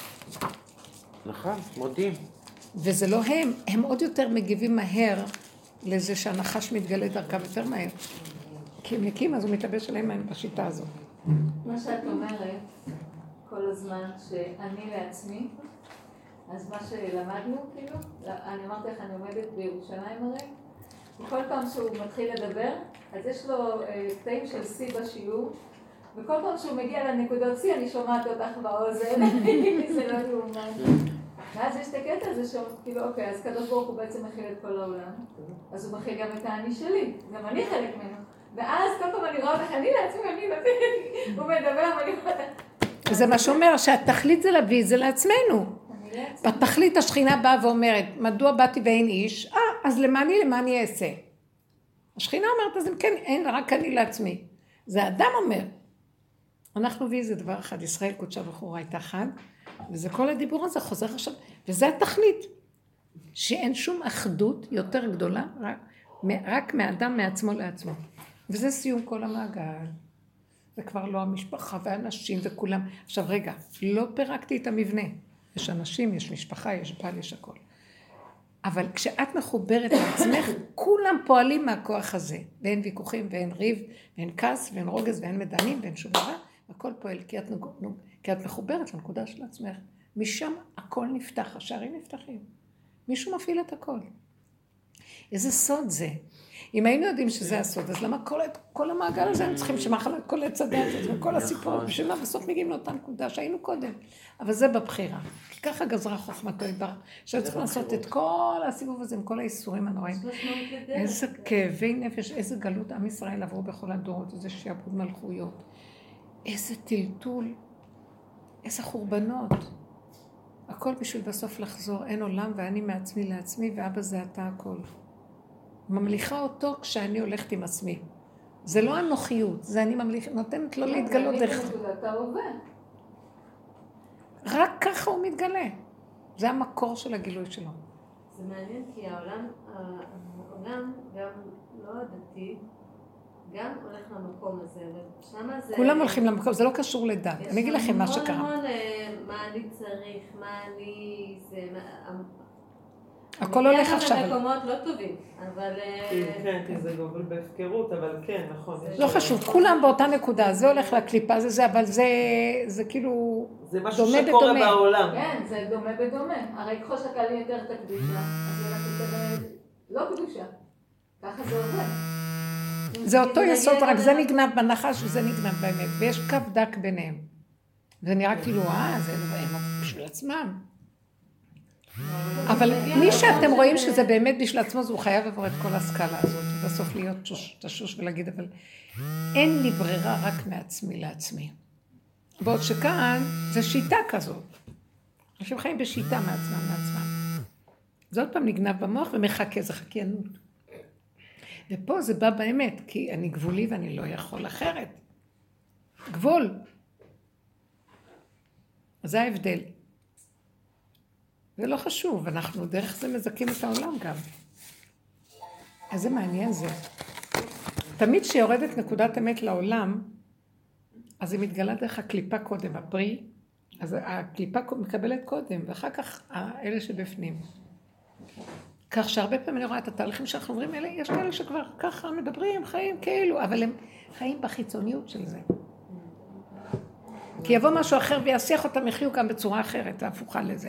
נכון, מודים. וזה לא הם עוד יותר מגיבים מהר לזה שהנחש מתגלה דרכם יותר מהר. כי הם נקים, אז הוא מתלבש עליהם בשיטה הזאת. מה שאת אומרת, כל הזמן שאני לעצמי, אז מה שלמדנו, כאילו, אני אמרתי לך, אני עומדת בירושלים הרי, וכל פעם שהוא מתחיל לדבר, אז יש לו קטעים של C בשיעור, וכל פעם שהוא מגיע לנקודות C, אני שומעת אותך באוזן, זה לא יאומן. ואז יש את הקטע הזה כאילו, אוקיי, אז קדוש ברוך הוא בעצם מכיל את כל העולם, אז הוא מכיל גם את האני שלי, גם אני חלק ממנו. ואז כל פעם אני רואה אותך, אני לעצמי, הוא מדבר, ואני רואה אותך. זה מה שאומר, שהתכלית זה להביא, זה לעצמנו. בתכלית השכינה באה ואומרת, מדוע באתי ואין איש? אז למעני אעשה. השכינה אומרת, אז אם כן, אין, רק אני לעצמי. זה האדם אומר. אנחנו בי זה דבר אחד, ישראל קודשה וחורה הייתה חד, וזה כל הדיבור הזה חוזר עכשיו, וזה התכלית, שאין שום אחדות יותר גדולה, רק מהאדם מעצמו לעצמו. וזה סיום כל המעגל. זה כבר לא המשפחה והאנשים וכולם. עכשיו רגע, לא פירקתי את המבנה. יש אנשים, יש משפחה, יש בעל, יש הכל. אבל כשאת מחוברת לעצמך, כולם פועלים מהכוח הזה. ואין ויכוחים, ואין ריב, ואין כעס, ואין רוגז, ואין מדענים, ואין שום דבר. הכל פועל, כי את מחוברת לנקודה של עצמך. משם הכל נפתח, השערים נפתחים. מישהו מפעיל את הכל. איזה סוד זה. אם היינו יודעים שזה הסוד, אז למה כל המעגל הזה הם צריכים שמחל כל הצדה הזאת, וכל הסיפור, בשביל מה בסוף מגיעים לאותה נקודה שהיינו קודם. אבל זה בבחירה. כי ככה גזרה חוכמתו יתברך, שצריך לעשות את כל הסיבוב הזה עם כל האיסורים הנוראים. איזה כאבי נפש, איזה גלות עם ישראל עברו בכל הדורות, איזה שעבוד מלכויות, איזה טלטול, איזה חורבנות. הכל בשביל בסוף לחזור, אין עולם ואני מעצמי לעצמי, ואבא זה אתה הכל. ממליכה אותו כשאני הולכת עם עצמי. זה לא הנוחיות, זה אני נותנת לו להתגלות דרך זה. רק ככה הוא מתגלה. זה המקור של הגילוי שלו. זה מעניין כי העולם גם לא הדתי, גם הולך למקום הזה. כולם הולכים למקום, זה לא קשור לדת. אני אגיד לכם מה שקרה. יש המון מה אני צריך, מה אני... הכל הולך עכשיו. אני במקומות לא טובים, אבל... כן, כי זה גובל בהפקרות, אבל כן, נכון. לא חשוב, כולם באותה נקודה, זה הולך לקליפה, זה, אבל זה כאילו... זה משהו שקורה בעולם. כן, זה דומה בדומה. הרי ככל שקל יותר תקדישה, אז יהיה לך לא קדושה. ככה זה עובד. זה אותו יסוד, רק זה נגנב בנחש וזה נגנב באמת, ויש קו דק ביניהם. זה נראה כאילו, זה הם בשביל עצמם. אבל מי שאתם רואים שזה באמת בשביל עצמו, הוא חייב לעבור את כל הסקאלה הזאת, ובסוף להיות תשוש ולהגיד, אבל אין לי ברירה רק מעצמי לעצמי. בעוד שכאן זה שיטה כזאת. אנשים חיים בשיטה מעצמם. זה עוד פעם נגנב במוח ומחכה, זה חקיינות. ופה זה בא באמת, כי אני גבולי ואני לא יכול אחרת. גבול. זה ההבדל. זה לא חשוב, אנחנו דרך זה מזכים את העולם גם. איזה מעניין זה. תמיד שיורדת נקודת אמת לעולם, אז היא מתגלה דרך הקליפה קודם, הפרי, אז הקליפה מקבלת קודם, ואחר כך אלה שבפנים. כך שהרבה פעמים אני רואה את התהליכים שאנחנו עוברים אלה, יש כאלה שכבר ככה מדברים, חיים כאילו, אבל הם חיים בחיצוניות של זה. כי יבוא משהו אחר ויסיח אותם, יחיו גם בצורה אחרת, הפוכה לזה.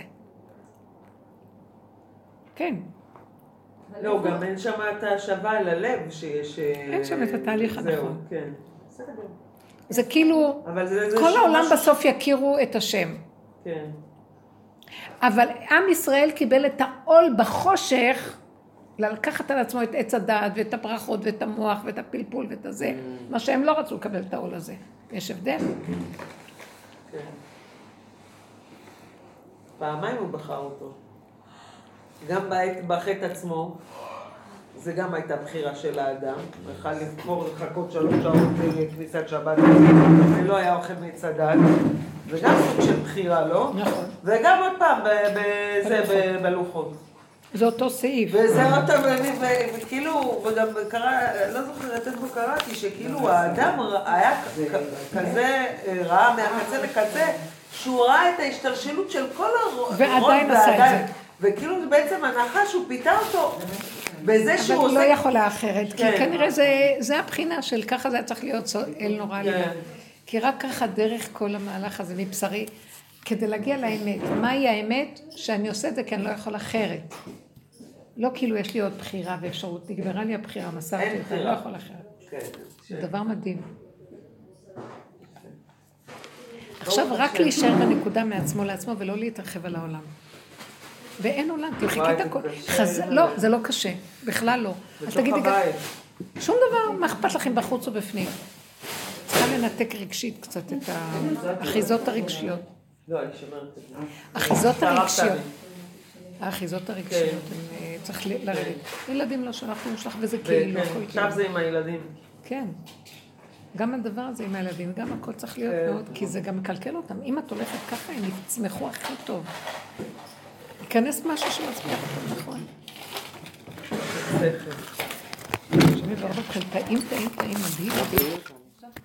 כן. לא, גם אין שם את השווה אל הלב שיש... אין שם את התהליך הנכון. כן. זה כאילו, כל העולם בסוף יכירו את השם. כן. אבל עם ישראל קיבל את העול בחושך, לקחת על עצמו את עץ הדעת ואת הברכות ואת המוח ואת הפלפול ואת הזה, מה שהם לא רצו לקבל את העול הזה. יש הבדל? כן. פעמיים הוא בחר אותו. גם בחטא עצמו, זה גם הייתה בחירה של האדם. הוא יכול לבחור לחכות 3 שעות לכניסת שבת, ולא היה אוכל מעץ הדעת. זה גם סוג של בחירה, לא? נכון. וגם עוד פעם, בלוחות. זה אותו סעיף. וזה עוד פעם, וכאילו, וגם קרה, לא זוכרת איפה קראתי, שכאילו האדם היה כזה רע מהקצה לקצה, שהוא ראה את ההשתלשלות של כל הרוב. ועדיין עשה את זה. וכאילו זה בעצם הנחש, הוא פיתה אותו בזה שהוא עושה... אבל הוא לא יכול לאחרת, כי כנראה זה הבחינה של ככה זה היה צריך להיות אל נורא לילה. כי רק ככה דרך כל המהלך הזה מבשרי, כדי להגיע לאמת. מהי האמת? שאני עושה את זה כי אני לא יכול אחרת. לא כאילו יש לי עוד בחירה ואפשרות, נגמרה לי הבחירה, מסרתי אותה, אני לא יכול אחרת. זה דבר מדהים. עכשיו רק להישאר בנקודה מעצמו לעצמו ולא להתרחב על העולם. ואין עולם, תלכי את הכל. לא, זה לא קשה, בכלל לא. אז תגידי גם, שום דבר, מה אכפת לכם בחוץ או בפנים? צריכה לנתק רגשית קצת את האחיזות הרגשיות. לא, אני שומרת את זה. האחיזות הרגשיות, צריך לרדת. ילדים לא שלחנו שלך וזה כאילו. עכשיו זה עם הילדים. כן. גם הדבר הזה עם הילדים, גם הכל צריך להיות מאוד, כי זה גם מקלקל אותם. אם את הולכת ככה, הם יצמחו הכי טוב. ייכנס משהו שמצמיח אותם, נכון. שמי ברוב אתכם טעים מדהים.